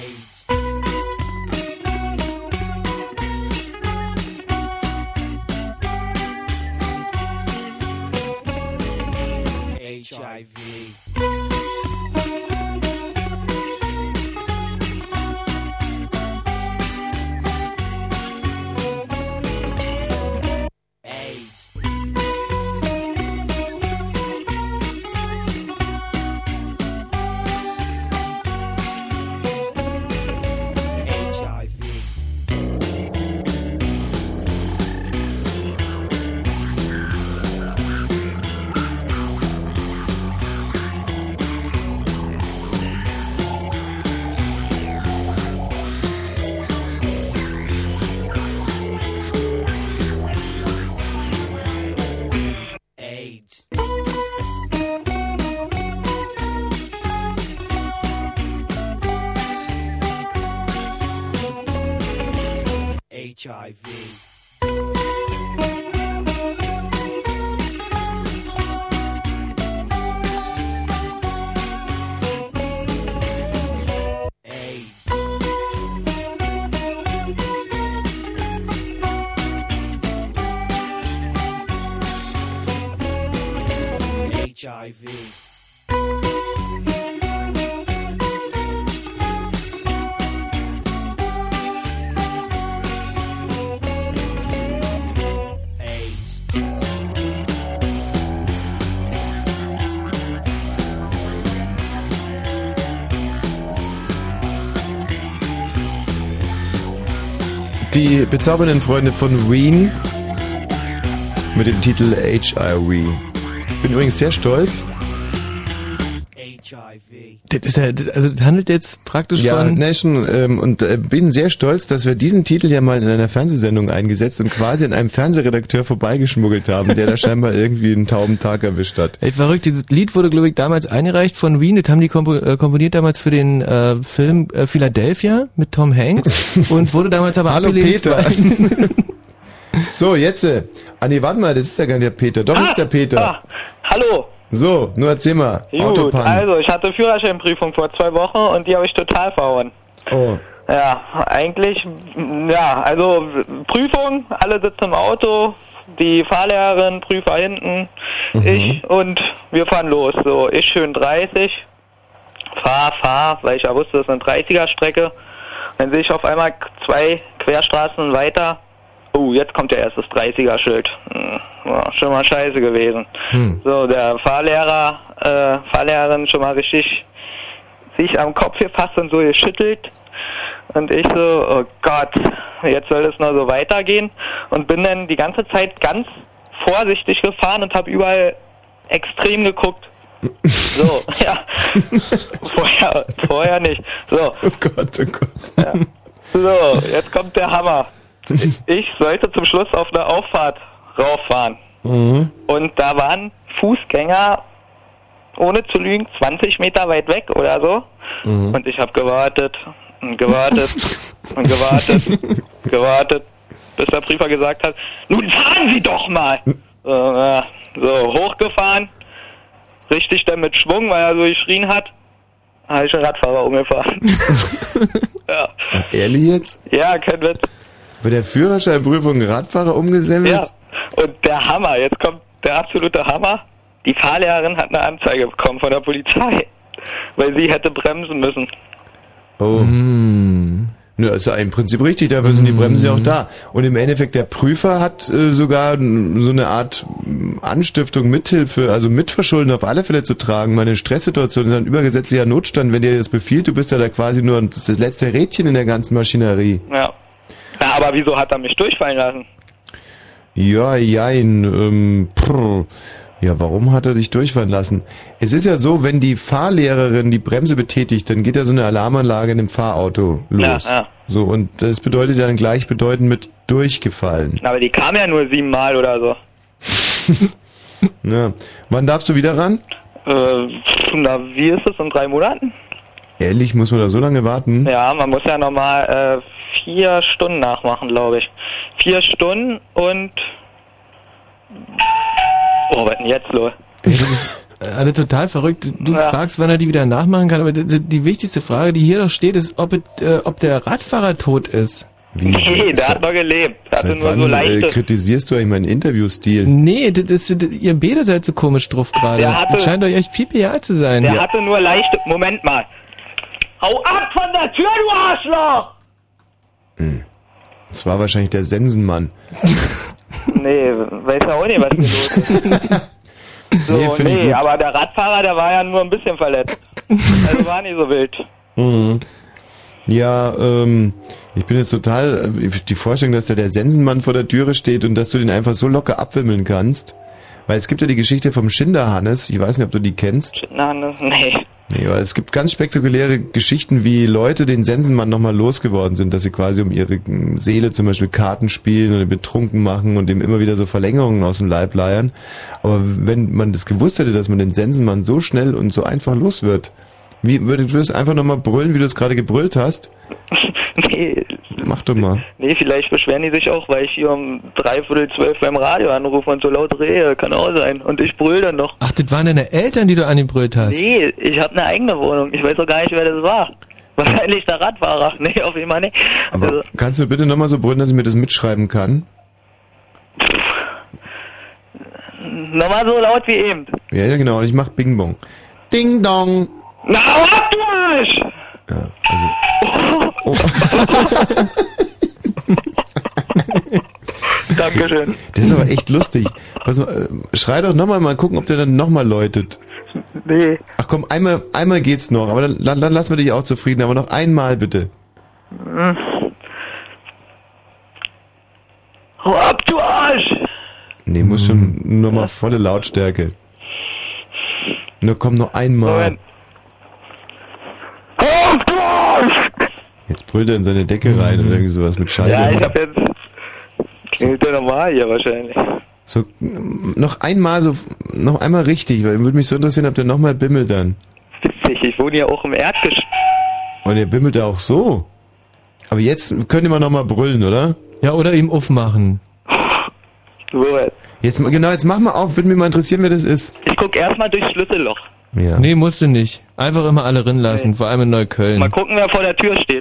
Die bezaubernden Freunde von Ween mit dem Titel H I V. Ich bin übrigens sehr stolz. Das ist ja, also das handelt jetzt praktisch ja, von... Ja, schon, ähm, und äh, bin sehr stolz, dass wir diesen Titel ja mal in einer Fernsehsendung eingesetzt und quasi an einem Fernsehredakteur vorbeigeschmuggelt haben, der da scheinbar irgendwie einen tauben Tag erwischt hat. Ey, verrückt, dieses Lied wurde, glaube ich, damals eingereicht von Ween, das haben die kompo- äh, komponiert damals für den äh, Film äh, Philadelphia mit Tom Hanks und wurde damals aber Hallo abgelehnt. Peter! So, jetzt, äh, ah nee, warte mal, das ist ja gar nicht der Peter, doch ah, ist der Peter. Ah, hallo! So, nur erzähl mal. Gut, Autopannen. also ich hatte Führerscheinprüfung vor zwei Wochen und die habe ich total verhauen. Oh. Ja, eigentlich, ja, also Prüfung, alle sitzen im Auto, die Fahrlehrerin, Prüfer hinten, mhm. ich und wir fahren los. So, ich schön dreißig, fahr, fahr, weil ich ja wusste, das ist eine dreißiger-Strecke. Dann sehe ich auf einmal zwei Querstraßen weiter. Oh, jetzt kommt ja erst das dreißiger-Schild. Hm, ja, schon mal scheiße gewesen. Hm. So, der Fahrlehrer, äh, Fahrlehrerin schon mal richtig sich am Kopf gefasst und so geschüttelt. Und ich so, oh Gott, jetzt soll es nur so weitergehen. Und bin dann die ganze Zeit ganz vorsichtig gefahren und habe überall extrem geguckt. So, ja. vorher, vorher nicht. So. Oh Gott, oh Gott. Ja. So, jetzt kommt der Hammer. Ich sollte zum Schluss auf eine Auffahrt rauffahren. Mhm. Und da waren Fußgänger, ohne zu lügen, zwanzig Meter weit weg oder so. Mhm. Und ich habe gewartet und gewartet und gewartet, gewartet, bis der Prüfer gesagt hat, nun fahren Sie doch mal. So, ja, so hochgefahren, richtig dann mit Schwung, weil er so geschrien hat, habe ich einen Radfahrer umgefahren. Ja. Ach, ehrlich jetzt? Ja, kein Witz. Bei der Führerscheinprüfung einen Radfahrer umgesammelt? Ja, und der Hammer, jetzt kommt der absolute Hammer. Die Fahrlehrerin hat eine Anzeige bekommen von der Polizei, weil sie hätte bremsen müssen. Oh. Hm. Ja, ist ja im Prinzip richtig, dafür sind die Bremsen ja auch da. Und im Endeffekt, der Prüfer hat äh, sogar so eine Art Anstiftung, Mithilfe, also Mitverschulden auf alle Fälle zu tragen. Meine Stresssituation ist ein übergesetzlicher Notstand, wenn dir das befiehlt, du bist ja da quasi nur das letzte Rädchen in der ganzen Maschinerie. Ja. Na, aber wieso hat er mich durchfallen lassen? Ja, jein, ähm, prr. Ja, warum hat er dich durchfahren lassen? Es ist ja so, wenn die Fahrlehrerin die Bremse betätigt, dann geht ja so eine Alarmanlage in dem Fahrauto los. Ja, ja. So, und das bedeutet dann gleichbedeutend mit durchgefallen. Aber die kam ja nur siebenmal oder so. Ja. Wann darfst du wieder ran? Äh, na, wie ist es, in drei Monaten? Ehrlich, muss man da so lange warten? Ja, man muss ja nochmal äh, vier Stunden nachmachen, glaube ich. Vier Stunden und... Oh, was denn jetzt los? Das ist alle total verrückt. Du ja. fragst, wann er die wieder nachmachen kann, aber die, die wichtigste Frage, die hier doch steht, ist, ob, es, äh, ob der Radfahrer tot ist. Wie? Nee, der hat noch gelebt. Der hatte Seit nur wann so leichte... äh, kritisierst du eigentlich meinen Interviewstil? Nee, das, das, ihr beide seid so komisch drauf gerade. Das scheint euch echt pipial zu sein. Der ja. hatte nur leichte... Moment mal. Hau ab von der Tür, du Arschloch! Hm. Das war wahrscheinlich der Sensenmann. Nee, weiß ja auch nicht, was hier los ist. So, nee, nee aber der Radfahrer, der war ja nur ein bisschen verletzt. Also war nicht so wild. Mhm. Ja, ähm, ich bin jetzt total, die Vorstellung, dass da der Sensenmann vor der Türe steht und dass du den einfach so locker abwimmeln kannst. Weil es gibt ja die Geschichte vom Schinderhannes, ich weiß nicht, ob du die kennst. Schinderhannes? Nee. Ja, es gibt ganz spektakuläre Geschichten, wie Leute den Sensenmann nochmal losgeworden sind, dass sie quasi um ihre Seele zum Beispiel Karten spielen und ihn betrunken machen und ihm immer wieder so Verlängerungen aus dem Leib leiern. Aber wenn man das gewusst hätte, dass man den Sensenmann so schnell und so einfach los wird, wie würdest du das einfach nochmal brüllen, wie du es gerade gebrüllt hast? Nee. Mach doch mal. Nee, vielleicht beschweren die sich auch, weil ich hier um dreiviertel zwölf beim Radio anrufe und so laut rehe. Kann auch sein. Und ich brüll dann noch. Ach, das waren deine Eltern, die du angebrüllt hast? Nee, ich habe eine eigene Wohnung. Ich weiß auch gar nicht, wer das war. Wahrscheinlich der Radfahrer. Nee, auf jeden Fall nicht. Aber also, kannst du bitte nochmal so brüllen, dass ich mir das mitschreiben kann? Nochmal so laut wie eben. Ja, ja genau. Und ich mach Bing Bong. Ding Dong. Na, hau ab, du Arsch! Ja, also... Oh. Dankeschön. Das ist aber echt lustig. Pass mal, äh, schrei doch nochmal, mal gucken, ob der dann nochmal läutet. Nee. Ach komm, einmal, einmal geht's noch, aber dann, dann, dann lassen wir dich auch zufrieden, aber noch einmal bitte. Hm. Hau ab, du Arsch! Nee, muss schon nochmal volle Lautstärke. Nur komm, noch einmal. Hau ab, du Arsch! Jetzt brüllt er in seine Decke rein oder irgendwie sowas mit Schall. Ja, ich hab jetzt... Klingt ja normal hier wahrscheinlich. So, noch einmal so, noch einmal richtig, weil würde mich so interessieren, ob der nochmal bimmelt dann. Witzig, ich wohne ja auch im Erdgeschoss. Und der bimmelt ja auch so. Aber jetzt könnte man nochmal brüllen, oder? Ja, oder ihm aufmachen. So, jetzt, genau, jetzt mach mal auf, würde mich mal interessieren, wer das ist. Ich guck erstmal durchs Schlüsselloch. Ja. Nee, musst du nicht. Einfach immer alle rin lassen, nee. Vor allem in Neukölln. Mal gucken, wer vor der Tür steht.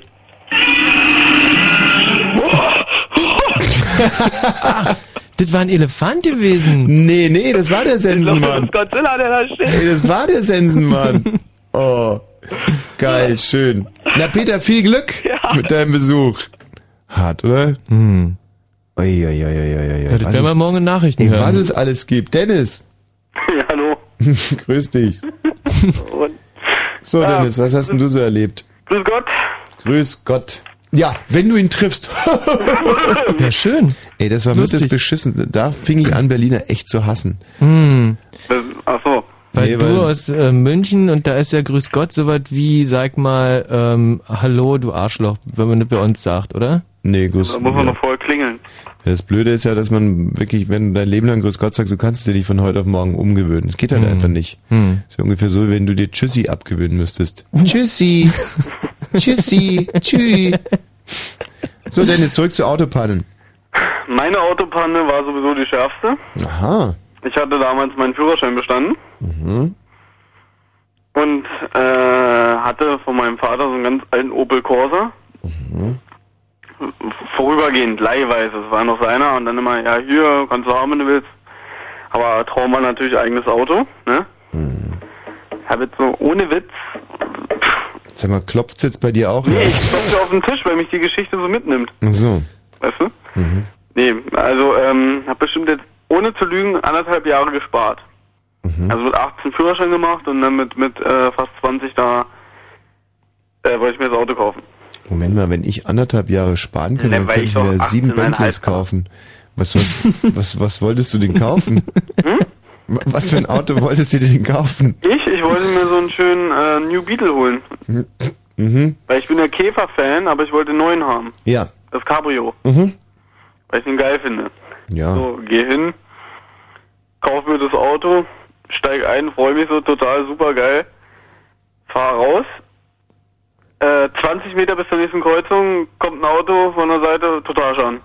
Ah, das war ein Elefant gewesen. Nee, nee, das war der Sensenmann. Das ist Godzilla, der da steht. Ey, das war der Sensenmann. Oh, geil, schön. Na Peter, viel Glück ja. mit deinem Besuch. Hart, oder? Hm. Uiuiuiui. Ja, das werden wir morgen in Nachrichten ey, hören. Was es alles gibt. Dennis. Ja, hallo. Grüß dich. So, ja, Dennis, was hast denn du so erlebt? Grüß Gott. Grüß Gott. Ja, wenn du ihn triffst. Ja, schön. Ey, das war mit das Beschissen. Da fing ich an, Berliner echt zu hassen. Hm. Ach so. Weil Nee, du weil- aus äh, München und da ist ja Grüß Gott so was wie, sag mal, ähm, Hallo, du Arschloch, wenn man das bei uns sagt, oder? Nee, Grüß Da muss man ja. noch vorher klingeln. Ja, das Blöde ist ja, dass man wirklich, wenn du dein Leben lang Grüß Gott sagst, du kannst dir nicht von heute auf morgen umgewöhnen. Das geht halt Hm. einfach nicht. Hm. Das ist ungefähr so, wenn du dir Tschüssi abgewöhnen müsstest. Tschüssi. Tschüssi. Tschüss. So, Dennis, zurück zu Autopannen. Meine Autopanne war sowieso die schärfste. Aha. Ich hatte damals meinen Führerschein bestanden Mhm. und äh, hatte von meinem Vater so einen ganz alten Opel Corsa. Mhm. Vorübergehend, leihweise. Es war noch seiner und dann immer, ja, hier, kannst du haben, wenn du willst. Aber Traum war natürlich eigenes Auto, ne? Mhm. Hab jetzt so, ohne Witz, Sag mal, klopft's jetzt bei dir auch? nee, ich klopfe auf den Tisch, weil mich die Geschichte so mitnimmt. Ach so. Weißt du? Mhm. Nee, also, ähm, hab bestimmt jetzt, ohne zu lügen, anderthalb Jahre gespart. Mhm. Also mit achtzehn Führerschein gemacht und dann mit, mit äh, fast zwanzig da äh, wollte ich mir das Auto kaufen. Moment mal, wenn ich anderthalb Jahre sparen könnte, Ne, dann weil könnte ich ich mir doch sieben achtzehn Bentleys Alter. kaufen. Was, soll, was, was wolltest du denn kaufen? Hm? Was für ein Auto wolltest du denn kaufen? Ich? Ich wollte mir so einen schönen äh, New Beetle holen. Mhm. Weil ich bin ja Käfer-Fan, aber ich wollte einen neuen haben. Ja. Das Cabrio. Mhm. Weil ich den geil finde. Ja. So, geh hin, kauf mir das Auto, steig ein, freue mich so, total super geil. Fahr raus. Äh, zwanzig Meter bis zur nächsten Kreuzung kommt ein Auto von der Seite, Totalschaden.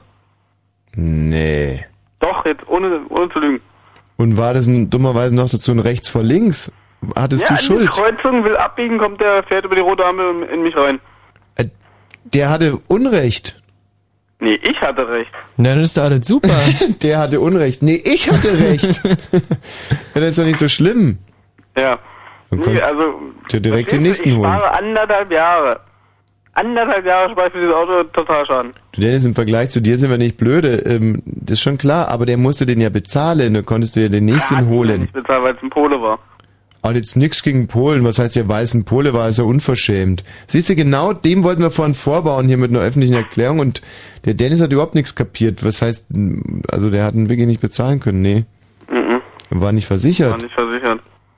Nee. Doch, jetzt ohne, ohne zu lügen. Und war das ein, dummerweise noch dazu ein rechts vor links? Hattest ja, du in die Schuld? Kreuzung, will abbiegen, kommt der, fährt über die rote Ampel in mich rein. Der hatte Unrecht. Nee, ich hatte recht. Na, dann ist doch alles super. Der hatte Unrecht. Nee, ich hatte recht. Ja, das ist doch nicht so schlimm. Ja. Dann Nee, kannst also, du direkt verstehst den du, nächsten ich holen. spare anderthalb Jahre. Anderthalb Jahre spare ich für dieses Auto, Totalschaden. Du Dennis, im Vergleich zu dir sind wir nicht blöde. Ähm, das ist schon klar, aber der musste den ja bezahlen. Dann konntest du ja den nächsten holen. Ich bezahle, weil es ein Pole war. Aber jetzt nix gegen Polen. Was heißt, der weißen Pole war, ist ja unverschämt. Siehst du, genau dem wollten wir vorhin vorbauen hier mit einer öffentlichen Erklärung und der Dennis hat überhaupt nichts kapiert. Was heißt, also der hat ihn wirklich nicht bezahlen können, nee. Mhm. War nicht versichert. War nicht versichert.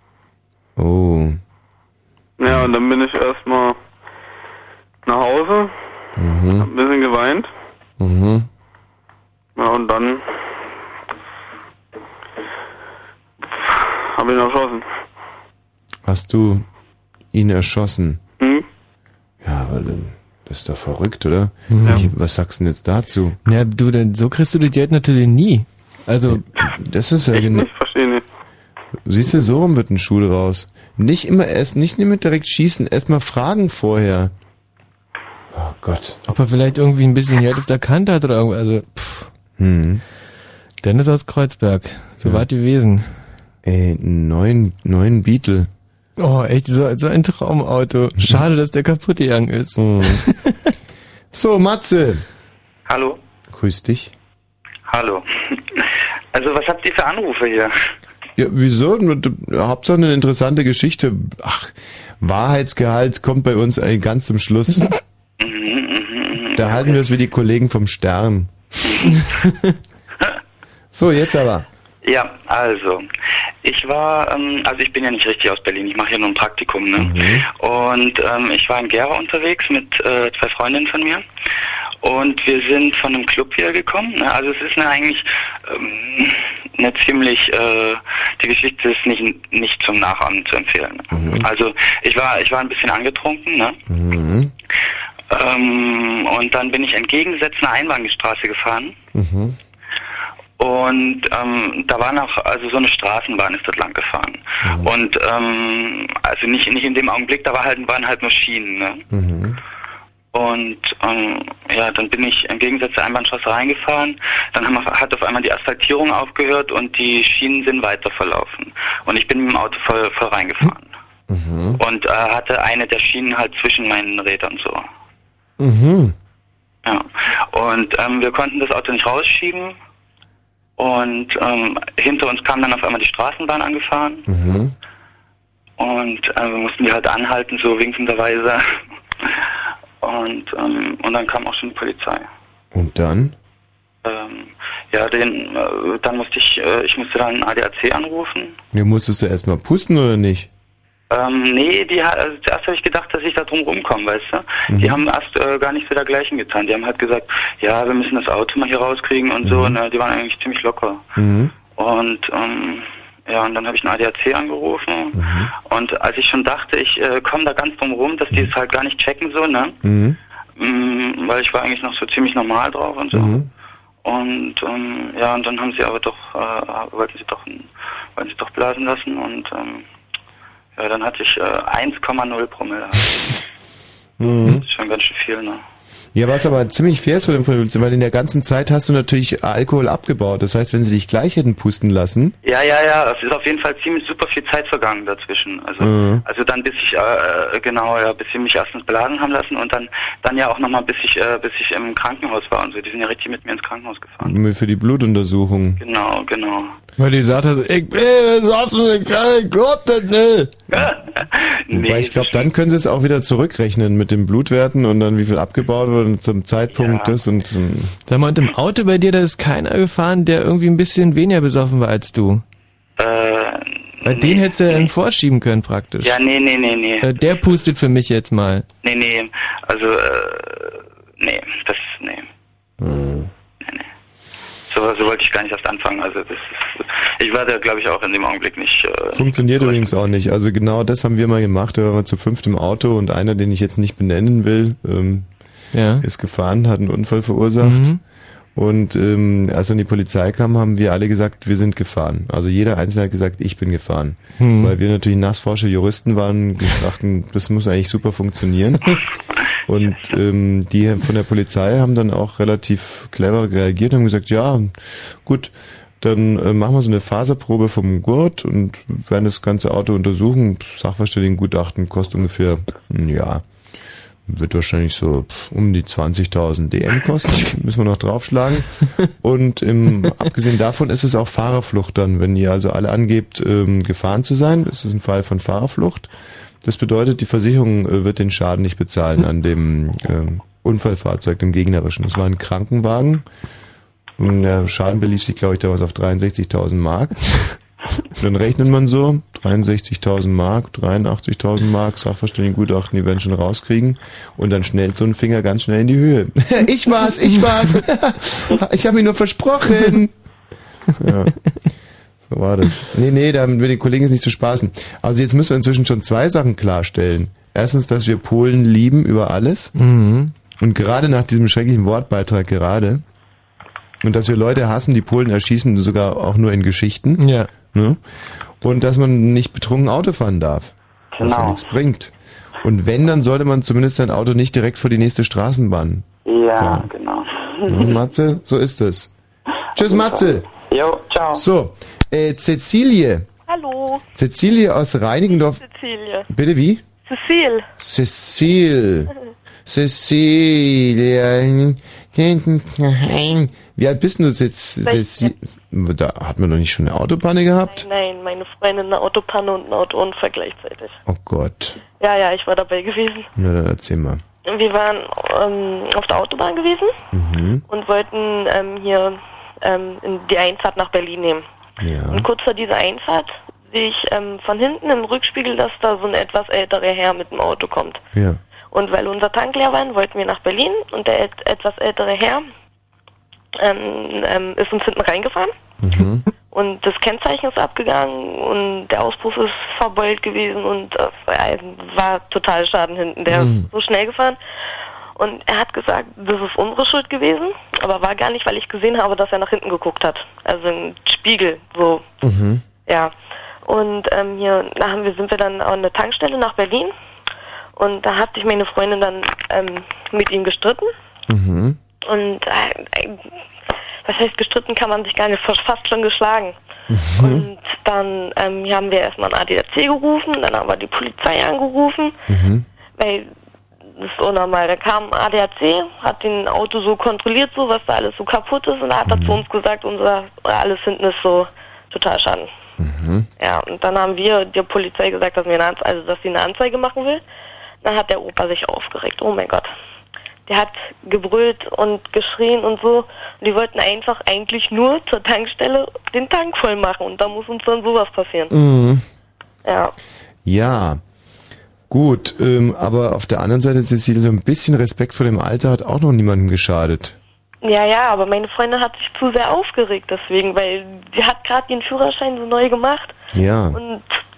Oh. Ja, und dann bin ich erstmal nach Hause, Mhm. hab ein bisschen geweint. Mhm. Ja, und dann habe ich ihn erschossen. Hast du ihn erschossen? Hm? Ja, aber dann, das ist doch verrückt, oder? Ja. Ich, was sagst du denn jetzt dazu? Ja, du, denn so kriegst du das Geld natürlich nie. Also, Das ist ja genau. Ich verstehe nicht. Siehst du, so rum wird ein Schuh draus. Nicht immer erst, nicht immer direkt schießen, erstmal fragen vorher. Oh Gott. ob er vielleicht irgendwie ein bisschen Geld auf der Kante hat oder irgendwas. Also, pff. Hm. Dennis aus Kreuzberg. So Ja. wart gewesen. Ey, neun, neun Beetle. Oh, echt, so, so ein Traumauto. Schade, dass der kaputt gegangen ist. Mhm. So, Matze. Hallo? Grüß dich. Hallo. Also was habt ihr für Anrufe hier? Ja, wieso? Hauptsache eine interessante Geschichte. Ach, Wahrheitsgehalt kommt bei uns eigentlich ganz zum Schluss. Da halten wir es wie die Kollegen vom Stern. So, jetzt aber. Ja, also, ich war, ähm, also ich bin ja nicht richtig aus Berlin, ich mache hier nur ein Praktikum, ne? Mhm. Und ähm, ich war in Gera unterwegs mit äh, zwei Freundinnen von mir. Und wir sind von einem Club hier gekommen. Ne? Also es ist eine eigentlich ähm, eine ziemlich, äh, die Geschichte ist nicht nicht zum Nachahmen zu empfehlen. Mhm. Also ich war ich war ein bisschen angetrunken, ne? Mhm. Ähm, und dann bin ich entgegengesetzt einer Einbahnstraße gefahren. Mhm. Und ähm, da war noch, also so eine Straßenbahn ist dort lang gefahren. Mhm. Und ähm, also nicht nicht in dem Augenblick, da war halt, waren halt nur Schienen. Ne? Mhm. Und ähm, ja, dann bin ich im Gegensatz zur Einbahnstraße reingefahren. Dann haben wir, hat auf einmal die Asphaltierung aufgehört und die Schienen sind weiter verlaufen. Und ich bin mit dem Auto voll, voll reingefahren. Mhm. Und äh, hatte eine der Schienen halt zwischen meinen Rädern so. Mhm. Ja. Und ähm, wir konnten das Auto nicht rausschieben. Und ähm, hinter uns kam dann auf einmal die Straßenbahn angefahren. Mhm. Und äh, wir mussten die halt anhalten, so winkenderweise. Und, ähm, und dann kam auch schon die Polizei. Und dann? Ähm, ja, den, äh, dann musste ich, äh, ich musste dann A D A C anrufen. Ja, musstest du erstmal pusten oder nicht? Ähm, nee, die, also zuerst habe ich gedacht, dass ich da drum rumkomme, weißt du. Mhm. Die haben erst äh, gar nichts dergleichen getan. Die haben halt gesagt, ja, wir müssen das Auto mal hier rauskriegen und mhm. so. Und äh, die waren eigentlich ziemlich locker. Mhm. Und ähm, ja, und dann habe ich einen A D A C angerufen. Mhm. Und als ich schon dachte, ich äh, komme da ganz drum rum, dass die es halt gar nicht checken, so, ne? Mhm. Mm, weil ich war eigentlich noch so ziemlich normal drauf und so. Mhm. Und ähm, ja, und dann haben sie aber doch, äh, wollten sie doch, wollten sie doch blasen lassen und ähm, ja, dann hatte ich äh, eins Komma null Promille. Mhm. Das ist schon ganz schön viel, ne? Ja, was aber ziemlich fair ist für den Polizisten, weil in der ganzen Zeit hast du natürlich Alkohol abgebaut. Das heißt, wenn sie dich gleich hätten pusten lassen. Ja, ja, ja, es ist auf jeden Fall ziemlich super viel Zeit vergangen dazwischen. Also, Mhm. also dann bis ich äh, genau, ja, bis sie mich erstens beladen haben lassen und dann dann ja auch nochmal bis ich äh, bis ich im Krankenhaus war und so. Die sind ja richtig mit mir ins Krankenhaus gefahren. Für die Blutuntersuchung. Genau, genau. Weil die sagt, also, ich bin besoffen, ich kann ich glaub das nicht. Wobei ich glaube, dann können sie es auch wieder zurückrechnen mit den Blutwerten und dann wie viel abgebaut wurde und zum Zeitpunkt ja. ist und zum Sag mal, und im Auto bei dir, da ist keiner gefahren, der irgendwie ein bisschen weniger besoffen war als du. Äh, Weil nee, den hättest du ja nee. dann vorschieben können praktisch. Ja, nee, nee, nee, nee. Äh, Der pustet für mich jetzt mal. Nee, nee, also, äh, nee, das, nee. Mhm. So, so wollte ich gar nicht erst anfangen. Also das ist, ich werde, glaube ich, auch in dem Augenblick nicht. Äh, Funktioniert übrigens auch nicht. Also genau das haben wir mal gemacht. Da waren wir zu fünft im Auto und einer, den ich jetzt nicht benennen will, ähm, ja. ist gefahren, hat einen Unfall verursacht. Mhm. Und ähm, als dann die Polizei kam, haben wir alle gesagt, wir sind gefahren. Also jeder Einzelne hat gesagt, ich bin gefahren. Mhm. Weil wir natürlich nassforsche Juristen waren, dachten, das muss eigentlich super funktionieren. Und ähm, die von der Polizei haben dann auch relativ clever reagiert und haben gesagt, ja, gut, dann äh, machen wir so eine Faserprobe vom Gurt und werden das ganze Auto untersuchen. Sachverständigengutachten kostet ungefähr, ja, wird wahrscheinlich so um die zwanzigtausend D M kosten, müssen wir noch draufschlagen. Und im, abgesehen davon ist es auch Fahrerflucht dann, wenn ihr also alle angebt, ähm, gefahren zu sein, ist es ein Fall von Fahrerflucht. Das bedeutet, die Versicherung äh, wird den Schaden nicht bezahlen an dem ähm, Unfallfahrzeug, dem gegnerischen. Es war ein Krankenwagen und der Schaden belief sich, glaube ich, damals auf dreiundsechzigtausend Mark. Und dann rechnet man so, dreiundsechzigtausend Mark, dreiundachtzigtausend Mark, Sachverständigengutachten, die werden schon rauskriegen und dann schnell so ein Finger ganz schnell in die Höhe. Ich war's, ich war's. Ich habe mich nur versprochen. Ja. So war das. Nee, nee, da mit den Kollegen ist nicht zu spaßen. Also jetzt müssen wir inzwischen schon zwei Sachen klarstellen. Erstens, dass wir Polen lieben über alles. Mhm. Und gerade nach diesem schrecklichen Wortbeitrag gerade. Und dass wir Leute hassen, die Polen erschießen, sogar auch nur in Geschichten. Ja. Ne? Und dass man nicht betrunken Auto fahren darf. Was ja Genau. nichts bringt. Und wenn, dann sollte man zumindest sein Auto nicht direkt vor die nächste Straßenbahn Ja, fahren. genau. Mhm, Matze, so ist es. Tschüss, Matze. Jo, ciao. So, äh, Cäcilie. Hallo. Cäcilie aus Reinickendorf. Cäcilie. Bitte wie? Cecile. Cecile. Cecilie. Wie alt bist du jetzt? Cecile? Da hat man doch nicht schon eine Autopanne gehabt? Nein, nein, meine Freundin eine Autopanne und ein Autounfall gleichzeitig. Oh Gott. Ja, ja, ich war dabei gewesen. Na, dann erzähl mal. Wir waren ähm, auf der Autobahn gewesen Mhm. und wollten ähm, hier ähm, in die Einfahrt nach Berlin nehmen. Ja. Und kurz vor dieser Einfahrt sehe ich ähm, von hinten im Rückspiegel, dass da so ein etwas älterer Herr mit dem Auto kommt. Ja. Und weil unser Tank leer war, wollten wir nach Berlin und der et etwas ältere Herr ähm, ähm, ist uns hinten reingefahren Mhm. und das Kennzeichen ist abgegangen und der Auspuff ist verbeult gewesen und äh, war total Schaden hinten. Der Mhm. ist so schnell gefahren Und er hat gesagt, das ist unsere Schuld gewesen, aber war gar nicht, weil ich gesehen habe, dass er nach hinten geguckt hat. Also ein Spiegel, so. Mhm. Ja. Und ähm, hier da haben wir, sind wir dann an der Tankstelle nach Berlin. Und da hat sich meine Freundin dann ähm, mit ihm gestritten. Mhm. Und äh, was heißt gestritten, kann man sich gar nicht, fast schon geschlagen. Mhm. Und dann ähm, hier haben wir erstmal einen A D A C gerufen, dann haben wir die Polizei angerufen, Mhm. weil das ist unnormal. Da kam ein A D A C, hat den Auto so kontrolliert, so was da alles so kaputt ist, und da hat er Mhm. zu uns gesagt, unser alles hinten ist so total schaden. Mhm. Ja, und dann haben wir der Polizei gesagt, dass wir eine Anze- also dass sie eine Anzeige machen will. Dann hat der Opa sich aufgeregt. Oh mein Gott. Der hat gebrüllt und geschrien und so. Und die wollten einfach eigentlich nur zur Tankstelle den Tank voll machen. Und da muss uns dann sowas passieren. Mhm. Ja. Ja, gut, ähm, aber auf der anderen Seite, Cecilia, so ein bisschen Respekt vor dem Alter hat auch noch niemandem geschadet. Ja, ja, aber meine Freundin hat sich zu sehr aufgeregt deswegen, weil sie hat gerade ihren Führerschein so neu gemacht. Ja. Und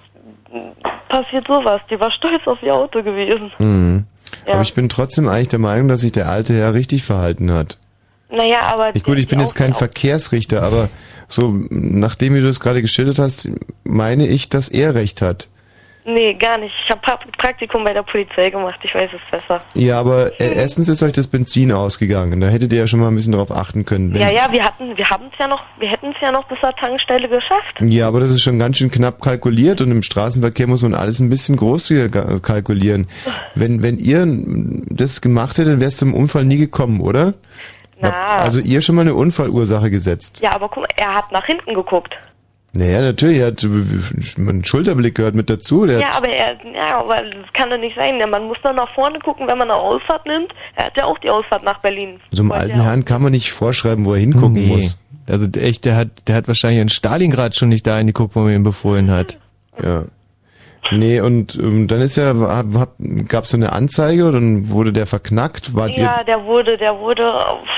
passiert sowas. Die war stolz auf ihr Auto gewesen. Mhm. Ja. Aber ich bin trotzdem eigentlich der Meinung, dass sich der alte Herr richtig verhalten hat. Naja, aber... Ich, gut, ich bin jetzt kein Verkehrsrichter, aber so, nachdem wie du es gerade geschildert hast, meine ich, dass er recht hat. Nee, gar nicht. Ich habe Praktikum bei der Polizei gemacht. Ich weiß es besser. Ja, aber äh, erstens ist euch das Benzin ausgegangen. Da hättet ihr ja schon mal ein bisschen drauf achten können. wenn- Ja, ja, wir hatten, wir haben es ja noch, wir hätten es ja noch bis zur Tankstelle geschafft. Ja, aber das ist schon ganz schön knapp kalkuliert und im Straßenverkehr muss man alles ein bisschen großzügiger ga- kalkulieren. Wenn, wenn ihr das gemacht hättet, dann wär's zum Unfall nie gekommen, oder? Na. Also ihr schon mal eine Unfallursache gesetzt. Ja, aber guck mal, er hat nach hinten geguckt. Naja, natürlich, er hat einen Schulterblick gehört mit dazu. Der Ja, hat, aber er, ja, aber das kann doch nicht sein. Man muss doch nach vorne gucken, wenn man eine Ausfahrt nimmt. Er hat ja auch die Ausfahrt nach Berlin. so einem alten Herrn kann man nicht vorschreiben, wo er hingucken Nee. muss. Also echt, der hat, der hat wahrscheinlich in Stalingrad schon nicht da hingeguckt, wo man ihm befohlen hat. Ja. Nee, und ähm, dann ist ja, gab es so eine Anzeige und dann wurde der verknackt. Wart, Ja, ihr, der wurde, der wurde,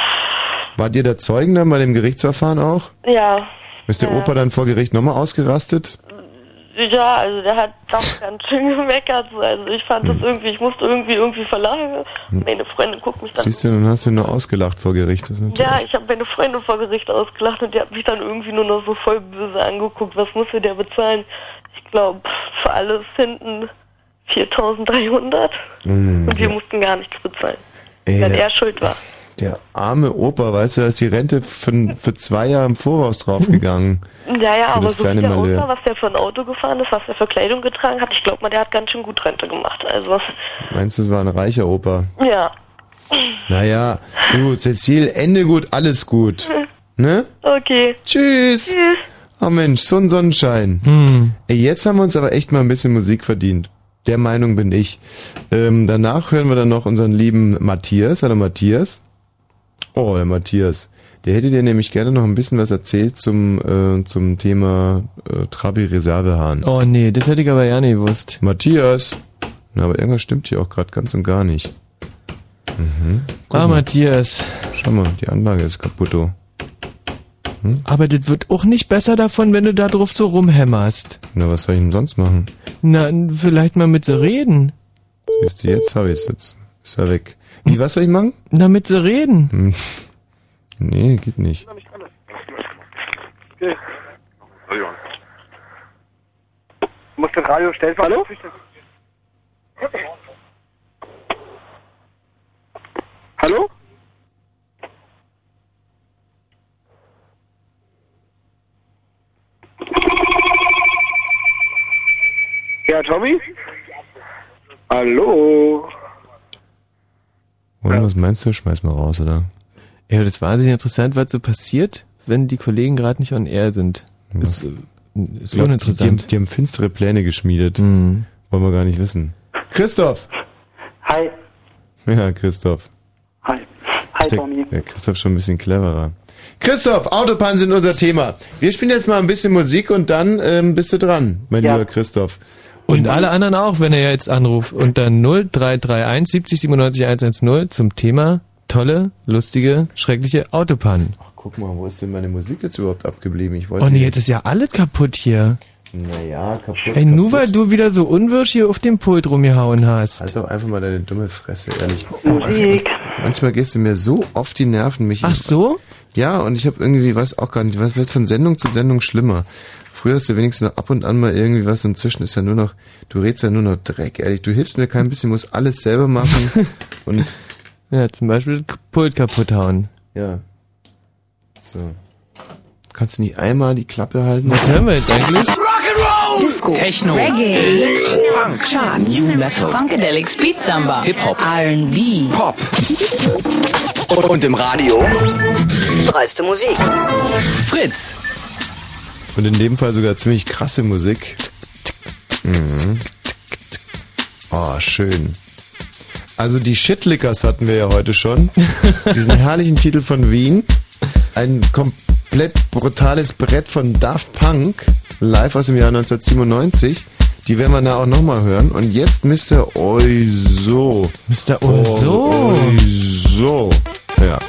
wart ihr der Zeugen dann bei dem Gerichtsverfahren auch? ja. Ist der ja. Opa dann vor Gericht nochmal ausgerastet? Ja, also der hat doch ganz schön gemeckert. Also ich fand Hm. das irgendwie, ich musste irgendwie irgendwie verlangen. Meine Freundin guckt mich dann. Siehst du, dann hast du nur ausgelacht vor Gericht. Das ist natürlich- Ja, ich habe meine Freundin vor Gericht ausgelacht und die hat mich dann irgendwie nur noch so voll böse angeguckt. Was musste der bezahlen? Ich glaube, für alles hinten viertausenddreihundert. Mm, Und wir ja. mussten gar nichts bezahlen, Ey, weil der- er schuld war. Der arme Opa, weißt du, da ist die Rente für, für zwei Jahre im Voraus draufgegangen. Ja, ja, Für aber das so wie kleine der Malheur. aussah, was der für ein Auto gefahren ist, was der für Kleidung getragen hat, ich glaube mal, der hat ganz schön gut Rente gemacht. Also, Meinst du, das war ein reicher Opa? ja. Naja, du, Cecil, Ende gut, alles gut. Ne? Okay. Tschüss. Tschüss. Oh Mensch, so ein Sonnenschein. Hm. Ey, jetzt haben wir uns aber echt mal ein bisschen Musik verdient. Der Meinung bin ich. Ähm, danach hören wir dann noch unseren lieben Matthias. Hallo Matthias. Oh, der Matthias. Der hätte dir nämlich gerne noch ein bisschen was erzählt zum, äh, zum Thema äh, Trabi-Reservehahn. Oh nee, das hätte ich aber ja nicht gewusst. Matthias. Na, aber irgendwas stimmt hier auch gerade ganz und gar nicht. Mhm. Guck Ah, mal. Matthias. Schau mal, die Anlage ist kaputto. Hm? Aber das wird auch nicht besser davon, wenn du da drauf so rumhämmerst. Na, was soll ich denn sonst machen? Na, vielleicht mal mit sie reden. Siehst du, jetzt habe ich es jetzt. Ist er weg. Wie, was soll ich machen? Na, mit sie reden. Hm. Nee, geht nicht. Okay. Muss das Radio stellvertretend? Hallo? Ja, Tommy? Hallo? Und was meinst du? Schmeiß mal raus, oder? Ja, das ist wahnsinnig interessant, was so passiert, wenn die Kollegen gerade nicht on air sind. Was? Ist, ist Ich glaub, die, uninteressant. die, haben, die haben finstere Pläne geschmiedet. Mhm. Wollen wir gar nicht wissen. Christoph! Hi. Ja, Christoph. Hi. Hi, Ist der, Tommy. der Christoph schon ein bisschen cleverer. Christoph, Autobahn sind unser Thema. Wir spielen jetzt mal ein bisschen Musik und dann ähm, bist du dran, mein Ja. lieber Christoph. Und alle anderen auch, wenn er jetzt anruft. Unter null drei drei eins siebzig siebenundneunzig hundertzehn zum Thema tolle, lustige, schreckliche Autopannen. Ach, guck mal, wo ist denn meine Musik jetzt überhaupt abgeblieben? Ich wollte Oh nee, die- jetzt ist ja alles kaputt hier. Naja, kaputt. Ey, nur weil du wieder so unwirsch hier auf dem Pult rumgehauen hast. Halt doch einfach mal deine dumme Fresse, ehrlich. Musik. Manchmal gehst du mir so auf die Nerven, Michi. Ach so? Ja, und ich habe irgendwie, weiß auch gar nicht, was wird von Sendung zu Sendung schlimmer. Früher hast du wenigstens noch ab und an mal irgendwie was, inzwischen ist ja nur noch, du redest ja nur noch Dreck, ehrlich. Du hilfst mir kein bisschen, musst alles selber machen und... Ja, zum Beispiel das Pult kaputt hauen. Ja. So. Kannst du nicht einmal die Klappe halten? Was hören wir jetzt eigentlich? Disco, Techno, Reggae, Punk, Charts, New Metal, Funkadelic, Speed Samba, Hip-Hop, R and B, Pop. Und im Radio? Dreiste Musik. Fritz. Und in dem Fall sogar ziemlich krasse Musik. Mhm. Oh, schön. Also die Shitlickers hatten wir ja heute schon. Diesen herrlichen Titel von Wien. Ein komplett brutales Brett von Daft Punk. Live aus dem Jahr neunzehnhundertsiebenundneunzig. Die werden wir da auch nochmal hören. Und jetzt Mister Oizo. Mister Oizo. Oizo. Ja.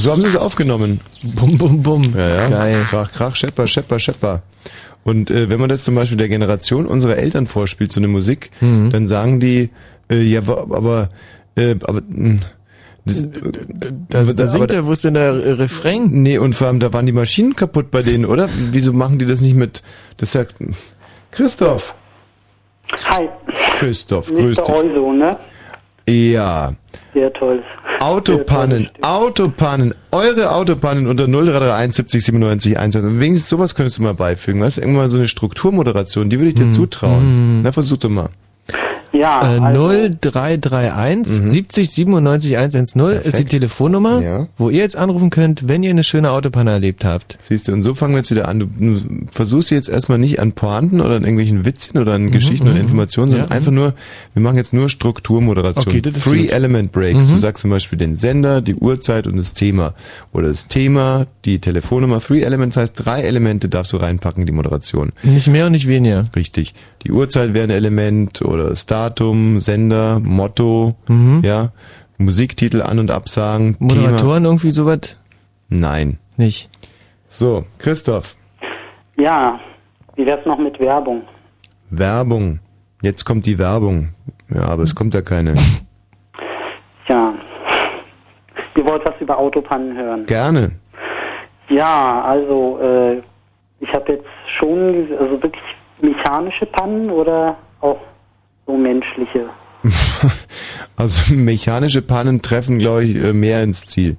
So haben sie es aufgenommen. Bum, bum, bum. Ja, ja. Geil. Krach, krach, schepper, schepper, schepper. Und äh, wenn man das zum Beispiel der Generation unserer Eltern vorspielt, so eine Musik, mhm. dann sagen die, äh, ja, aber, äh, aber, mh, das, da, da, da singt er, wo ist denn der Refrain? Nee, und vor allem, da waren die Maschinen kaputt bei denen, oder? Wieso machen die das nicht mit, das sagt, Christoph. Hi. Christoph, grüß dich. Euso, ne? Ja. Sehr toll. Autopannen, Autopannen, eure Autopannen unter null drei drei eins siebzig siebenundneunzig eins. Wenigstens sowas könntest du mal beifügen, weißt du? Irgendwann so eine Strukturmoderation, die würde ich dir hm. zutrauen. Hm. Na, versuch doch mal. Ja, äh, also null drei drei eins Mhm. siebzig siebenundneunzig hundertzehn Perfekt. ist die Telefonnummer, Ja. wo ihr jetzt anrufen könnt, wenn ihr eine schöne Autopanne erlebt habt. Siehst du, und so fangen wir jetzt wieder an. Du, du versuchst jetzt erstmal nicht an Pointen oder an irgendwelchen Witzchen oder an Mhm, Geschichten oder mhm. Informationen, sondern Ja. einfach nur, wir machen jetzt nur Strukturmoderation. Okay, das ist Free gut. Element Breaks. Mhm. Du sagst zum Beispiel den Sender, die Uhrzeit und das Thema. Oder das Thema, die Telefonnummer. Free Elements heißt, drei Elemente darfst du reinpacken, die Moderation. Nicht mehr und nicht weniger. Richtig. Die Uhrzeit wäre ein Element oder das Datum, Sender, Motto, Mhm. ja, Musiktitel an- und absagen. Moderatoren Thema. irgendwie sowas? Nein. Nicht. So, Christoph. ja, wie wär's noch mit Werbung? Werbung. Jetzt kommt die Werbung. Ja, aber es kommt ja keine. Ja. Ihr wollt was über Autopannen hören? Gerne. Ja, also äh, ich habe jetzt schon, also wirklich mechanische Pannen oder auch so menschliche? Also mechanische Pannen treffen, glaube ich, äh, mehr ins Ziel.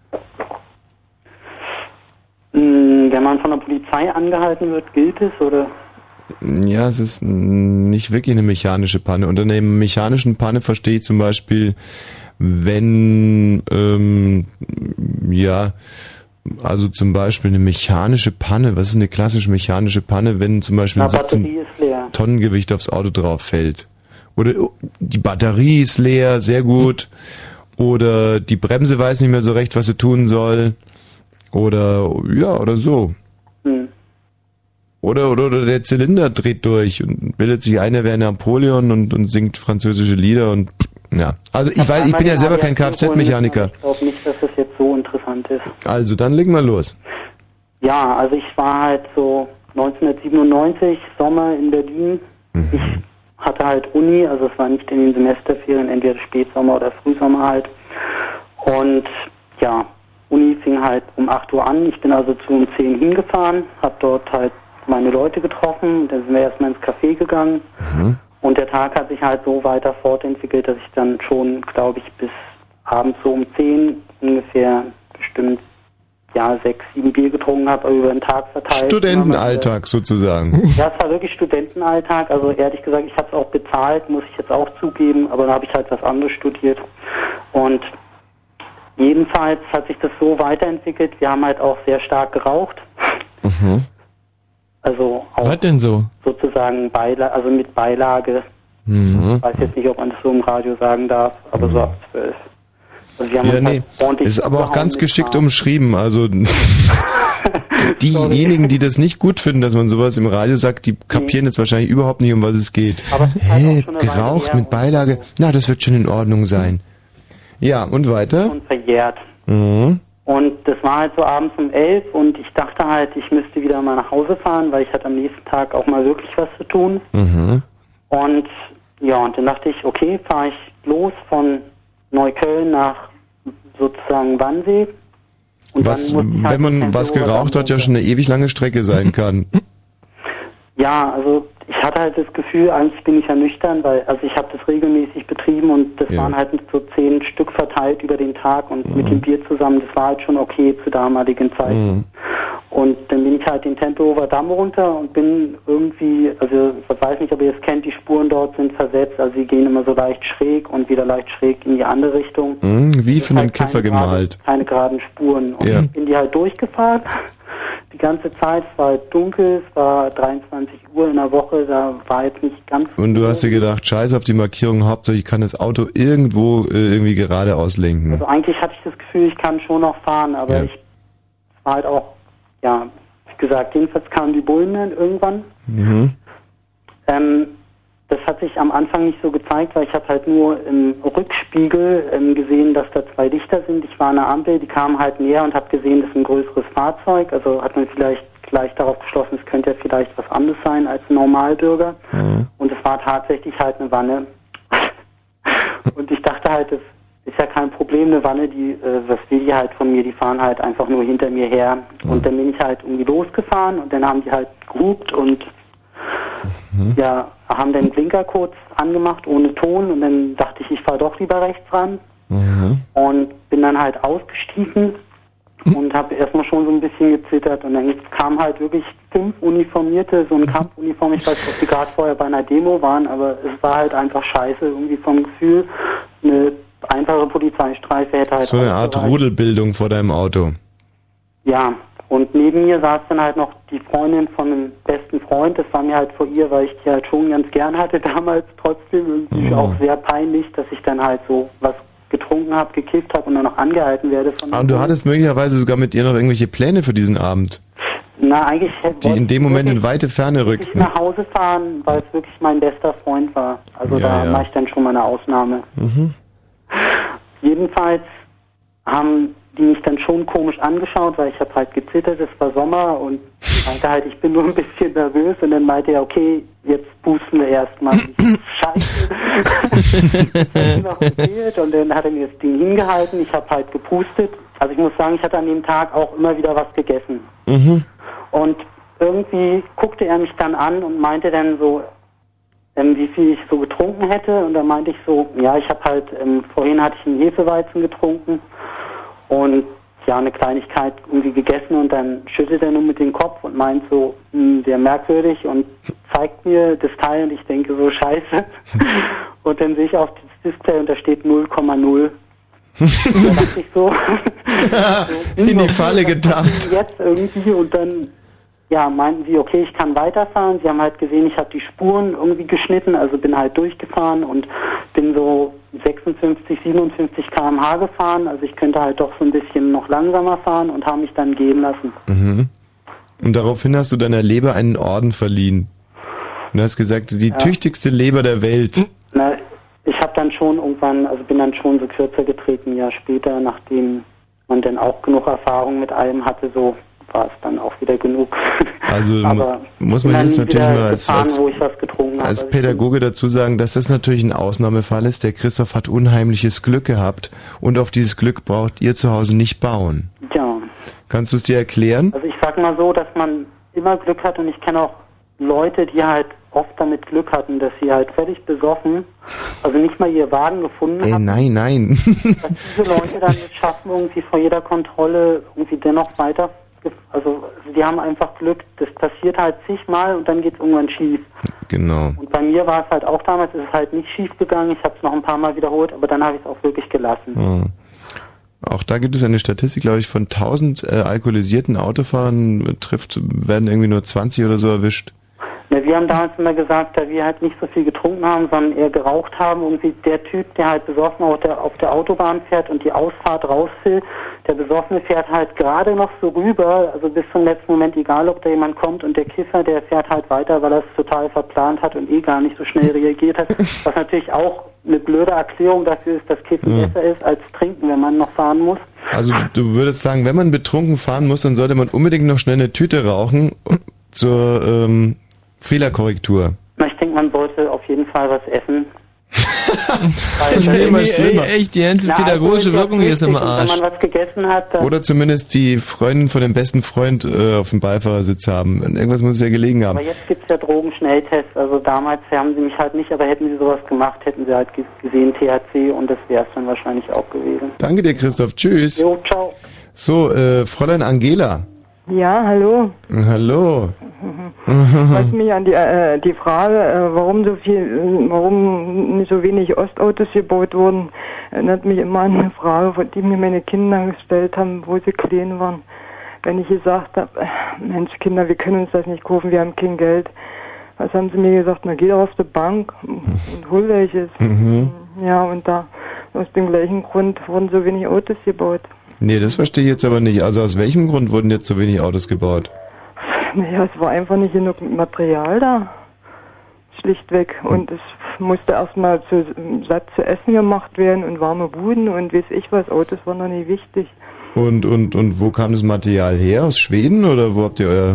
Hm, wenn man von der Polizei angehalten wird, gilt es oder? Ja, es ist mm, nicht wirklich eine mechanische Panne. Unter einer mechanischen Panne verstehe ich zum Beispiel, wenn, ähm, ja, also zum Beispiel eine mechanische Panne. Was ist eine klassische mechanische Panne, wenn zum Beispiel ein Na, Batterie siebzehn ist leer. Tonnen Gewicht aufs Auto drauf fällt? Oder oh, die Batterie ist leer, sehr gut. Oder die Bremse weiß nicht mehr so recht, was sie tun soll. Oder, ja, oder so. Hm. Oder, oder, oder der Zylinder dreht durch und bildet sich ein, er wäre Napoleon und, und singt französische Lieder und, ja. Also ich weiß, ich bin ja selber kein Kfz-Mechaniker. Ich glaube nicht, dass das jetzt so interessant ist. Also, dann legen wir los. Ja, also ich war halt so neunzehnhundertsiebenundneunzig, Sommer in Berlin. Mhm. Ich hatte halt Uni, also es war nicht in den Semesterferien, entweder Spätsommer oder Frühsommer halt. Und ja, Uni fing halt um acht Uhr an. Ich bin also zu um zehn hingefahren, habe dort halt meine Leute getroffen. Dann sind wir erstmal ins Café gegangen. Mhm. Und der Tag hat sich halt so weiter fortentwickelt, dass ich dann schon, glaube ich, bis abends so um zehn ungefähr bestimmt ja sechs, sieben Bier getrunken habe, aber über den Tag verteilt. Studentenalltag sozusagen. Ja, es war wirklich Studentenalltag. Also ehrlich gesagt, ich habe es auch bezahlt, muss ich jetzt auch zugeben, aber dann habe ich halt was anderes studiert. Und jedenfalls hat sich das so weiterentwickelt. Wir haben halt auch sehr stark geraucht. Mhm. Also auch Was denn so? sozusagen Beilage, also mit Beilage. Mhm. Ich weiß jetzt nicht, ob man das so im Radio sagen darf, aber so ab zwölf. Also wir haben Ja, uns nee, halt ordentlich ist aber auch zugehauen ganz mit geschickt Kram. umschrieben. Also diejenigen, die das nicht gut finden, dass man sowas im Radio sagt, die kapieren jetzt wahrscheinlich überhaupt nicht, um was es geht. Aber es ist halt Hä, auch schon eine Weile geraucht her mit Beilage? Na, das wird schon in Ordnung sein. Ja, und weiter? und verjährt. Mhm. Und das war halt so abends um elf und ich dachte halt, ich müsste wieder mal nach Hause fahren, weil ich hatte am nächsten Tag auch mal wirklich was zu tun. Mhm. Und ja, und dann dachte ich, okay, fahre ich los von Neukölln nach sozusagen Wannsee. Und Was, dann musste ich halt wenn man mit was Tempelhofer geraucht hat, ja schon eine ewig lange Strecke sein kann. Ja, also ich hatte halt das Gefühl, eigentlich bin ich ja nüchtern, weil also ich habe das regelmäßig betrieben und das Ja. waren halt so zehn Stück verteilt über den Tag und Mhm. mit dem Bier zusammen, das war halt schon okay zur damaligen Zeit. Mhm. Und dann bin ich halt den Tempelhofer Damm runter und bin irgendwie, also ich weiß nicht, ob ihr es kennt, die Spuren dort sind versetzt, also sie gehen immer so leicht schräg und wieder leicht schräg in die andere Richtung. Mhm, wie Das von ist einem halt keine Kiffer gerade- gemalt. Keine geraden Spuren. Und Ja. ich bin die halt durchgefahren. Die ganze Zeit, es war halt dunkel, es war dreiundzwanzig Uhr in der Woche, da war jetzt nicht ganz... Und du hast dir gedacht, scheiß auf die Markierung, Hauptsache ich kann das Auto irgendwo äh, irgendwie geradeaus lenken. Also eigentlich hatte ich das Gefühl, ich kann schon noch fahren, aber Ja. ich es war halt auch, ja, wie gesagt, jedenfalls kamen die Bullen dann irgendwann. Mhm. Ähm, das hat sich am Anfang nicht so gezeigt, weil ich habe halt nur im Rückspiegel ähm, gesehen, dass da zwei Lichter sind. Ich war an der Ampel, die kamen halt näher und habe gesehen, das ist ein größeres Fahrzeug. Also hat man vielleicht gleich darauf geschlossen, es könnte ja vielleicht was anderes sein als ein Normalbürger. Mhm. Und es war tatsächlich halt eine Wanne. Und ich dachte halt, das ist ja kein Problem, eine Wanne, die, äh, was will die halt von mir, die fahren halt einfach nur hinter mir her. Mhm. Und dann bin ich halt irgendwie losgefahren und dann haben die halt gehupt und mhm. ja, haben den Blinker kurz angemacht ohne Ton und dann dachte ich, ich fahre doch lieber rechts ran mhm. und bin dann halt ausgestiegen mhm. und habe erstmal schon so ein bisschen gezittert und dann kamen halt wirklich fünf Uniformierte, so eine Kampfuniform, ich weiß nicht, ob die gerade vorher bei einer Demo waren, aber es war halt einfach scheiße, irgendwie vom Gefühl, eine einfache Polizeistreife hätte halt... So eine Art Rudelbildung vor deinem Auto. Ja, und neben mir saß dann halt noch die Freundin von einem besten Freund. Das war mir halt vor ihr, weil ich die halt schon ganz gern hatte damals, trotzdem irgendwie oh. auch sehr peinlich, dass ich dann halt so was getrunken habe, gekifft habe und dann noch angehalten werde. Von ah, und du hattest möglicherweise sogar mit ihr noch irgendwelche Pläne für diesen Abend? Na, eigentlich... Die in dem Moment in weite Ferne rückten. Ich nach Hause fahren, weil es wirklich mein bester Freund war. Also ja, da ja. mache ich dann schon mal eine Ausnahme. Mhm. Jedenfalls haben die mich dann schon komisch angeschaut, weil ich habe halt gezittert, es war Sommer und meinte halt, ich bin nur ein bisschen nervös und dann meinte er, okay, jetzt pusten wir erstmal. Scheiße. Das hat noch gefehlt und dann hat er mir das Ding hingehalten, ich habe halt gepustet. Also ich muss sagen, ich hatte an dem Tag auch immer wieder was gegessen. Mhm. Und irgendwie guckte er mich dann an und meinte dann so, Ähm, wie viel ich so getrunken hätte und da meinte ich so, ja, ich habe halt, ähm, vorhin hatte ich einen Hefeweizen getrunken und ja, eine Kleinigkeit irgendwie gegessen und dann schüttelt er nur mit dem Kopf und meint so, mh, sehr merkwürdig und zeigt mir das Teil und ich denke so, scheiße. Und dann sehe ich auf das Display und da steht null Komma null. Da dachte ich so, so in die Falle getappt. Jetzt irgendwie und dann ja, meinten sie, okay, ich kann weiterfahren. Sie haben halt gesehen, ich habe die Spuren irgendwie geschnitten, also bin halt durchgefahren und bin so sechsundfünfzig, siebenundfünfzig Kilometer pro Stunde gefahren. Also ich könnte halt doch so ein bisschen noch langsamer fahren und haben mich dann gehen lassen. Mhm. Und daraufhin hast du deiner Leber einen Orden verliehen. Und du hast gesagt, die ja. tüchtigste Leber der Welt. Na, ich habe dann schon irgendwann, also bin dann schon so kürzer getreten, ein Jahr später, nachdem man dann auch genug Erfahrung mit allem hatte, so war es dann auch wieder genug. Also aber muss man jetzt natürlich mal als, gefahren, als, wo ich was getrunken als habe. Pädagoge dazu sagen, dass das natürlich ein Ausnahmefall ist. Der Christoph hat unheimliches Glück gehabt und auf dieses Glück braucht ihr zu Hause nicht bauen. Ja. Kannst du es dir erklären? Also ich sag mal so, dass man immer Glück hat und ich kenne auch Leute, die halt oft damit Glück hatten, dass sie halt völlig besoffen, also nicht mal ihr Wagen gefunden Ey, haben. Nein, nein. Dass diese Leute dann es schaffen, irgendwie vor jeder Kontrolle irgendwie dennoch weiter. Also die haben einfach Glück, das passiert halt zigmal und dann geht es irgendwann schief. Genau. Und bei mir war es halt auch damals, ist es halt nicht schief gegangen, ich habe es noch ein paar Mal wiederholt, aber dann habe ich es auch wirklich gelassen. Ja. Auch da gibt es eine Statistik, glaube ich, von tausend äh, alkoholisierten Autofahrern trifft, werden irgendwie nur zwanzig oder so erwischt. Ja, wir haben damals immer gesagt, da wir halt nicht so viel getrunken haben, sondern eher geraucht haben, irgendwie der Typ, der halt besoffen auf der, auf der Autobahn fährt und die Ausfahrt raus will, der Besoffene fährt halt gerade noch so rüber, also bis zum letzten Moment, egal ob da jemand kommt, und der Kiffer, der fährt halt weiter, weil er es total verplant hat und eh gar nicht so schnell reagiert hat, was natürlich auch eine blöde Erklärung dafür ist, dass Kiffen ja. besser ist als Trinken, wenn man noch fahren muss. Also du würdest sagen, wenn man betrunken fahren muss, dann sollte man unbedingt noch schnell eine Tüte rauchen zur ähm, Fehlerkorrektur. Na, ich denke, man sollte auf jeden Fall was essen. Das ist immer schlimmer. Ey, echt, die ganze Na, pädagogische also Wirkung hier ist im Arsch. Wenn man was gegessen hat, dann oder zumindest die Freundin von dem besten Freund äh, auf dem Beifahrersitz haben. Irgendwas muss es ja gelegen haben. Aber jetzt gibt's ja Drogenschnelltests. Also damals haben sie mich halt nicht, aber hätten sie sowas gemacht, hätten sie halt gesehen T H C und das wäre es dann wahrscheinlich auch gewesen. Danke dir, Christoph. Tschüss. Jo, ciao. So, äh, Fräulein Angela. Ja, hallo. Hallo. Ich wollte mich an die, äh, die Frage, äh, warum so viel, äh, warum nicht so wenig Ostautos gebaut wurden, erinnert mich immer an eine Frage, die mir meine Kinder gestellt haben, wo sie klein waren. Wenn ich gesagt habe, äh, Mensch Kinder, wir können uns das nicht kaufen, wir haben kein Geld. Was haben sie mir gesagt? Na, geh doch auf die Bank und hol welches. Mhm. Ja, und da, aus dem gleichen Grund wurden so wenig Autos gebaut. Nee, das verstehe ich jetzt aber nicht. Also aus welchem Grund wurden jetzt so wenig Autos gebaut? Naja, es war einfach nicht genug Material da. schlichtweg. Und es musste erstmal zu, satt zu essen gemacht werden und warme Buden und weiß ich was, Autos waren noch nicht wichtig. Und, und, und wo kam das Material her? Aus Schweden oder wo habt ihr euer...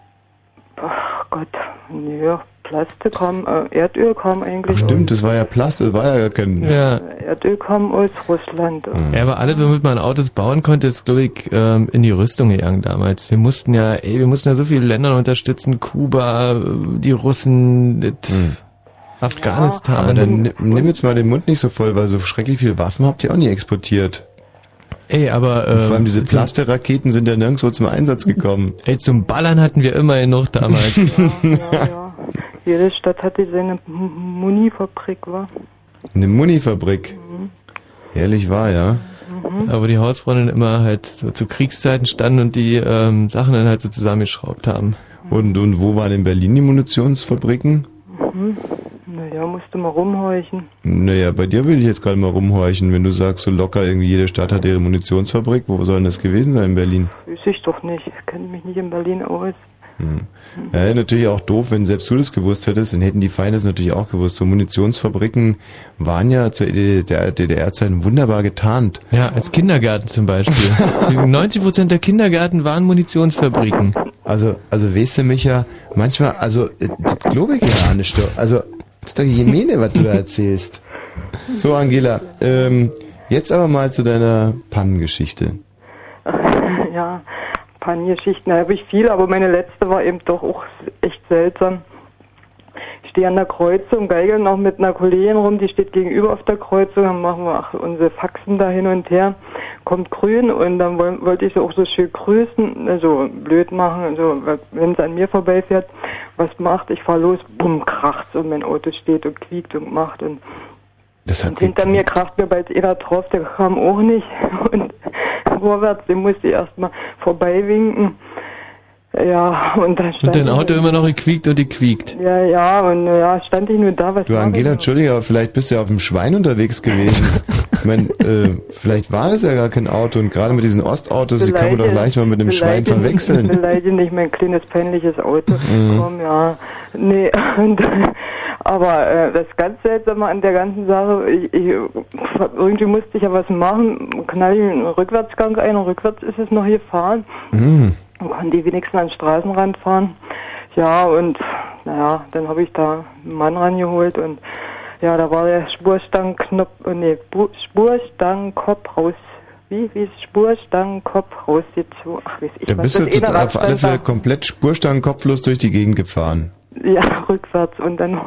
Ach Gott, ja, Plastik kam, äh, Erdöl kam eigentlich. Ach stimmt, das war ja Plastik, das war ja gar kein... Ja. Erdöl kam aus Russland. Ja, aber alles, womit man Autos bauen konnte, ist, glaube ich, ähm, in die Rüstung gegangen damals. Wir mussten ja, ey, wir mussten ja so viele Länder unterstützen, Kuba, die Russen, das Hm. Afghanistan. Aber dann nimm, nimm jetzt mal den Mund nicht so voll, weil so schrecklich viele Waffen habt ihr auch nie exportiert. Ey, aber... Und vor allem ähm, diese Plasterraketen sind ja nirgendwo zum Einsatz gekommen. Ey, zum Ballern hatten wir immer genug damals. Ja, ja. Jede Stadt hatte seine Munifabrik, wa? Eine Munifabrik. Mhm. Ehrlich wahr, ja. Mhm. Aber die Hausfreundinnen immer halt so zu Kriegszeiten standen und die ähm, Sachen dann halt so zusammengeschraubt haben. Und, und wo waren in Berlin die Munitionsfabriken? Mhm. Naja, musste mal rumhorchen. Naja, bei dir will ich jetzt gerade mal rumhorchen, wenn du sagst, so locker irgendwie jede Stadt hat ihre Munitionsfabrik. Wo soll denn das gewesen sein in Berlin? Weiß ich doch nicht. Ich kenne mich nicht in Berlin aus. Hm. Ja, natürlich auch doof, wenn selbst du das gewusst hättest, dann hätten die Feinde es natürlich auch gewusst. So Munitionsfabriken waren ja zur D D R-Zeiten wunderbar getarnt. Ja, als Kindergärten zum Beispiel. neunzig Prozent der Kindergärten waren Munitionsfabriken. Also, also weißt du, Micha, manchmal, also, das glaube ich ja nicht. Also, das ist doch Jemene, was du da erzählst. So, Angela, ähm, jetzt aber mal zu deiner Pannengeschichte. Ja, Pannengeschichten habe ich viel, aber meine letzte war eben doch auch echt seltsam. Ich stehe an der Kreuzung, geigel noch mit einer Kollegin rum, die steht gegenüber auf der Kreuzung, dann machen wir ach, unsere Faxen da hin und her, kommt grün und dann woll, wollte ich sie auch so schön grüßen, also blöd machen, also wenn es an mir vorbeifährt, was macht, ich fahr los, bumm, kracht's und mein Auto steht und quiekt und macht und, das hat und hinter mir kracht mir bald einer drauf, der kam auch nicht und vorwärts, den musste ich erstmal vorbeiwinken. Ja, und dann stand Und dein ich, Auto immer noch gequiekt und gequiekt. Ja, ja, und ja, stand ich nur da, was Du, war Angela, das? Entschuldige, aber vielleicht bist du ja auf dem Schwein unterwegs gewesen. Ich meine, äh, vielleicht war das ja gar kein Auto und gerade mit diesen Ostautos, die kann man doch leicht mal mit einem Schwein Beleidige- verwechseln. Beleidige nicht mein kleines, peinliches Auto. Mhm. Komm, ja. Nee, und, aber äh, das ganz Seltsame an der ganzen Sache, ich, ich, irgendwie musste ich ja was machen, knall ich einen Rückwärtsgang ein und rückwärts ist es noch gefahren. Mhm. Und konnte die wenigstens an den Straßenrand fahren. Ja, und naja, dann habe ich da einen Mann rangeholt und ja, da war der Spurstangenknopf, äh, nee, Bu- Spurstangenkopf raus. Wie? Wie ist Spurstangenkopf rausgezogen? Ach, weiß ich Da was. bist du Das eine total, auf alle Radstand Fälle da- komplett Spurstangen kopflos durch die Gegend gefahren. Ja, rückwärts und dann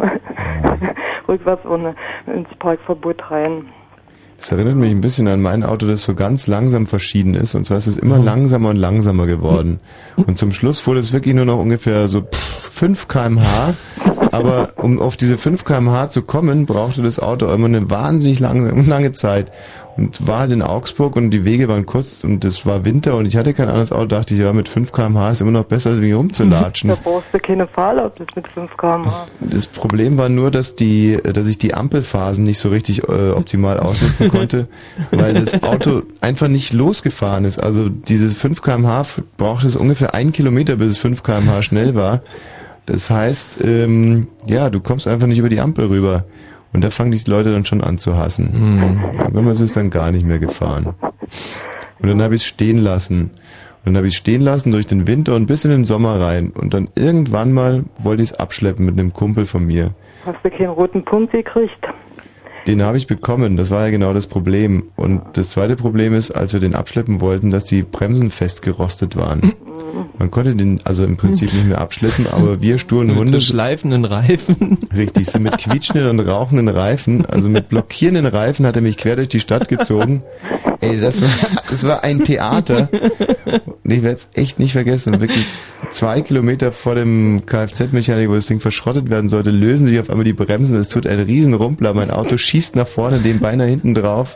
rückwärts ohne ins Parkverbot rein. Das erinnert mich ein bisschen an mein Auto, das so ganz langsam verschieden ist. Und zwar ist es immer langsamer und langsamer geworden. Und zum Schluss fuhr das wirklich nur noch ungefähr so fünf Kilometer pro Stunde. Aber um auf diese fünf Kilometer pro Stunde zu kommen, brauchte das Auto immer eine wahnsinnig lange, lange Zeit. Und war halt in Augsburg und die Wege waren kurz und es war Winter und ich hatte kein anderes Auto. Dachte ich, ja, mit fünf Kilometer pro Stunde ist immer noch besser, als mich rumzulatschen. Da brauchst du keine Fahrerlaubnis mit fünf Kilometer pro Stunde. Das Problem war nur, dass die, dass ich die Ampelphasen nicht so richtig äh, optimal ausnutzen konnte, weil das Auto einfach nicht losgefahren ist. Also diese fünf Kilometer pro Stunde brauchte es ungefähr einen Kilometer, bis es fünf Kilometer pro Stunde schnell war. Das heißt, ähm, ja, du kommst einfach nicht über die Ampel rüber. Und da fangen die Leute dann schon an zu hassen. Mhm. Wenn man es ist dann gar nicht mehr gefahren. Und dann habe ich es stehen lassen. Und dann habe ich es stehen lassen durch den Winter und bis in den Sommer rein. Und dann irgendwann mal wollte ich es abschleppen mit einem Kumpel von mir. Hast du keinen roten Punkt gekriegt? Den habe ich bekommen, das war ja genau das Problem. Und das zweite Problem ist, als wir den abschleppen wollten, dass die Bremsen festgerostet waren. Man konnte den also im Prinzip nicht mehr abschleppen, aber wir sturen Hunde... Mit so schleifenden Reifen. Richtig, so mit quietschenden und rauchenden Reifen, also mit blockierenden Reifen hat er mich quer durch die Stadt gezogen. Ey, das war, das war ein Theater. Und ich werde es echt nicht vergessen. Wirklich zwei Kilometer vor dem Kfz-Mechaniker, wo das Ding verschrottet werden sollte, lösen sich auf einmal die Bremsen. Es tut ein riesen Rumpler. Mein Auto schießt nach vorne, dem beinahe hinten drauf.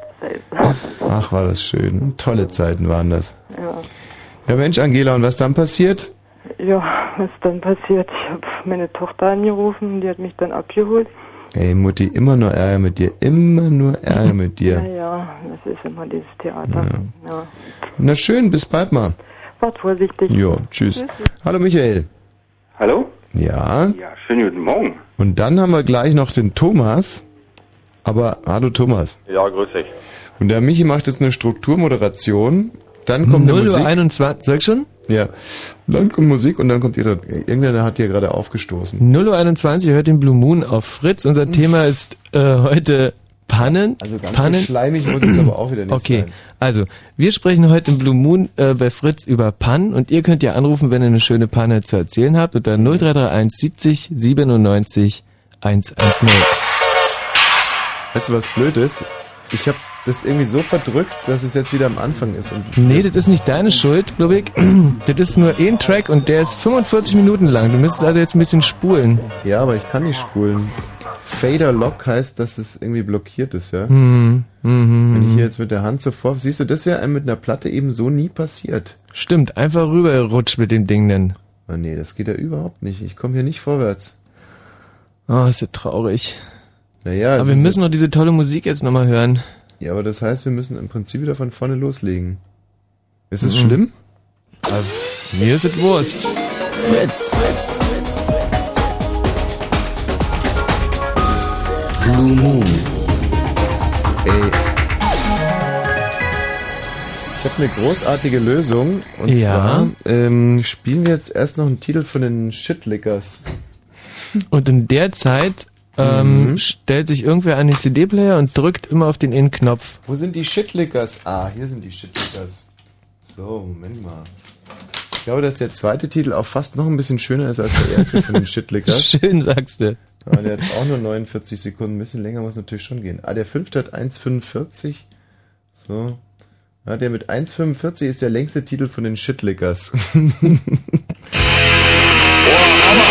Ach, war das schön. Tolle Zeiten waren das. Ja. Ja Mensch, Angela, und was dann passiert? Ja, was dann passiert? Ich habe meine Tochter angerufen, die hat mich dann abgeholt. Ey, Mutti, immer nur Ärger mit dir, immer nur Ärger mit dir. Ja, ja, das ist immer dieses Theater. Ja. Ja. Na schön, bis bald mal. Wart vorsichtig. Jo, tschüss. Hallo Michael. Hallo? Ja. Ja, schönen guten Morgen. Und dann haben wir gleich noch den Thomas. Aber, hallo Thomas. Ja, grüß dich. Und der Michi macht jetzt eine Strukturmoderation. Dann kommt eine null Musik. Uhr einundzwanzig, soll ich schon? Ja. Dann kommt Musik und dann kommt ihr. Irgendeiner hat hier gerade aufgestoßen. null Uhr einundzwanzig, hört den Blue Moon auf Fritz. Unser Thema ist äh, heute Pannen. Also ganz Pannen. so schleimig muss es aber auch wieder nicht okay. sein. Okay, also wir sprechen heute im Blue Moon äh, bei Fritz über Pannen und ihr könnt ja anrufen, wenn ihr eine schöne Panne zu erzählen habt, unter null drei drei eins siebzig siebenundneunzig hundertzehn. Weißt du, was blöd ist? Ich habe das irgendwie so verdrückt, dass es jetzt wieder am Anfang ist. Und nee, das ist nicht deine Schuld, Lubik. Das ist nur ein Track und der ist fünfundvierzig Minuten lang. Du müsstest also jetzt ein bisschen spulen. Ja, aber ich kann nicht spulen. Fader Lock heißt, dass es irgendwie blockiert ist, ja? Mhm. Mhm. Wenn ich hier jetzt mit der Hand so vor... Siehst du, das wäre einem mit einer Platte eben so nie passiert. Stimmt, einfach rüberrutscht mit dem Ding denn. Oh nee, das geht ja überhaupt nicht. Ich komme hier nicht vorwärts. Oh, ist ja traurig. Naja, aber wir müssen doch diese tolle Musik jetzt nochmal hören. Ja, aber das heißt, wir müssen im Prinzip wieder von vorne loslegen. Ist es mhm. schlimm? Aber mir ist es Wurst. Fritz, Fritz, Blue Moon. Ey. Ich habe eine großartige Lösung. Und ja. zwar ähm, spielen wir jetzt erst noch einen Titel von den Shitlickers. Und in der Zeit ähm, mhm. stellt sich irgendwer an den C D-Player und drückt immer auf den In-Knopf. Wo sind die Shitlickers? Ah, hier sind die Shitlickers. So, Moment mal. Ich glaube, dass der zweite Titel auch fast noch ein bisschen schöner ist als der erste von den Shitlickers. Schön, sagst du. Ja, der hat auch nur neunundvierzig Sekunden. Ein bisschen länger muss natürlich schon gehen. Ah, der fünfte hat eins fünfundvierzig. So. Ja, der mit eins fünfundvierzig ist der längste Titel von den Shitlickers. Boah, aber...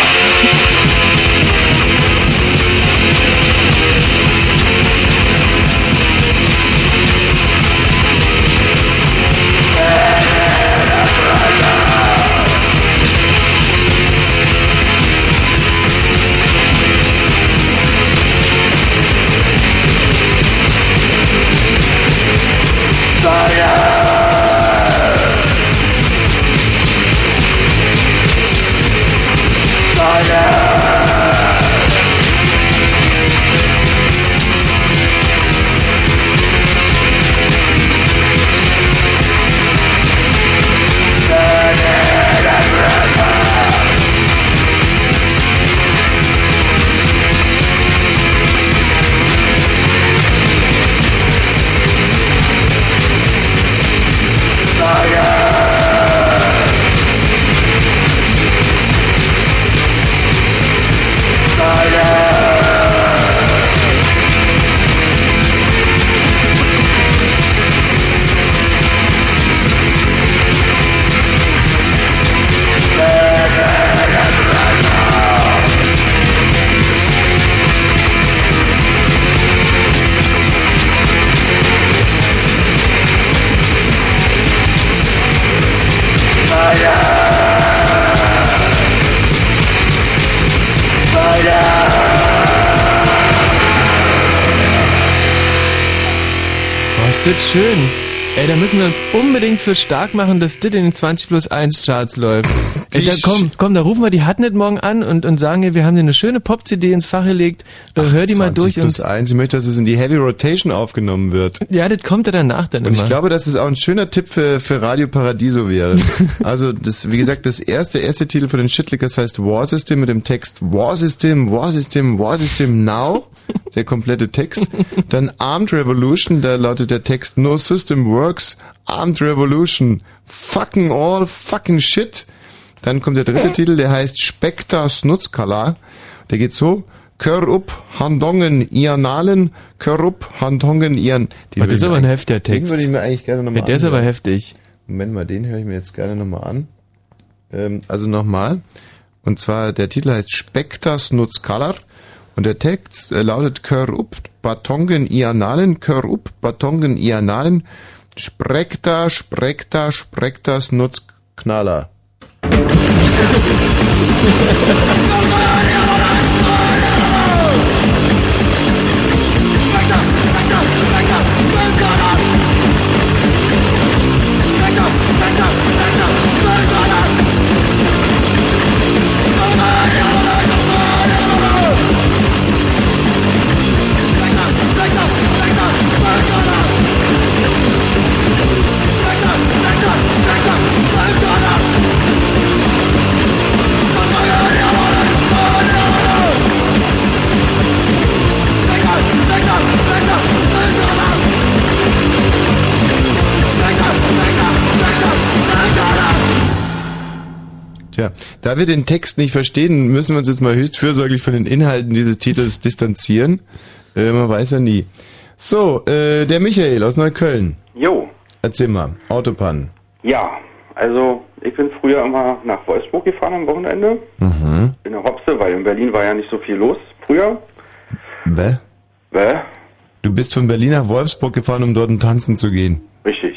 Ist das schön. Ey, da müssen wir uns unbedingt für stark machen, dass das in den zwanzig plus eins Charts läuft. Ey, da, komm, komm, da rufen wir die Hotnet morgen an und, und sagen ihr, wir haben dir eine schöne Pop-C D ins Fach gelegt. Ach, hör die mal durch. zwanzig plus eins. Ich möchte, dass es in die Heavy Rotation aufgenommen wird. Ja, das kommt ja danach dann und immer. Ich glaube, dass es auch ein schöner Tipp für, für Radio Paradiso wäre. Also, das, wie gesagt, das erste, der erste Titel von den Shitlickers heißt War System mit dem Text War System, War System, War System Now. Der komplette Text. Dann Armed Revolution, da lautet der Text No System Works, Armed Revolution, fucking all, fucking shit. Dann kommt der dritte Titel, der heißt Spekta Snutzkala. Der geht so: Kör up, Handongen, Ianalen, Kör up, Handongen, Ian. Das ist aber ein heftiger Text. Den würde ich mir eigentlich gerne nochmal ja, der anhören. ist aber heftig. Moment mal, den höre ich mir jetzt gerne nochmal an. Ähm, also nochmal. Und zwar, der Titel heißt Spekta Snutzkala. Und der Text äh, lautet Kör up, Batongen, Ianalen, Kör up, Batongen, Ianalen, Sprekta, Sprekta, Sprekta Snutzknaller. Sprekta, Tja, da wir den Text nicht verstehen, müssen wir uns jetzt mal höchst fürsorglich von den Inhalten dieses Titels distanzieren. Äh, man weiß ja nie. So, äh, der Michael aus Neukölln. Jo. Erzähl mal, Autopannen. Ja, also ich bin früher immer nach Wolfsburg gefahren am Wochenende. Mhm. In der Hopse, weil in Berlin war ja nicht so viel los früher. Bäh? Bäh? Du bist von Berlin nach Wolfsburg gefahren, um dort tanzen zu gehen. Richtig.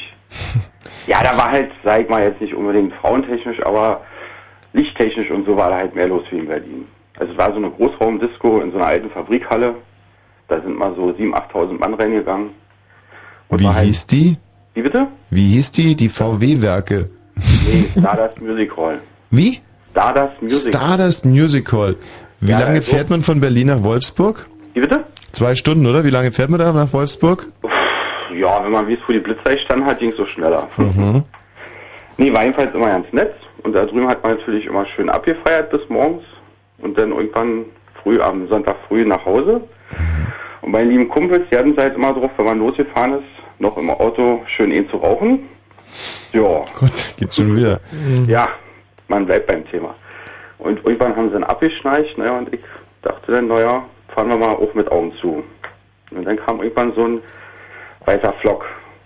Ja, da war halt, sag ich mal, jetzt nicht unbedingt frauentechnisch, aber lichttechnisch und so war da halt mehr los wie in Berlin. Also es war so eine Großraumdisco in so einer alten Fabrikhalle. Da sind mal so siebentausend, achttausend Mann reingegangen. Und Wie halt, hieß die? Wie bitte? Wie hieß die? Die V W-Werke. Nee, Stardust Music Hall. Wie? Stardust Music Hall. Stardust Music Hall. Wie Ja, lange also- fährt man von Berlin nach Wolfsburg? Wie bitte? Zwei Stunden, oder? Wie lange fährt man da nach Wolfsburg? Ja, wenn man wie es vor die Blitzei stand hat, ging es so schneller. Mhm. Nee, war jedenfalls immer ganz nett. Und da drüben hat man natürlich immer schön abgefeiert bis morgens. Und dann irgendwann früh, am Sonntag früh nach Hause. Und meine lieben Kumpels, die hatten es halt immer drauf, wenn man losgefahren ist, noch im Auto schön ihn zu rauchen. Ja. Gott, geht schon wieder. Ja, man bleibt beim Thema. Und irgendwann haben sie dann abgeschnarcht, naja, und ich dachte dann, naja, fahren wir mal auch mit Augen zu. Und dann kam irgendwann so ein weißer Flock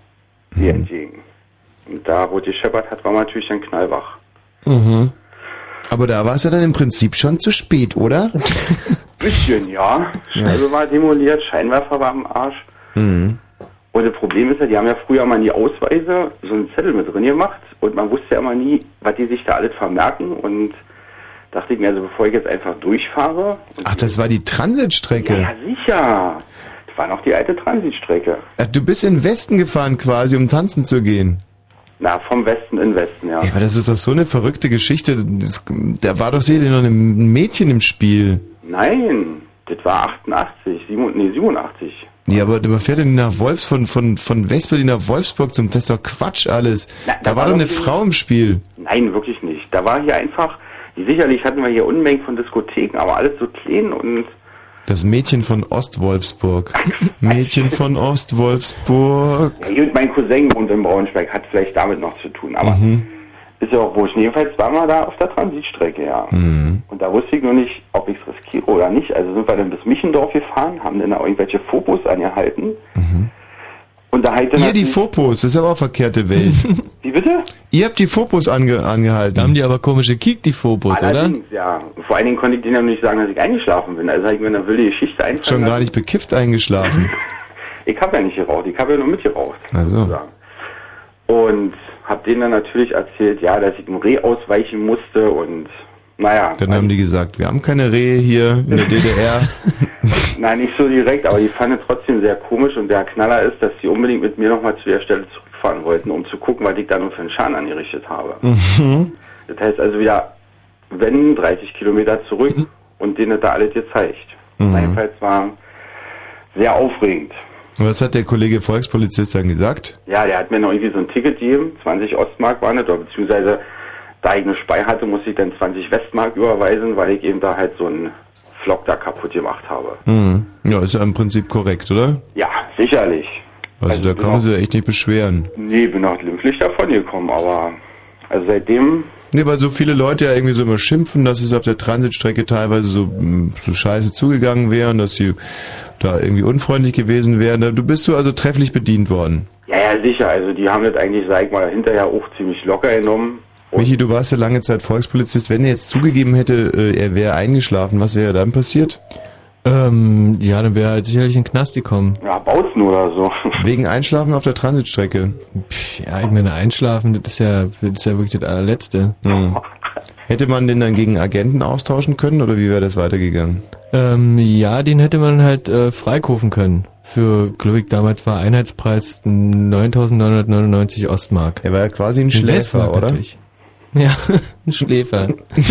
mir entgegen. Und da, wo die gescheppert hat, war man natürlich dann knallwach. Mhm. Aber da war es ja dann im Prinzip schon zu spät, oder? Bisschen, ja. Scheibe war demoliert, Scheinwerfer war am Arsch. Mhm. Und das Problem ist ja, die haben ja früher mal in die Ausweise so einen Zettel mit drin gemacht und man wusste ja immer nie, was die sich da alles vermerken und dachte ich mir, also bevor ich jetzt einfach durchfahre. Ach, das war die Transitstrecke. Ja, sicher. Das war noch die alte Transitstrecke. Ach, du bist in den Westen gefahren quasi, um tanzen zu gehen. Na, vom Westen in Westen, ja. Ja, aber das ist doch so eine verrückte Geschichte. Das, da war doch sicherlich noch ein Mädchen im Spiel. Nein, das war achtundachtzig, sieben, nee, siebenundachtzig. Ja, aber man fährt ja nicht nach Wolfs, von, von, von West-Berlin nach Wolfsburg zum, das ist doch Quatsch alles. Na, da, da war war doch eine doch die- Frau im Spiel. Nein, wirklich nicht. Da war hier einfach, sicherlich hatten wir hier Unmengen von Diskotheken, aber alles so klein und Das Mädchen von Ostwolfsburg. Mädchen von Ostwolfsburg. ja, hier, mein Cousin wohnt in Braunschweig, hat vielleicht damit noch zu tun, aber Mhm. ist ja auch wurscht. Jedenfalls waren wir da auf der Transitstrecke, ja. Mhm. Und da wusste ich nur nicht, ob ich es riskiere oder nicht. Also sind wir dann bis Michendorf gefahren, haben dann da irgendwelche Fopos angehalten. Und da halt dann Ihr die Fopos, das ist aber auch verkehrte Welt. Wie bitte? Ihr habt die Fopos ange, angehalten. Da haben die aber komische Kick, die Fopos, oder? Allerdings, ja. Vor allen Dingen konnte ich denen ja nicht sagen, dass ich eingeschlafen bin. Also habe ich mir eine wilde Geschichte einfallen Schon gar lassen. nicht bekifft eingeschlafen. Ich habe ja nicht geraucht, ich habe ja nur mitgeraucht. Also. sozusagen. Und habe denen dann natürlich erzählt, ja, dass ich dem Reh ausweichen musste und naja. Dann haben die gesagt, wir haben keine Rehe hier in der D D R. Nein, nicht so direkt, aber die fanden es trotzdem sehr komisch und der Knaller ist, dass sie unbedingt mit mir nochmal zu der Stelle zurückfahren wollten, um zu gucken, was ich da nur für einen Schaden angerichtet habe. Mhm. Das heißt also wieder, wenn dreißig Kilometer zurück und denen hat da alles gezeigt. Mhm. Jedenfalls war sehr aufregend. Und was hat der Kollege Volkspolizist dann gesagt? Ja, der hat mir noch irgendwie so ein Ticket gegeben, zwanzig Ostmark waren das, oder beziehungsweise da ich eine Spei hatte, musste ich dann zwanzig Westmark überweisen, weil ich eben da halt so einen Flock da kaputt gemacht habe. Mhm. Ja, ist ja im Prinzip korrekt, oder? Ja, sicherlich. Also, Also da bin kann man auch- sich ja echt nicht beschweren. Nee, bin auch glimpflich davon gekommen, aber also seitdem, Nee, weil so viele Leute ja irgendwie so immer schimpfen, dass es auf der Transitstrecke teilweise so, mh, so scheiße zugegangen wäre und dass sie da irgendwie unfreundlich gewesen wären. Du bist du also trefflich bedient worden. ja, ja, sicher, also die haben das eigentlich, sag ich mal, hinterher auch ziemlich locker genommen. Michi, du warst ja lange Zeit Volkspolizist. Wenn er jetzt zugegeben hätte, äh, er wäre eingeschlafen, was wäre dann passiert? Ähm, ja, dann wäre er halt sicherlich in den Knast gekommen. Ja, Bautzen oder so. Wegen Einschlafen auf der Transitstrecke. Pff, ja, ich meine, einschlafen, das ist ja, das ist ja wirklich das allerletzte. Hm. Hätte man den dann gegen Agenten austauschen können oder wie wäre das weitergegangen? Ähm, ja, den hätte man halt äh, freikaufen können. Für, glaube ich, damals war Einheitspreis neuntausendneunhundertneunundneunzig Ostmark. Er war ja quasi ein Schläfer, Westmark oder? natürlich. Ja, ein Schläfer.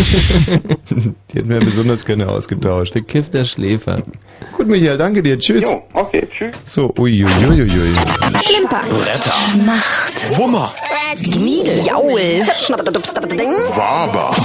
Die hätten wir besonders gerne ausgetauscht. Bekiffter Schläfer. Gut, Michael, danke dir. Tschüss. Jo, okay, tschüss. So, uiuiuiui. Klimper. Bretter. Macht. Wummer. Gniedel. Jaul. Waber.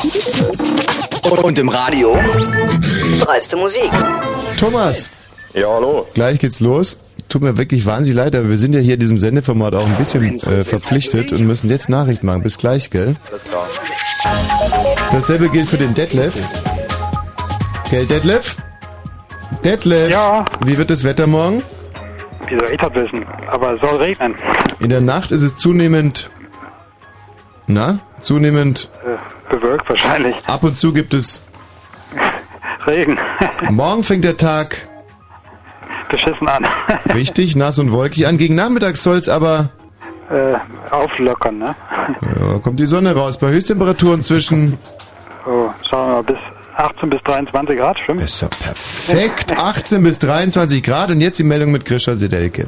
Und im Radio? Dreiste Musik. Thomas. Ja, hallo. Gleich geht's los. tut mir wirklich wahnsinnig leid, aber wir sind ja hier diesem Sendeformat auch ein bisschen äh, verpflichtet und müssen jetzt Nachrichten machen. Bis gleich, gell? Alles klar. Dasselbe gilt für den Detlef. Gell, Detlef? Detlef? Ja. Wie wird das Wetter morgen? Wie soll ich das wissen? Aber es soll regnen. In der Nacht ist es zunehmend... Na? Zunehmend... Äh, bewölkt wahrscheinlich. Ab und zu gibt es... Regen. Morgen fängt der Tag... Beschissen an. Richtig, nass und wolkig an. Gegen Nachmittag soll es aber... Äh, auflockern, ne? Ja, kommt die Sonne raus. Bei Höchsttemperaturen zwischen... Oh, sagen wir mal, bis achtzehn bis dreiundzwanzig Grad, stimmt? Ist doch perfekt. achtzehn bis dreiundzwanzig Grad und jetzt die Meldung mit Grisha Sedelke.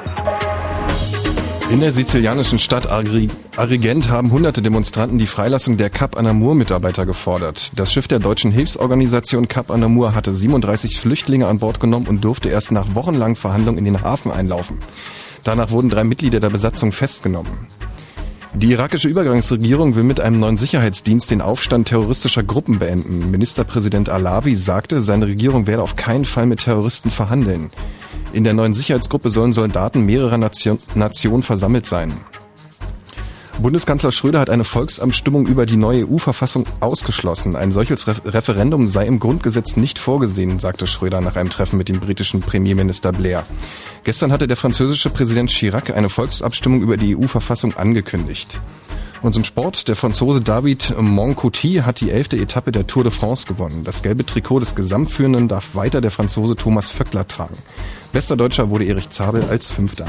In der sizilianischen Stadt Agrigent haben hunderte Demonstranten die Freilassung der Cap Anamur-Mitarbeiter gefordert. Das Schiff der deutschen Hilfsorganisation Cap Anamur hatte siebenunddreißig Flüchtlinge an Bord genommen und durfte erst nach wochenlangen Verhandlungen in den Hafen einlaufen. Danach wurden drei Mitglieder der Besatzung festgenommen. Die irakische Übergangsregierung will mit einem neuen Sicherheitsdienst den Aufstand terroristischer Gruppen beenden. Ministerpräsident Alawi sagte, seine Regierung werde auf keinen Fall mit Terroristen verhandeln. In der neuen Sicherheitsgruppe sollen Soldaten mehrerer Nation, Nationen versammelt sein. Bundeskanzler Schröder hat eine Volksabstimmung über die neue E U-Verfassung ausgeschlossen. Ein solches Re- Referendum sei im Grundgesetz nicht vorgesehen, sagte Schröder nach einem Treffen mit dem britischen Premierminister Blair. Gestern hatte der französische Präsident Chirac eine Volksabstimmung über die E U-Verfassung angekündigt. Und zum Sport, der Franzose David Moncotti hat die elfte Etappe der Tour de France gewonnen. Das gelbe Trikot des Gesamtführenden darf weiter der Franzose Thomas Vöckler tragen. Bester Deutscher wurde Erich Zabel als Fünfter.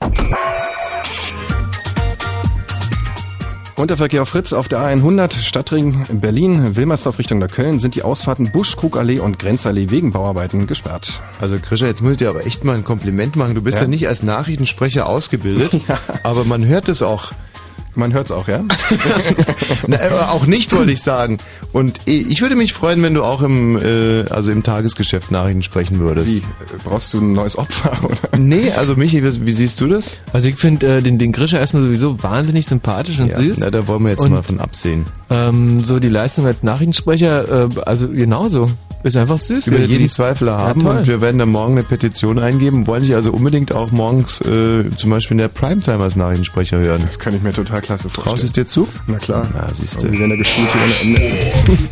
Und der Verkehr auf Fritz auf der A hundert, Stadtring Berlin, Wilmersdorf Richtung nach Köln sind die Ausfahrten Busch-Krugallee und Grenzallee wegen Bauarbeiten gesperrt. Also Krischer, jetzt muss ich dir aber echt mal ein Kompliment machen. Du bist ja, ja nicht als Nachrichtensprecher ausgebildet, ja. aber man hört es auch. Man hört's auch, ja? Na, auch nicht, wollte ich sagen. Und ich würde mich freuen, wenn du auch im, äh, also im Tagesgeschäft Nachrichten sprechen würdest. Wie? Brauchst du ein neues Opfer, oder? Nee, also Michi, wie, wie siehst du das? Also ich finde äh, den, den Grischer erstmal sowieso wahnsinnig sympathisch und ja, süß. Na, da wollen wir jetzt und, mal von absehen. Ähm, so die Leistung als Nachrichtensprecher, äh, also genauso. Ist einfach süß. Über jeden Zweifel haben ja, und wir werden dann morgen eine Petition eingeben. Wollen dich also unbedingt auch morgens äh, zum Beispiel in der Primetime als Nachrichtensprecher hören. Das kann ich mir total klasse vorstellen. Traust es dir zu? Na klar. Na, siehst du. Wir werden ja geschult hier ohne Ende.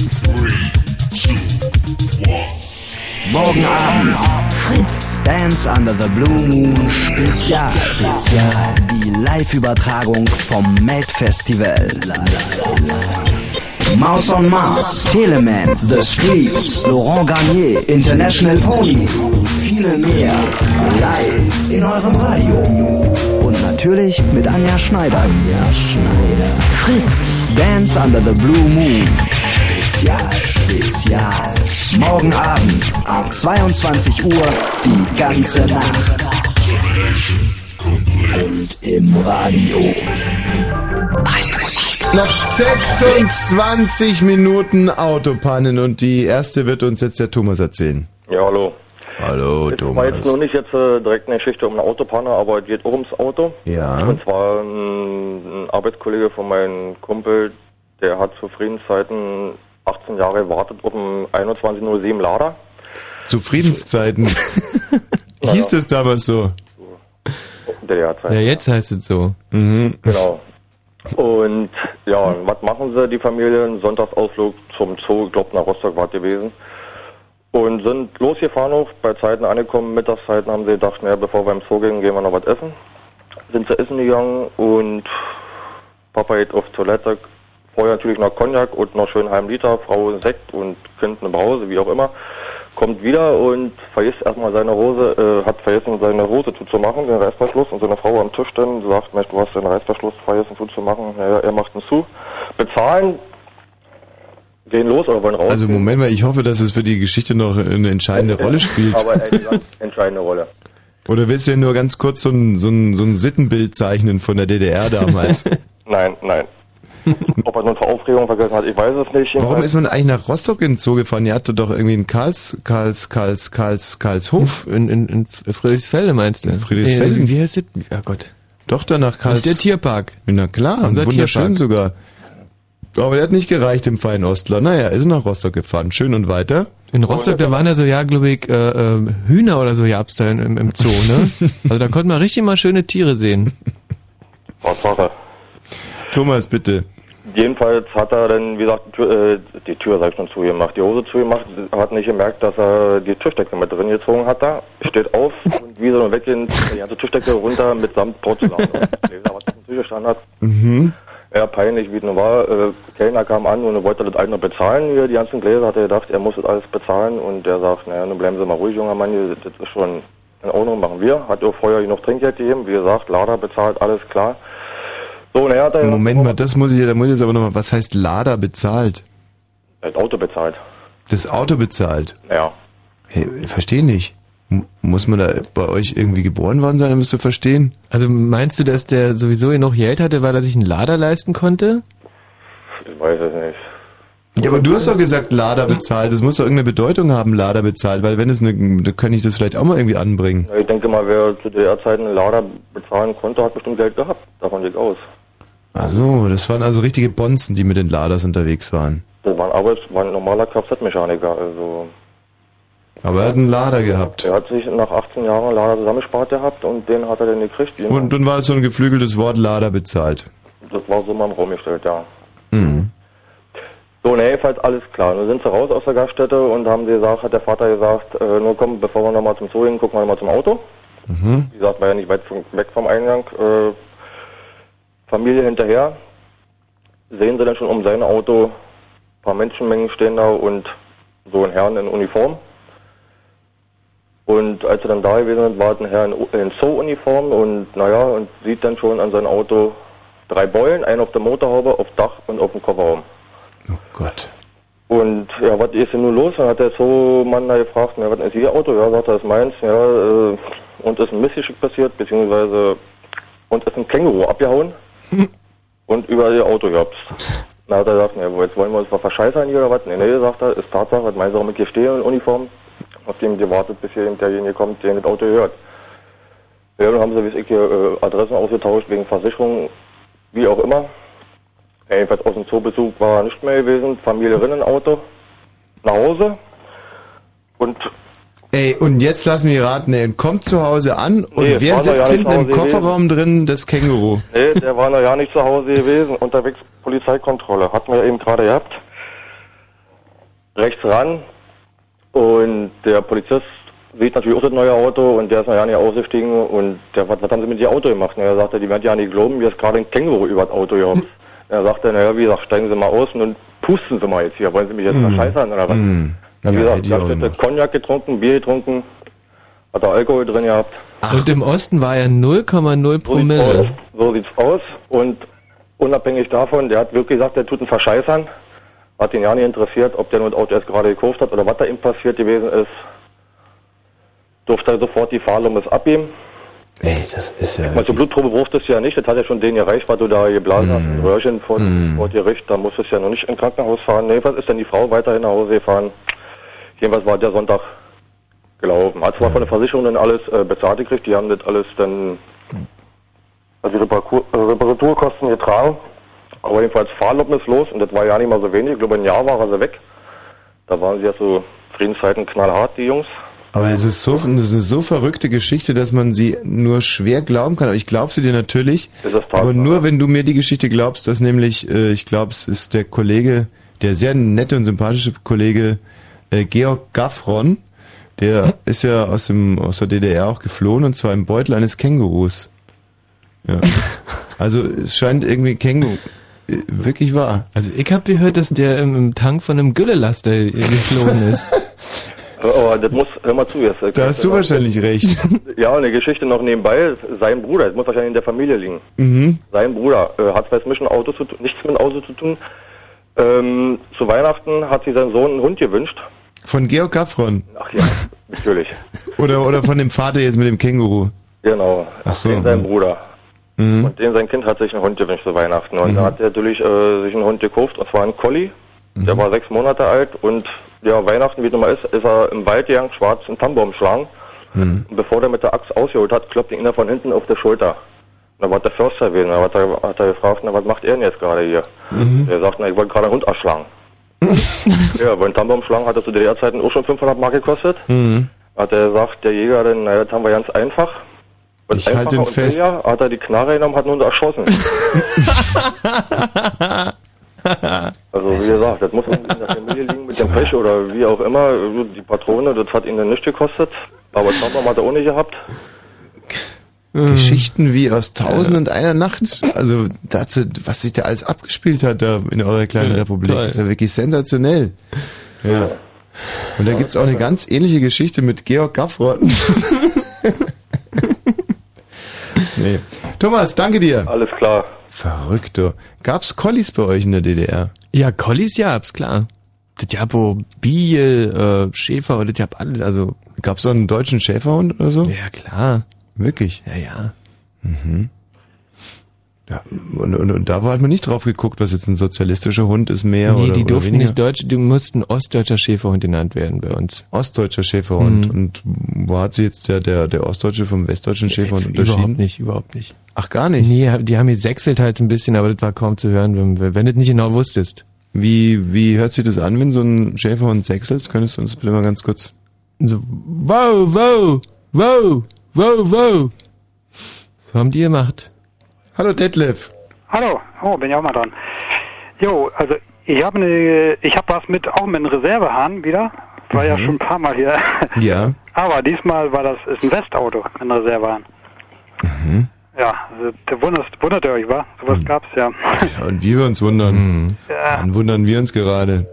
Morgen Abend. Fritz. Dance Under the Blue Moon Spezial. Spezial. Die Live-Übertragung vom Melt-Festival. Mouse on Mars, Teleman, The Streets, Laurent Garnier, International Pony und viele mehr. Live in eurem Radio. Und natürlich mit Anja Schneider. Anja Schneider. Fritz. Dance Under the Blue Moon. Spezial, Spezial. Morgen Abend ab zweiundzwanzig Uhr die ganze Nacht. Und im Radio. Noch sechsundzwanzig Minuten Autopannen und die erste wird uns jetzt der Thomas erzählen. Ja, hallo. Hallo, das Thomas. war jetzt noch nicht jetzt äh, direkt eine Geschichte um eine Autopanne, aber es geht auch ums Auto. Ja. Und zwar ein, ein Arbeitskollege von meinem Kumpel, der hat zu Friedenszeiten achtzehn Jahre gewartet auf einen einundzwanzig null sieben Lader. Zu Friedenszeiten? Hieß das damals so? D D R-Zeit. Ja, jetzt heißt es so. Mhm. Genau. Und ja, was machen sie, die Familie? Ein Sonntagsausflug zum Zoo, ich glaube nach Rostock war es gewesen. Und sind losgefahren auch, bei Zeiten angekommen, Mittagszeiten haben sie gedacht, naja, bevor wir im Zoo gehen, gehen wir noch was essen. Sind sie essen gegangen und Papa geht auf Toilette, vorher natürlich noch Cognac und noch schön einen halben Liter, Frau Sekt und Kind eine Brause, wie auch immer. Kommt wieder und vergisst erstmal seine Hose, äh, hat vergessen, seine Hose zuzumachen, den Reißverschluss, und seine Frau am Tisch dann sagt, Mensch, du hast den Reißverschluss vergessen zuzumachen. Naja, er macht ihn zu. Bezahlen, gehen los oder wollen raus. Also Moment mal, ich hoffe, dass es für die Geschichte noch eine entscheidende Rolle spielt. Aber eine ganz entscheidende Rolle. Oder willst du ja nur ganz kurz so ein, so ein, so ein Sittenbild zeichnen von der D D R damals? Nein, nein. Ob er nur zur Aufregung vergessen hat, ich weiß es nicht. Warum ist man eigentlich nach Rostock in den Zoo gefahren? Ihr hattet doch irgendwie in Karls, Karls, Karls, Karls, Karlshof. In, in, in Friedrichsfelde meinst du? In Friedrichsfelde? Äh, wie heißt das? Ja Gott. Doch, da nach Karls... Der Tierpark. Na klar, Unser wunderschön Tierpark. sogar. Aber der hat nicht gereicht im feinen Ostler. Naja, ist nach Rostock gefahren. Schön und weiter. In Rostock, da waren ja so, ja, glaube ich, äh, äh, Hühner oder so gab's da im, im Zoo, ne? Also da konnte man richtig mal schöne Tiere sehen. Tatsache. Thomas, bitte. Jedenfalls hat er dann, wie gesagt, die Tür, äh, die Tür sag ich schon zugemacht, die Hose zugemacht, hat nicht gemerkt, dass er die Tischdecke mit drin gezogen hat da, steht auf und wie so weggehen, die ganze Tischdecke runter mitsamt Porzellan. Nee, was auf dem Tisch gestanden hat. Mhm. Ja, peinlich, wie es nun war. Äh, Kellner kam an und er wollte das alles noch bezahlen, hier, die ganzen Gläser, hat er gedacht, er muss das alles bezahlen und der sagt, naja, nun bleiben Sie mal ruhig, junger Mann, das ist schon in Ordnung, machen wir. Hat auch vorher noch Trinkgeld gegeben, wie gesagt, Lader bezahlt, alles klar. So, naja, hat er Moment mal, das muss ich, da muss ich jetzt aber nochmal, was heißt Lader bezahlt? Das Auto bezahlt. Das Auto bezahlt? Ja. Hey, ich verstehe nicht. M- muss man da bei euch irgendwie geboren worden sein, um es zu verstehen? Also meinst du, dass der sowieso noch Geld hatte, weil er sich einen Lader leisten konnte? Ich weiß es nicht. Ja, aber du hast doch gesagt, Lader bezahlt. Das muss doch irgendeine Bedeutung haben, Lader bezahlt, weil wenn es eine, da kann ich das vielleicht auch mal irgendwie anbringen. Ich denke mal, wer zu der Zeit einen Lader bezahlen konnte, hat bestimmt Geld gehabt. Davon geht aus. Ach so, das waren also richtige Bonzen, die mit den Laders unterwegs waren. Das war ein Arbeits-, war ein normaler Kfz-Mechaniker, also. Aber er hat einen Lader gehabt. Er hat sich nach achtzehn Jahren einen Lader zusammengespart gehabt und den hat er dann gekriegt. Und dann war es so ein geflügeltes Wort, Lader bezahlt. Das war so mal im Raum gestellt, ja. Mhm. So, ne, jedenfalls alles klar. Nun sind sie raus aus der Gaststätte und haben sie gesagt, hat der Vater gesagt, äh, nur komm, bevor wir nochmal zum Zoo gehen, gucken wir nochmal zum Auto. Mhm. Wie gesagt, war ja nicht weit vom, weg vom Eingang. Äh, Familie hinterher. Sehen sie dann schon um sein Auto, ein paar Menschenmengen stehen da und so ein Herrn in Uniform. Und als sie dann da gewesen sind, war ein Herr in, in Zoo-Uniform und naja, und sieht dann schon an seinem Auto drei Beulen, einen auf der Motorhaube, auf Dach und auf dem Kofferraum. Oh Gott. Und ja, was ist denn nun los? Dann hat der Zoo-Mann da gefragt, na, was ist Ihr Auto? Ja, sagt er, das ist meins. Ja, äh, und ist ein Missgeschick passiert, beziehungsweise und ist ein Känguru abgehauen und über Ihr Auto gehabt. Dann hat er gesagt, na, jetzt wollen wir uns mal verscheißern hier oder was? Nee, nee, sagt er, ist Tatsache, was meinst du, warum ich hier stehe in Uniform? Auf dem gewartet, bis hier derjenige kommt, der das Auto hört. Ja, dann haben sie, wie ich hier, äh, Adressen ausgetauscht wegen Versicherung, wie auch immer. Ja, jedenfalls aus dem Zoobesuch war er nicht mehr gewesen, Familie drin im Auto, nach Hause und... Ey, und jetzt lassen wir raten, er kommt zu Hause an und Nee, wer war sitzt ja hinten nicht im zu Hause Kofferraum drin? Das Känguru. Nee, der war noch ja nicht zu Hause gewesen, unterwegs Polizeikontrolle, hatten wir eben gerade gehabt. Rechts ran und der Polizist sieht natürlich auch das neue Auto und der ist noch ja nicht ausgestiegen und der, was, was haben sie mit dem Auto gemacht? Und er sagte, die werden ja nicht glauben, mir ist gerade ein Känguru über das Auto gehoben. Er sagte, naja, wie gesagt, steigen Sie mal aus und dann pusten Sie mal jetzt hier. Wollen Sie mich jetzt Mm. verscheißern oder was? Mm. Ja, wie Ja, gesagt, hätte ich ganz auch bitte gemacht. Cognac getrunken, Bier getrunken, hat er Alkohol drin gehabt. Und im Osten war er null Komma null Promille. So sieht's aus und unabhängig davon, der hat wirklich gesagt, der tut einen Verscheißern. Hat ihn ja nicht interessiert, ob der nur das Auto erst gerade gekauft hat oder was da ihm passiert gewesen ist. Durfte er sofort die Fahrlummes abgeben. Ey, das ist ja... Also Blutprobe brauchtest du ja nicht, das hat ja schon den gereicht, was du da geblasen hast, ein Röhrchen vor, vor Gericht, da musstest du ja noch nicht ins Krankenhaus fahren. Nee, was ist denn die Frau weiterhin nach Hause gefahren? Jedenfalls war der Sonntag gelaufen. Hat zwar von der Versicherung dann alles äh, bezahlt gekriegt, die haben das alles dann, also die Reparatur, äh, Reparaturkosten getragen. Aber jedenfalls Fahrlopnis los und das war ja nicht mal so wenig, ich glaube ein Jahr war er weg. Da waren sie ja so Friedenszeiten knallhart, die Jungs. Aber es ist so, das ist eine so verrückte Geschichte, dass man sie nur schwer glauben kann. Aber ich glaube sie dir natürlich. Aber nur, wenn du mir die Geschichte glaubst, dass nämlich, äh, ich glaube, es ist der Kollege, der sehr nette und sympathische Kollege äh, Georg Gaffron, der hm? ist ja aus dem aus der D D R auch geflohen und zwar im Beutel eines Kängurus. Ja. Also es scheint irgendwie Känguru äh, wirklich wahr. Also ich habe gehört, dass der im, im Tank von einem Güllelaster geflohen ist. Oh, das muss, hör mal zu jetzt. Da hast du wahrscheinlich recht. Ja, eine Geschichte noch nebenbei. Sein Bruder, das muss wahrscheinlich in der Familie liegen. Mhm. Sein Bruder äh, hat weiß mit einem Auto zu tun, nichts mit dem Auto zu tun. Ähm, zu Weihnachten hat sich sein Sohn einen Hund gewünscht. Von Georg Gaffron? Ach ja, natürlich. Oder, oder von dem Vater jetzt mit dem Känguru? Genau. Ach so. Den sein Bruder. Mhm. Und den sein Kind hat sich einen Hund gewünscht zu Weihnachten. Und Mhm. da hat er natürlich äh, sich einen Hund gekauft, und zwar einen Collie. Mhm. Der war sechs Monate alt und ja, Weihnachten, wie es immer ist, ist er im Wald gegangen, schwarz einen Tannenbaum schlagen. Mhm. Und bevor der mit der Axt ausgeholt hat, klopft ihn einer von hinten auf der Schulter. Da war der Förster gewesen, da hat er, hat er gefragt, na, was macht er denn jetzt gerade hier? Mhm. Der sagt, na, ich wollte gerade einen Hund erschlagen. Ja, beim Tannenbaumschlagen hat das zu der Zeiten auch schon fünfhundert Mark gekostet. Mhm. Hat er gesagt, der Jäger, denn, na, das haben wir ganz einfach. Und Ich halte ihn und fest. billiger hat er die Knarre genommen, hat einen Hund erschossen. Also wie gesagt, das muss in der Familie liegen mit dem Pech oder wie auch immer. Die Patrone, das hat ihn dann nicht gekostet. Aber Tannenbaum hat er auch nicht gehabt. Geschichten wie aus Tausend und einer Nacht. Also dazu, was sich da alles abgespielt hat da in eurer kleinen Ja, Republik, toll. ist ja wirklich sensationell. Ja. Und da gibt's auch eine ganz ähnliche Geschichte mit Georg Gaffrott. Nee. Thomas, danke dir. Alles klar. Verrückt, du. Gab's Collies bei euch in der D D R? Ja, Collies gab's, klar. Das gab wo Biel, äh, Schäfer oder das gab alles, also. Gab's auch einen deutschen Schäferhund oder so? Ja, klar. Wirklich? Ja, ja. Mhm. Ja, und, und, und da hat man nicht drauf geguckt, was jetzt ein sozialistischer Hund ist, mehr Nee, oder die oder durften weniger. nicht deutsch, die mussten ostdeutscher Schäferhund genannt werden bei uns. Ostdeutscher Schäferhund. Mhm. Und wo hat sich jetzt der, der, der Ostdeutsche vom westdeutschen Schäferhund unterschieden? Überhaupt nicht, überhaupt nicht. Ach, gar nicht? Nee, die haben gesächselt halt ein bisschen, aber das war kaum zu hören, wenn, wenn du das nicht genau wusstest. Wie, wie hört sich das an, wenn so ein Schäferhund sächselt? Könntest du uns bitte mal ganz kurz... So, wow, wow, wow, wow, wow. Was haben die gemacht? Hallo Detlef. Hallo, oh, bin ich auch mal dran. Jo, also ich habe eine, ich habe was mit, auch mit einem Reservehahn wieder. War ja schon ein paar Mal hier. Ja. Aber diesmal war das, ist ein Westauto, ein Reservehahn. Mhm. Ja, also, da wundert, wundert ihr euch, wa? Sowas Mhm. gab's ja. Ja, und wie wir uns wundern. Mhm. Ja. Dann wundern wir uns gerade.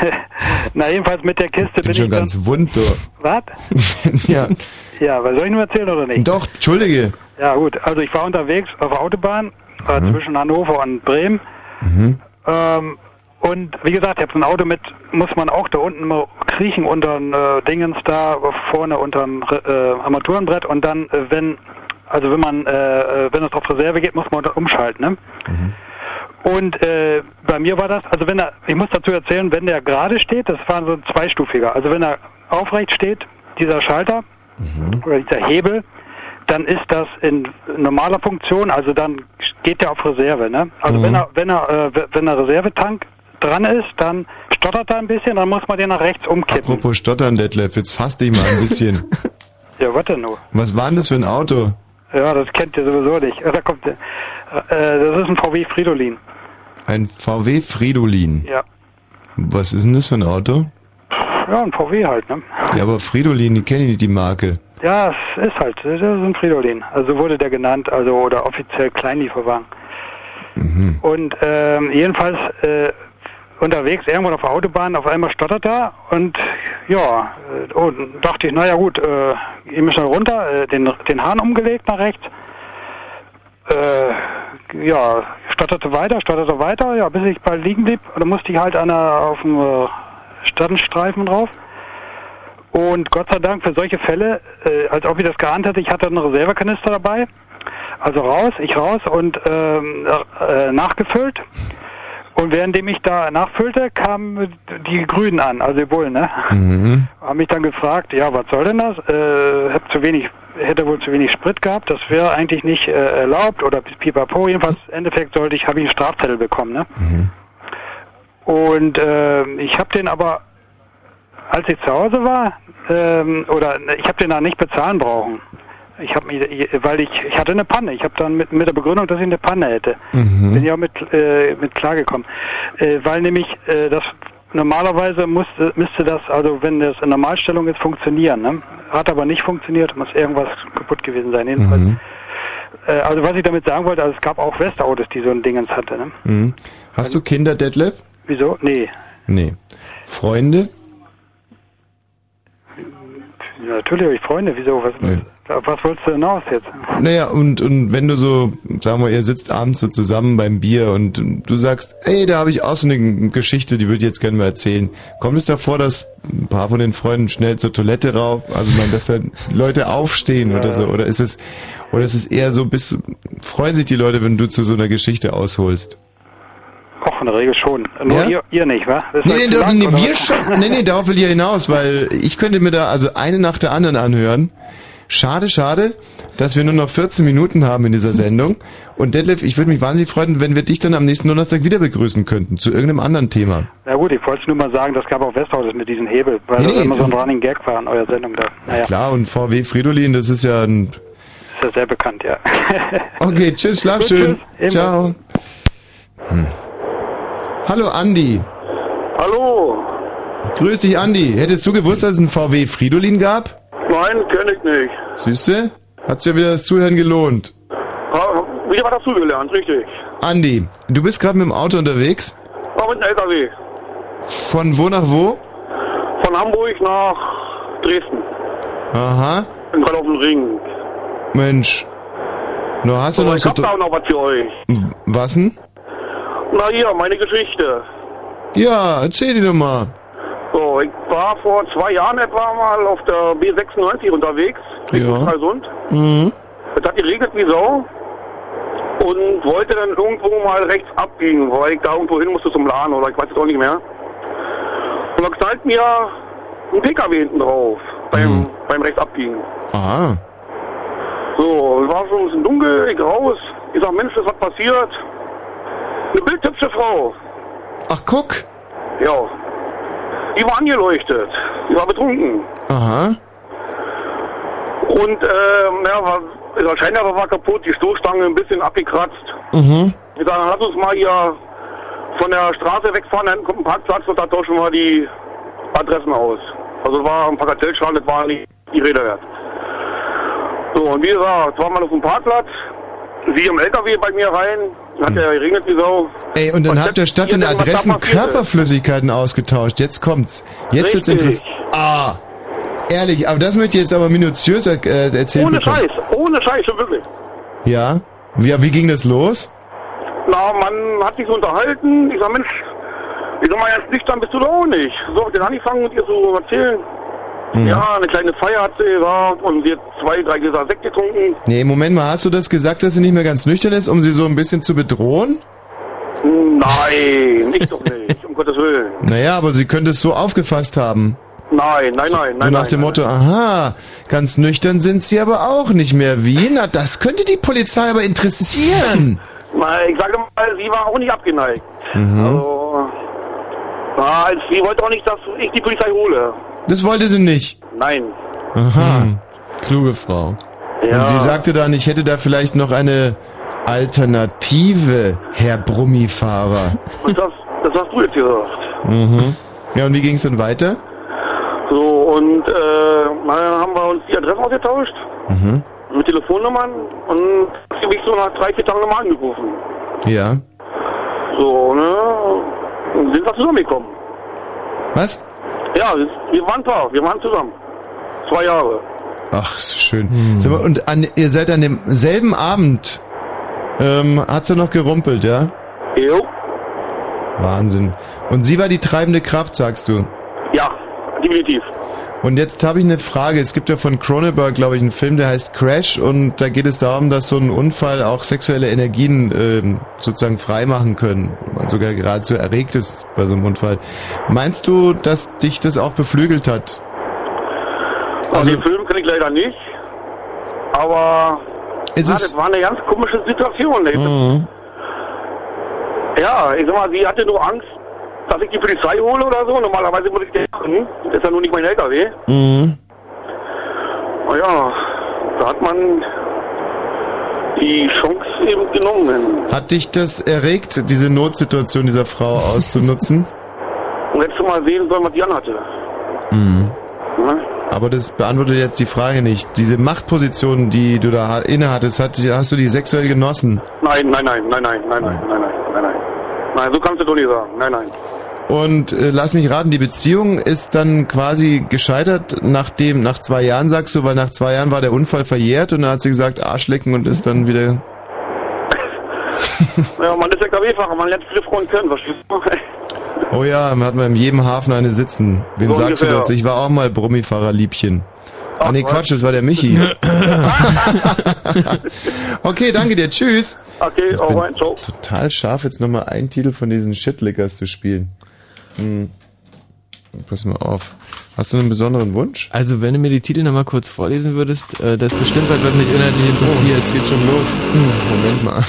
Na, jedenfalls mit der Kiste Bin bin schon ich ganz dann, wund, du. was? Ja. Ja, was soll ich nur erzählen oder nicht? Doch, Entschuldige. Ja, gut, also ich war unterwegs auf der Autobahn, äh, Mhm. zwischen Hannover und Bremen. Mhm. Ähm, und wie gesagt, ich habe so ein Auto mit, muss man auch da unten mal kriechen unter ein äh, Dingens da, vorne unter dem äh, Armaturenbrett und dann, äh, wenn, also wenn man, äh, wenn es auf Reserve geht, muss man dann umschalten, ne? Mhm. Und äh, bei mir war das, also wenn er, ich muss dazu erzählen, wenn der gerade steht, das war so ein zweistufiger, also wenn er aufrecht steht, dieser Schalter Mhm. oder dieser Hebel, dann ist das in normaler Funktion, also dann geht der auf Reserve, ne? Also Mhm. wenn er, wenn er, äh, wenn der Reservetank dran ist, dann stottert er ein bisschen, dann muss man den nach rechts umkippen. Apropos Stottern, Detlef, jetzt fass dich mal ein bisschen. Ja, was denn nur? Was war denn das für ein Auto? Ja, das kennt ihr sowieso nicht. Da kommt, äh, das ist ein V W Fridolin. Ein V W Fridolin. Ja. Was ist denn das für ein Auto? Ja, ein V W halt, ne? Ja, aber Fridolin, die kenne ich nicht, die Marke. Ja, es ist halt, das ist ein Fridolin. Also wurde der genannt, also oder offiziell Kleinlieferwagen. Mhm. Und ähm, jedenfalls äh, unterwegs irgendwann auf der Autobahn, auf einmal stottert er und ja, äh, oh, dann dachte ich, naja gut, äh, geh mir schnell runter, äh, den, den Hahn umgelegt nach rechts. Äh, ja, stotterte weiter, stotterte weiter, ja, bis ich bald liegen blieb. Und dann musste ich halt einer auf dem äh, Stadtstreifen drauf. Und Gott sei Dank für solche Fälle, äh, als ob ich das geahnt hätte, ich hatte einen Reservekanister dabei. Also raus, ich raus und ähm, äh, nachgefüllt. Und währenddem ich da nachfüllte, kamen die Grünen an, also die Bullen, ne? Mhm. Haben mich dann gefragt, ja, was soll denn das? Äh, hab zu wenig, hätte wohl zu wenig Sprit gehabt, das wäre eigentlich nicht äh, erlaubt oder pipapo. Jedenfalls im Endeffekt sollte ich, habe ich einen Strafzettel bekommen, ne? Mhm. Und äh, ich habe den aber, als ich zu Hause war, ähm, oder ich habe den da nicht bezahlen brauchen. Ich habe mich, weil ich, ich hatte eine Panne. Ich habe dann mit, mit der Begründung, dass ich eine Panne hätte, Mhm. bin ich auch mit, äh, mit klargekommen. Äh, weil nämlich äh, das normalerweise musste, müsste das, also wenn das in Normalstellung ist, funktionieren. Ne? Hat aber nicht funktioniert, muss irgendwas kaputt gewesen sein. Jedenfalls. Mhm. Äh, also was ich damit sagen wollte, also es gab auch Westautos, die so ein Dingens hatte. Ne? Mhm. Hast du Kinder, Detlef? Wieso? Nee. Nee. Freunde? Ja, natürlich habe ich Freunde. Wieso? Was, Nee. was, was wolltest du hinaus jetzt? Naja, und, und wenn du so, sagen wir, ihr sitzt abends so zusammen beim Bier und du sagst, ey, da habe ich auch so eine Geschichte, die würde ich jetzt gerne mal erzählen. Kommt es davor, dass ein paar von den Freunden schnell zur Toilette rauf, also man, dass da Leute aufstehen Ja. oder so, oder ist es, oder ist es eher so, bist, freuen sich die Leute, wenn du zu so einer Geschichte ausholst? Auch in der Regel schon. Nur Ja? ihr, ihr nicht, wa? Das ist Nee, euch nee, zu doch, lang, nee, oder wir was? schon. Nee, nee, darauf will ich ja hinaus, weil ich könnte mir da also eine nach der anderen anhören, Schade, schade, dass wir nur noch vierzehn Minuten haben in dieser Sendung. Und Detlef, ich würde mich wahnsinnig freuen, wenn wir dich dann am nächsten Donnerstag wieder begrüßen könnten, zu irgendeinem anderen Thema. Na gut, ich wollte nur mal sagen, das gab auch Westhauses mit diesem Hebel, weil Nee, das nee. immer so ein Running Gag war in eurer Sendung da. Naja, Klar, und V W Fridolin, das ist ja ein... ist ja sehr bekannt, ja. Okay, tschüss, schlaf Gut, schön. tschüss. Ciao. Hm. Hallo Andi. Hallo. Grüß dich, Andi. Hättest du gewusst, dass es einen V W Fridolin gab? Nein, kenne ich nicht. Siehste? Hat's ja wieder das Zuhören gelohnt. Ha, wieder was dazugelernt, richtig. Andi, du bist gerade mit dem Auto unterwegs? War mit einem L K W. Von wo nach wo? Von Hamburg nach Dresden. Aha. Bin gerade auf dem Ring. Mensch. Na, hast du So, noch ich so... hab da auch noch was für euch. Was denn? Na hier, meine Geschichte. Ja, erzähl die doch mal. So, ich war vor zwei Jahren etwa mal auf der B sechsundneunzig unterwegs, Richtung Ja. Stralsund. Mhm. Es hat geregnet wie Sau und wollte dann irgendwo mal rechts abbiegen, weil ich da irgendwo hin musste zum Laden oder ich weiß es auch nicht mehr. Und dann knallt mir ein P K W hinten drauf beim, Mhm. beim Rechtsabbiegen. Ah. So, es war schon ein bisschen dunkel, ich raus. Ich sag, Mensch, ist was passiert? Eine bildhübsche Frau. Ach, guck. Ja. Die war angeleuchtet. Die war betrunken. Aha. Und, ähm, ja, war, der Scheinwerfer war kaputt, die Stoßstange ein bisschen abgekratzt. Mhm. Ich sag, dann lass uns mal hier von der Straße wegfahren, da hinten kommt ein Parkplatz und da tauschen wir die Adressen aus. Also es war ein Bagatellschaden, das war nicht die Rede wert. So, und wie gesagt, war mal auf dem Parkplatz, sie im L K W bei mir rein, hat ja geregnet wie Sau. Ey, und dann Was habt ihr statt hier den denn, was da Adressen passiert ist? Körperflüssigkeiten ausgetauscht. Jetzt kommt's. Jetzt wird's Richtig. interessant. Ah. Ehrlich, aber das möchte ich jetzt aber minutiös er äh, erzählen Ohne bekommen. Scheiß, ohne Scheiß, schon wirklich. Ja? Wie, wie ging das los? Na, man hat sich so unterhalten. Ich sag, Mensch, ich sag mal, ganz nüchtern bist du doch auch nicht. So hab ich dann angefangen und ihr so erzählen. Mhm. Ja, eine kleine Feier hat sie gesagt und sie hat zwei, drei Gläser Sekt getrunken. Nee, Moment mal, hast du das gesagt, dass sie nicht mehr ganz nüchtern ist, um sie so ein bisschen zu bedrohen? Nein, nicht doch nicht, um Gottes Willen. Naja, aber sie könnte es so aufgefasst haben. Nein, nein, nein, So nein. nach nein, dem nein. Motto, aha, ganz nüchtern sind sie aber auch nicht mehr. Wie? Na, das könnte die Polizei aber interessieren. Na, ich sage mal, sie war auch nicht abgeneigt. Mhm. Also, na, sie wollte auch nicht, dass ich die Polizei hole. Das wollte sie nicht. Nein. Aha. Hm. Kluge Frau. Ja. Und sie sagte dann, ich hätte da vielleicht noch eine Alternative, Herr Brummifahrer. Und das, das hast du jetzt gesagt. Mhm. Ja, und wie ging es dann weiter? So, und äh, dann haben wir uns die Adressen ausgetauscht. Mhm. Mit Telefonnummern und sie mich so nach drei, vier Tagen nochmal angerufen. Ja. So, ne? Und sind wir zusammengekommen. Was? Ja, wir waren ein Paar, wir waren zusammen. Zwei Jahre. Ach, ist schön. Sag mal, und an, ihr seid an demselben Abend, ähm, hat sie noch gerumpelt, ja? Jo. Wahnsinn. Und sie war die treibende Kraft, sagst du? Ja, definitiv. Und jetzt habe ich eine Frage. Es gibt ja von Cronenberg, glaube ich, einen Film, der heißt Crash, und da geht es darum, dass so ein Unfall auch sexuelle Energien ähm, sozusagen freimachen können. Man sogar geradezu erregt ist bei so einem Unfall. Meinst du, dass dich das auch beflügelt hat? Also den Film kenne ich leider nicht. Aber Ist ja, es- das war eine ganz komische Situation. Ey. Mhm. Ja, ich sag mal, sie hatte nur Angst, dass ich die Polizei hole oder so. Normalerweise muss ich die machen. Das ist ja nur nicht mein L K W. Mhm. Naja, da hat man die Chance eben genommen. Hat dich das erregt, diese Notsituation dieser Frau auszunutzen? Und jetzt mal sehen sollen, was die anhatte. Mhm. Ne? Aber das beantwortet jetzt die Frage nicht. Diese Machtposition, die du da innehattest, hat, hast du die sexuell genossen? Nein, nein, nein, nein, nein, nein, nein, nein, nein, nein, nein. Nein, so kannst du doch nicht sagen. Nein, nein. Und äh, lass mich raten, die Beziehung ist dann quasi gescheitert, nachdem, nach zwei Jahren sagst du, weil nach zwei Jahren war der Unfall verjährt und dann hat sie gesagt, Arschlecken, und ist dann wieder... Ja, man ist L K W-Fahrer, man lernt viele Frauen kennen, verstehst du? Oh ja, man hat mal in jedem Hafen eine sitzen. Wem So sagst du ungefähr. das? Ich war auch mal Brummifahrer-Liebchen. Ah nee, Quatsch, das war der Michi. Okay, danke dir, tschüss. Okay, Jetzt auch bin rein, ciao. total scharf, jetzt nochmal einen Titel von diesen Shitlickers zu spielen. Hm. Pass mal auf. Hast du einen besonderen Wunsch? Also wenn du mir die Titel nochmal kurz vorlesen würdest, äh, das ist bestimmt was, was mich inhaltlich interessiert. Oh, geht schon los. Moment mal.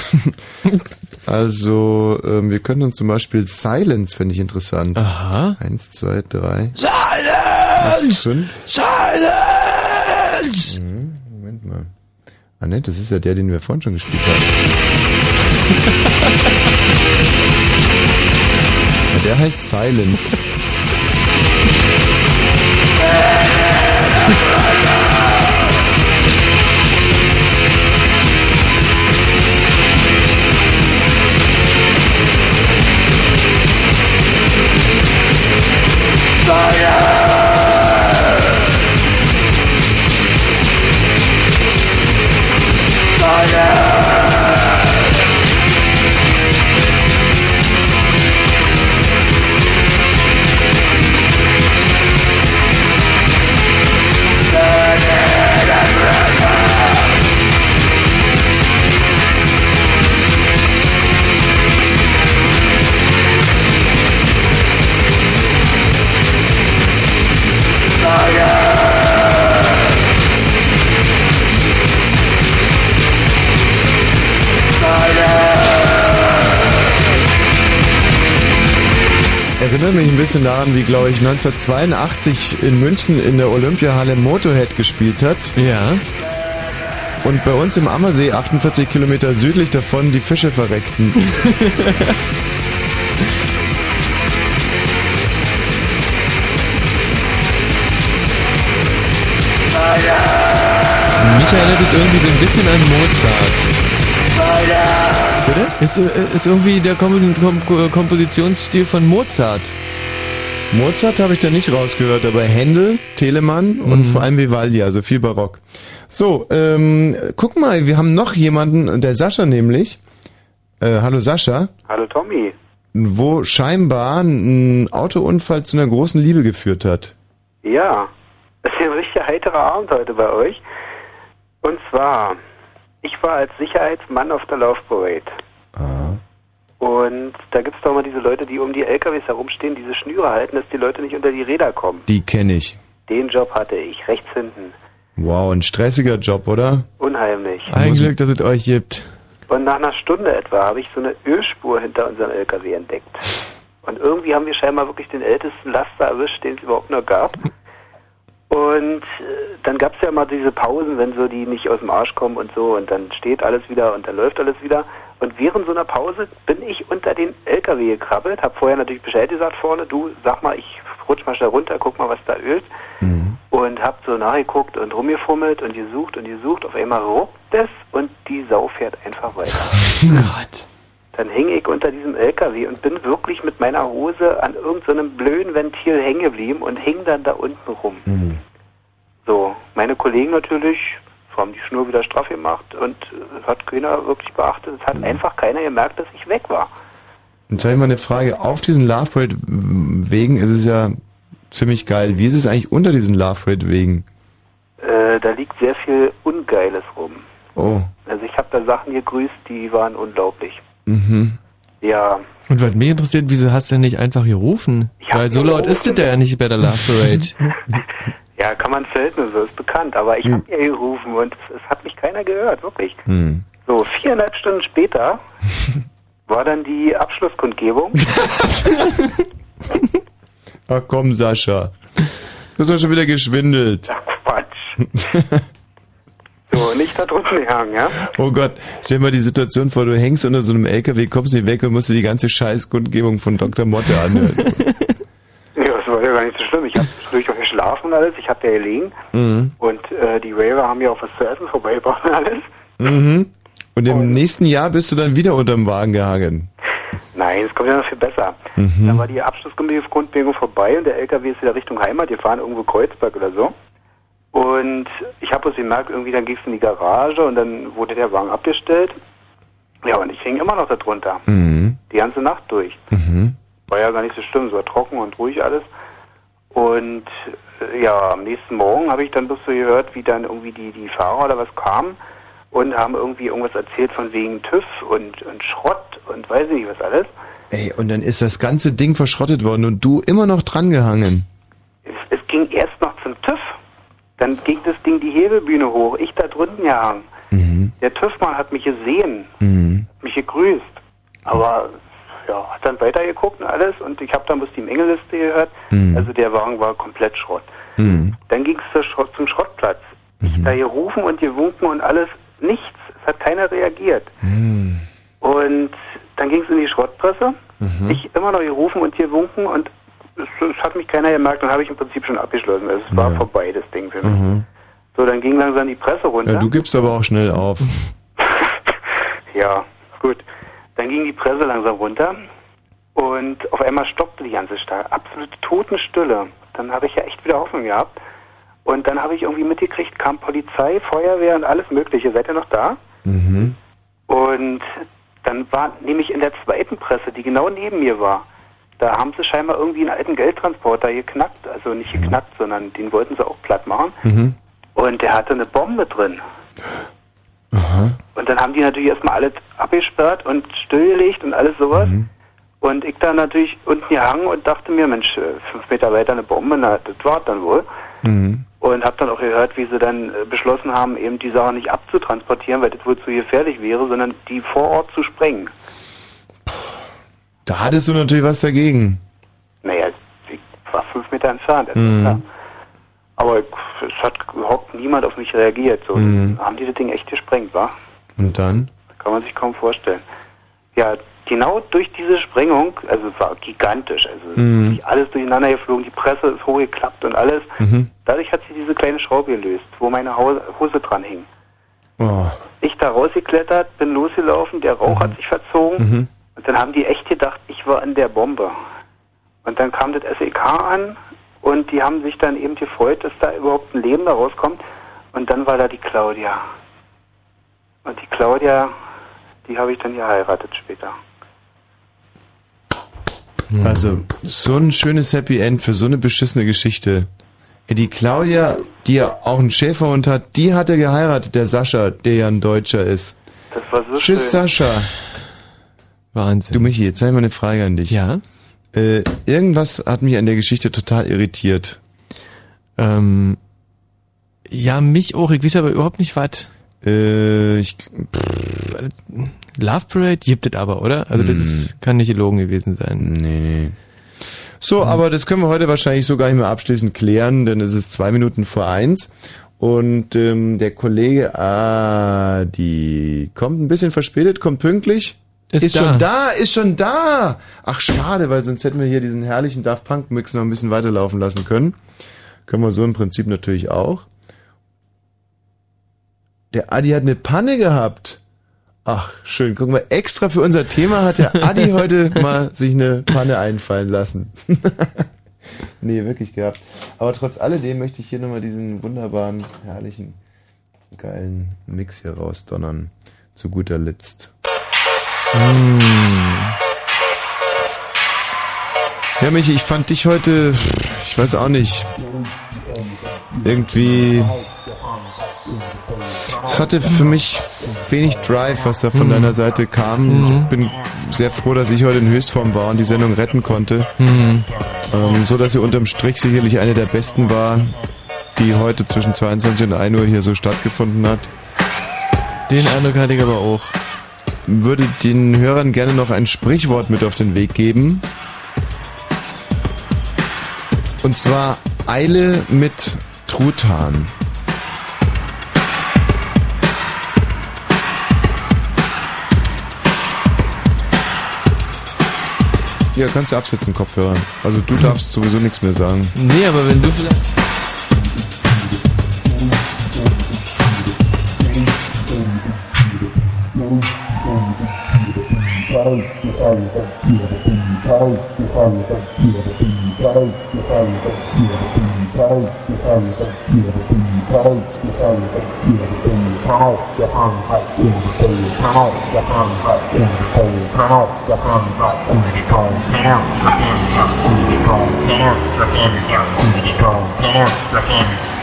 Also, ähm, wir können uns zum Beispiel Silence, finde ich interessant. Aha. Eins, zwei, drei. Silence! Fünf. Silence! Mhm, Moment mal. Ah ne, das ist ja der, den wir vorhin schon gespielt haben. Ja, der heißt Silence. Erinnert mich ein bisschen daran, wie, glaube ich, neunzehnhundertzweiundachtzig in München in der Olympiahalle Motorhead gespielt hat. Ja. Und bei uns im Ammersee, achtundvierzig Kilometer südlich davon, die Fische verreckten. Mich erinnert es irgendwie so ein bisschen an Mozart. Bitte? Ist, ist irgendwie der Kom Kom Kompositionsstil von Mozart. Mozart habe ich da nicht rausgehört, aber Händel, Telemann und Mhm. vor allem Vivaldi, also viel Barock. So, ähm, guck mal, wir haben noch jemanden, der Sascha nämlich. Äh, hallo Sascha. Hallo Tommy. Wo scheinbar ein Autounfall zu einer großen Liebe geführt hat. Ja, das ist ja ein richtig heiterer Abend heute bei euch. Und zwar, ich war als Sicherheitsmann auf der Laufparade. Ah. Und da gibt es doch mal diese Leute, die um die L K Ws herumstehen, diese Schnüre halten, dass die Leute nicht unter die Räder kommen. Die kenne ich. Den Job hatte ich, rechts hinten. Wow, ein stressiger Job, oder? Unheimlich. Ein Glück, dass es euch gibt. Und nach einer Stunde etwa habe ich so eine Ölspur hinter unserem L K W entdeckt. Und irgendwie haben wir scheinbar wirklich den ältesten Laster erwischt, den es überhaupt noch gab. Und äh, dann gab es ja mal diese Pausen, wenn so die nicht aus dem Arsch kommen und so. Und dann steht alles wieder und dann läuft alles wieder. Und während so einer Pause bin ich unter den L K W gekrabbelt, habe vorher natürlich Bescheid gesagt vorne, du sag mal, ich rutsch mal schnell runter, guck mal, was da ölt. Mhm. Und hab so nachgeguckt und rumgefummelt und gesucht und gesucht. Auf einmal ruckt es und die Sau fährt einfach weiter. Gott. Dann hing ich unter diesem L K W und bin wirklich mit meiner Hose an irgendeinem so blöden Ventil hängen geblieben und hing dann da unten rum. Mhm. So, meine Kollegen natürlich haben die Schnur wieder straff gemacht und es hat keiner wirklich beachtet. Es hat mhm. einfach keiner gemerkt, dass ich weg war. Jetzt habe ich mal eine Frage. Auf diesen Love Parade Wegen ist es ja ziemlich geil. Wie ist es eigentlich unter diesen Love Parade Wegen? Äh, da liegt sehr viel Ungeiles rum. Oh. Also ich habe da Sachen gegrüßt, die waren unglaublich. Mhm. Ja. Und was mich interessiert, wieso hast du denn nicht einfach gerufen? Weil so laut ist es ja nicht bei der Love Parade. Ja, kann man selten, so ist bekannt, aber ich hm. habe ja gerufen und es, es hat mich keiner gehört, wirklich. Hm. So, viereinhalb Stunden später war dann die Abschlusskundgebung. Ach komm, Sascha. Du hast doch schon wieder geschwindelt. Ach, Quatsch. So, nicht da drunten gehangen, ja? Oh Gott, stell dir mal die Situation vor, du hängst unter so einem L K W, kommst nicht weg und musst dir die ganze Scheißkundgebung von Doktor Motte anhören. Ja, das war ja gar nicht so schlimm. Ich habe natürlich auch geschlafen und alles, ich habe ja gelegen. Mhm. Und äh, die Raver haben ja auch was zu essen vorbeigebracht und alles. Mhm. Und im und nächsten Jahr bist du dann wieder unterm Wagen gehangen. Nein, es kommt ja noch viel besser. Mhm. Dann war die Abschlusskundgebung vorbei und der L K W ist wieder Richtung Heimat. Wir fahren irgendwo Kreuzberg oder so. Und ich habe uns gemerkt, irgendwie dann ging es in die Garage und dann wurde der Wagen abgestellt. Ja, und ich hing immer noch da drunter. Mhm. Die ganze Nacht durch. Mhm. War ja gar nicht so schlimm, so trocken und ruhig alles. Und äh, ja, am nächsten Morgen habe ich dann bloß so gehört, wie dann irgendwie die, die Fahrer oder was kamen und haben irgendwie irgendwas erzählt von wegen TÜV und, und Schrott und weiß nicht was alles. Ey, und dann ist das ganze Ding verschrottet worden und du immer noch dran gehangen. Es, es ging erst noch zum TÜV. Dann ging das Ding die Hebelbühne hoch. Ich da drunten gehangen. Mhm. Der TÜV-Mann hat mich gesehen, Mhm. mich gegrüßt. Aber ja, hat dann weitergeguckt und alles. Und ich habe dann bloß die Mengeliste gehört. Mhm. Also der Wagen war komplett Schrott. Mhm. Dann ging es Schrott, zum Schrottplatz. Ich da gerufen und gewunken und alles. Nichts. Es hat keiner reagiert. Mhm. Und dann ging es in die Schrottpresse. Mhm. Ich immer noch gerufen und gewunken und es, es hat mich keiner gemerkt. Dann habe ich im Prinzip schon abgeschlossen. Also es war Ja. vorbei, das Ding für mich. Mhm. So, dann ging langsam die Presse runter. Ja, du gibst aber auch schnell auf. Ja, gut. Dann ging die Presse langsam runter und auf einmal stoppte die ganze Stadt. Absolute Totenstille. Dann habe ich ja echt wieder Hoffnung gehabt. Und dann habe ich irgendwie mitgekriegt, kam Polizei, Feuerwehr und alles Mögliche. Seid ihr noch da? Mhm. Und dann war nämlich in der zweiten Presse, die genau neben mir war, da haben sie scheinbar irgendwie einen alten Geldtransporter geknackt. Also nicht geknackt, sondern den wollten sie auch platt machen. Mhm. Und der hatte eine Bombe drin. Aha. Und dann haben die natürlich erstmal alles abgesperrt und stillgelegt und alles sowas. Mhm. Und ich da natürlich unten gehangen und dachte mir, Mensch, äh, fünf Meter weiter eine Bombe, na, das war dann wohl. Mhm. Und habe dann auch gehört, wie sie dann äh, beschlossen haben, eben die Sache nicht abzutransportieren, weil das wohl zu gefährlich wäre, sondern die vor Ort zu sprengen. Da hattest du natürlich was dagegen. Naja, ich war fünf Meter entfernt. Also Mhm. klar. Aber es hat überhaupt niemand auf mich reagiert. So, Mhm. dann haben die das Ding echt gesprengt, wa? Und dann? Kann man sich kaum vorstellen. Ja, genau durch diese Sprengung, also es war gigantisch, also Mhm. alles durcheinander geflogen, die Presse ist hochgeklappt und alles. Mhm. Dadurch hat sich diese kleine Schraube gelöst, wo meine Hause, Hose dran hing. Oh. Ich da rausgeklettert, bin losgelaufen, der Rauch hat sich verzogen Mhm. und dann haben die echt gedacht, ich war in der Bombe. Und dann kam das S E K an und die haben sich dann eben gefreut, dass da überhaupt ein Leben da rauskommt. Und dann war da die Claudia. Und die Claudia, die habe ich dann geheiratet später. Also, so ein schönes Happy End für so eine beschissene Geschichte. Die Claudia, die ja auch einen Schäferhund hat, die hat er geheiratet, der Sascha, der ja ein Deutscher ist. Das war so Tschüss, schön. Sascha. Wahnsinn. Du, Michi, jetzt habe ich mal eine Frage an dich. Ja? Äh, irgendwas hat mich an der Geschichte total irritiert. Ähm, ja, mich auch. Ich weiß aber überhaupt nicht, was. Äh, ich... Love Parade gibt es aber, oder? Also Hm. das kann nicht gelogen gewesen sein. Nee, nee. So, aber das können wir heute wahrscheinlich so gar nicht mehr abschließend klären, denn es ist zwei Minuten vor eins. Und ähm, der Kollege, ah, die kommt ein bisschen verspätet, kommt pünktlich. Ist Ist da. schon da, ist schon da. Ach, schade, weil sonst hätten wir hier diesen herrlichen Daft Punk Mix noch ein bisschen weiterlaufen lassen können. Können wir so im Prinzip natürlich auch. Der Adi hat eine Panne gehabt. Ach, schön. Gucken wir, extra für unser Thema hat der Adi heute mal sich eine Panne einfallen lassen. Nee, wirklich gehabt. Aber trotz alledem möchte ich hier nochmal diesen wunderbaren, herrlichen, geilen Mix hier rausdonnern. Zu guter Letzt. Mm. Ja, Michi, ich fand dich heute, ich weiß auch nicht, irgendwie, es hatte für mich wenig Drive, was da von Mhm. deiner Seite kam. Mhm. Ich bin sehr froh, dass ich heute in Höchstform war und die Sendung retten konnte. Mhm. Ähm, so dass sie unterm Strich sicherlich eine der besten war, die heute zwischen zweiundzwanzig und ein Uhr hier so stattgefunden hat. Den Eindruck hatte ich aber auch. Würde den Hörern gerne noch ein Sprichwort mit auf den Weg geben. Und zwar Eile mit Truthahn. Ja, kannst du absetzen, Kopfhörer. Also du darfst sowieso nichts mehr sagen. Nee, aber wenn du vielleicht... Thank you.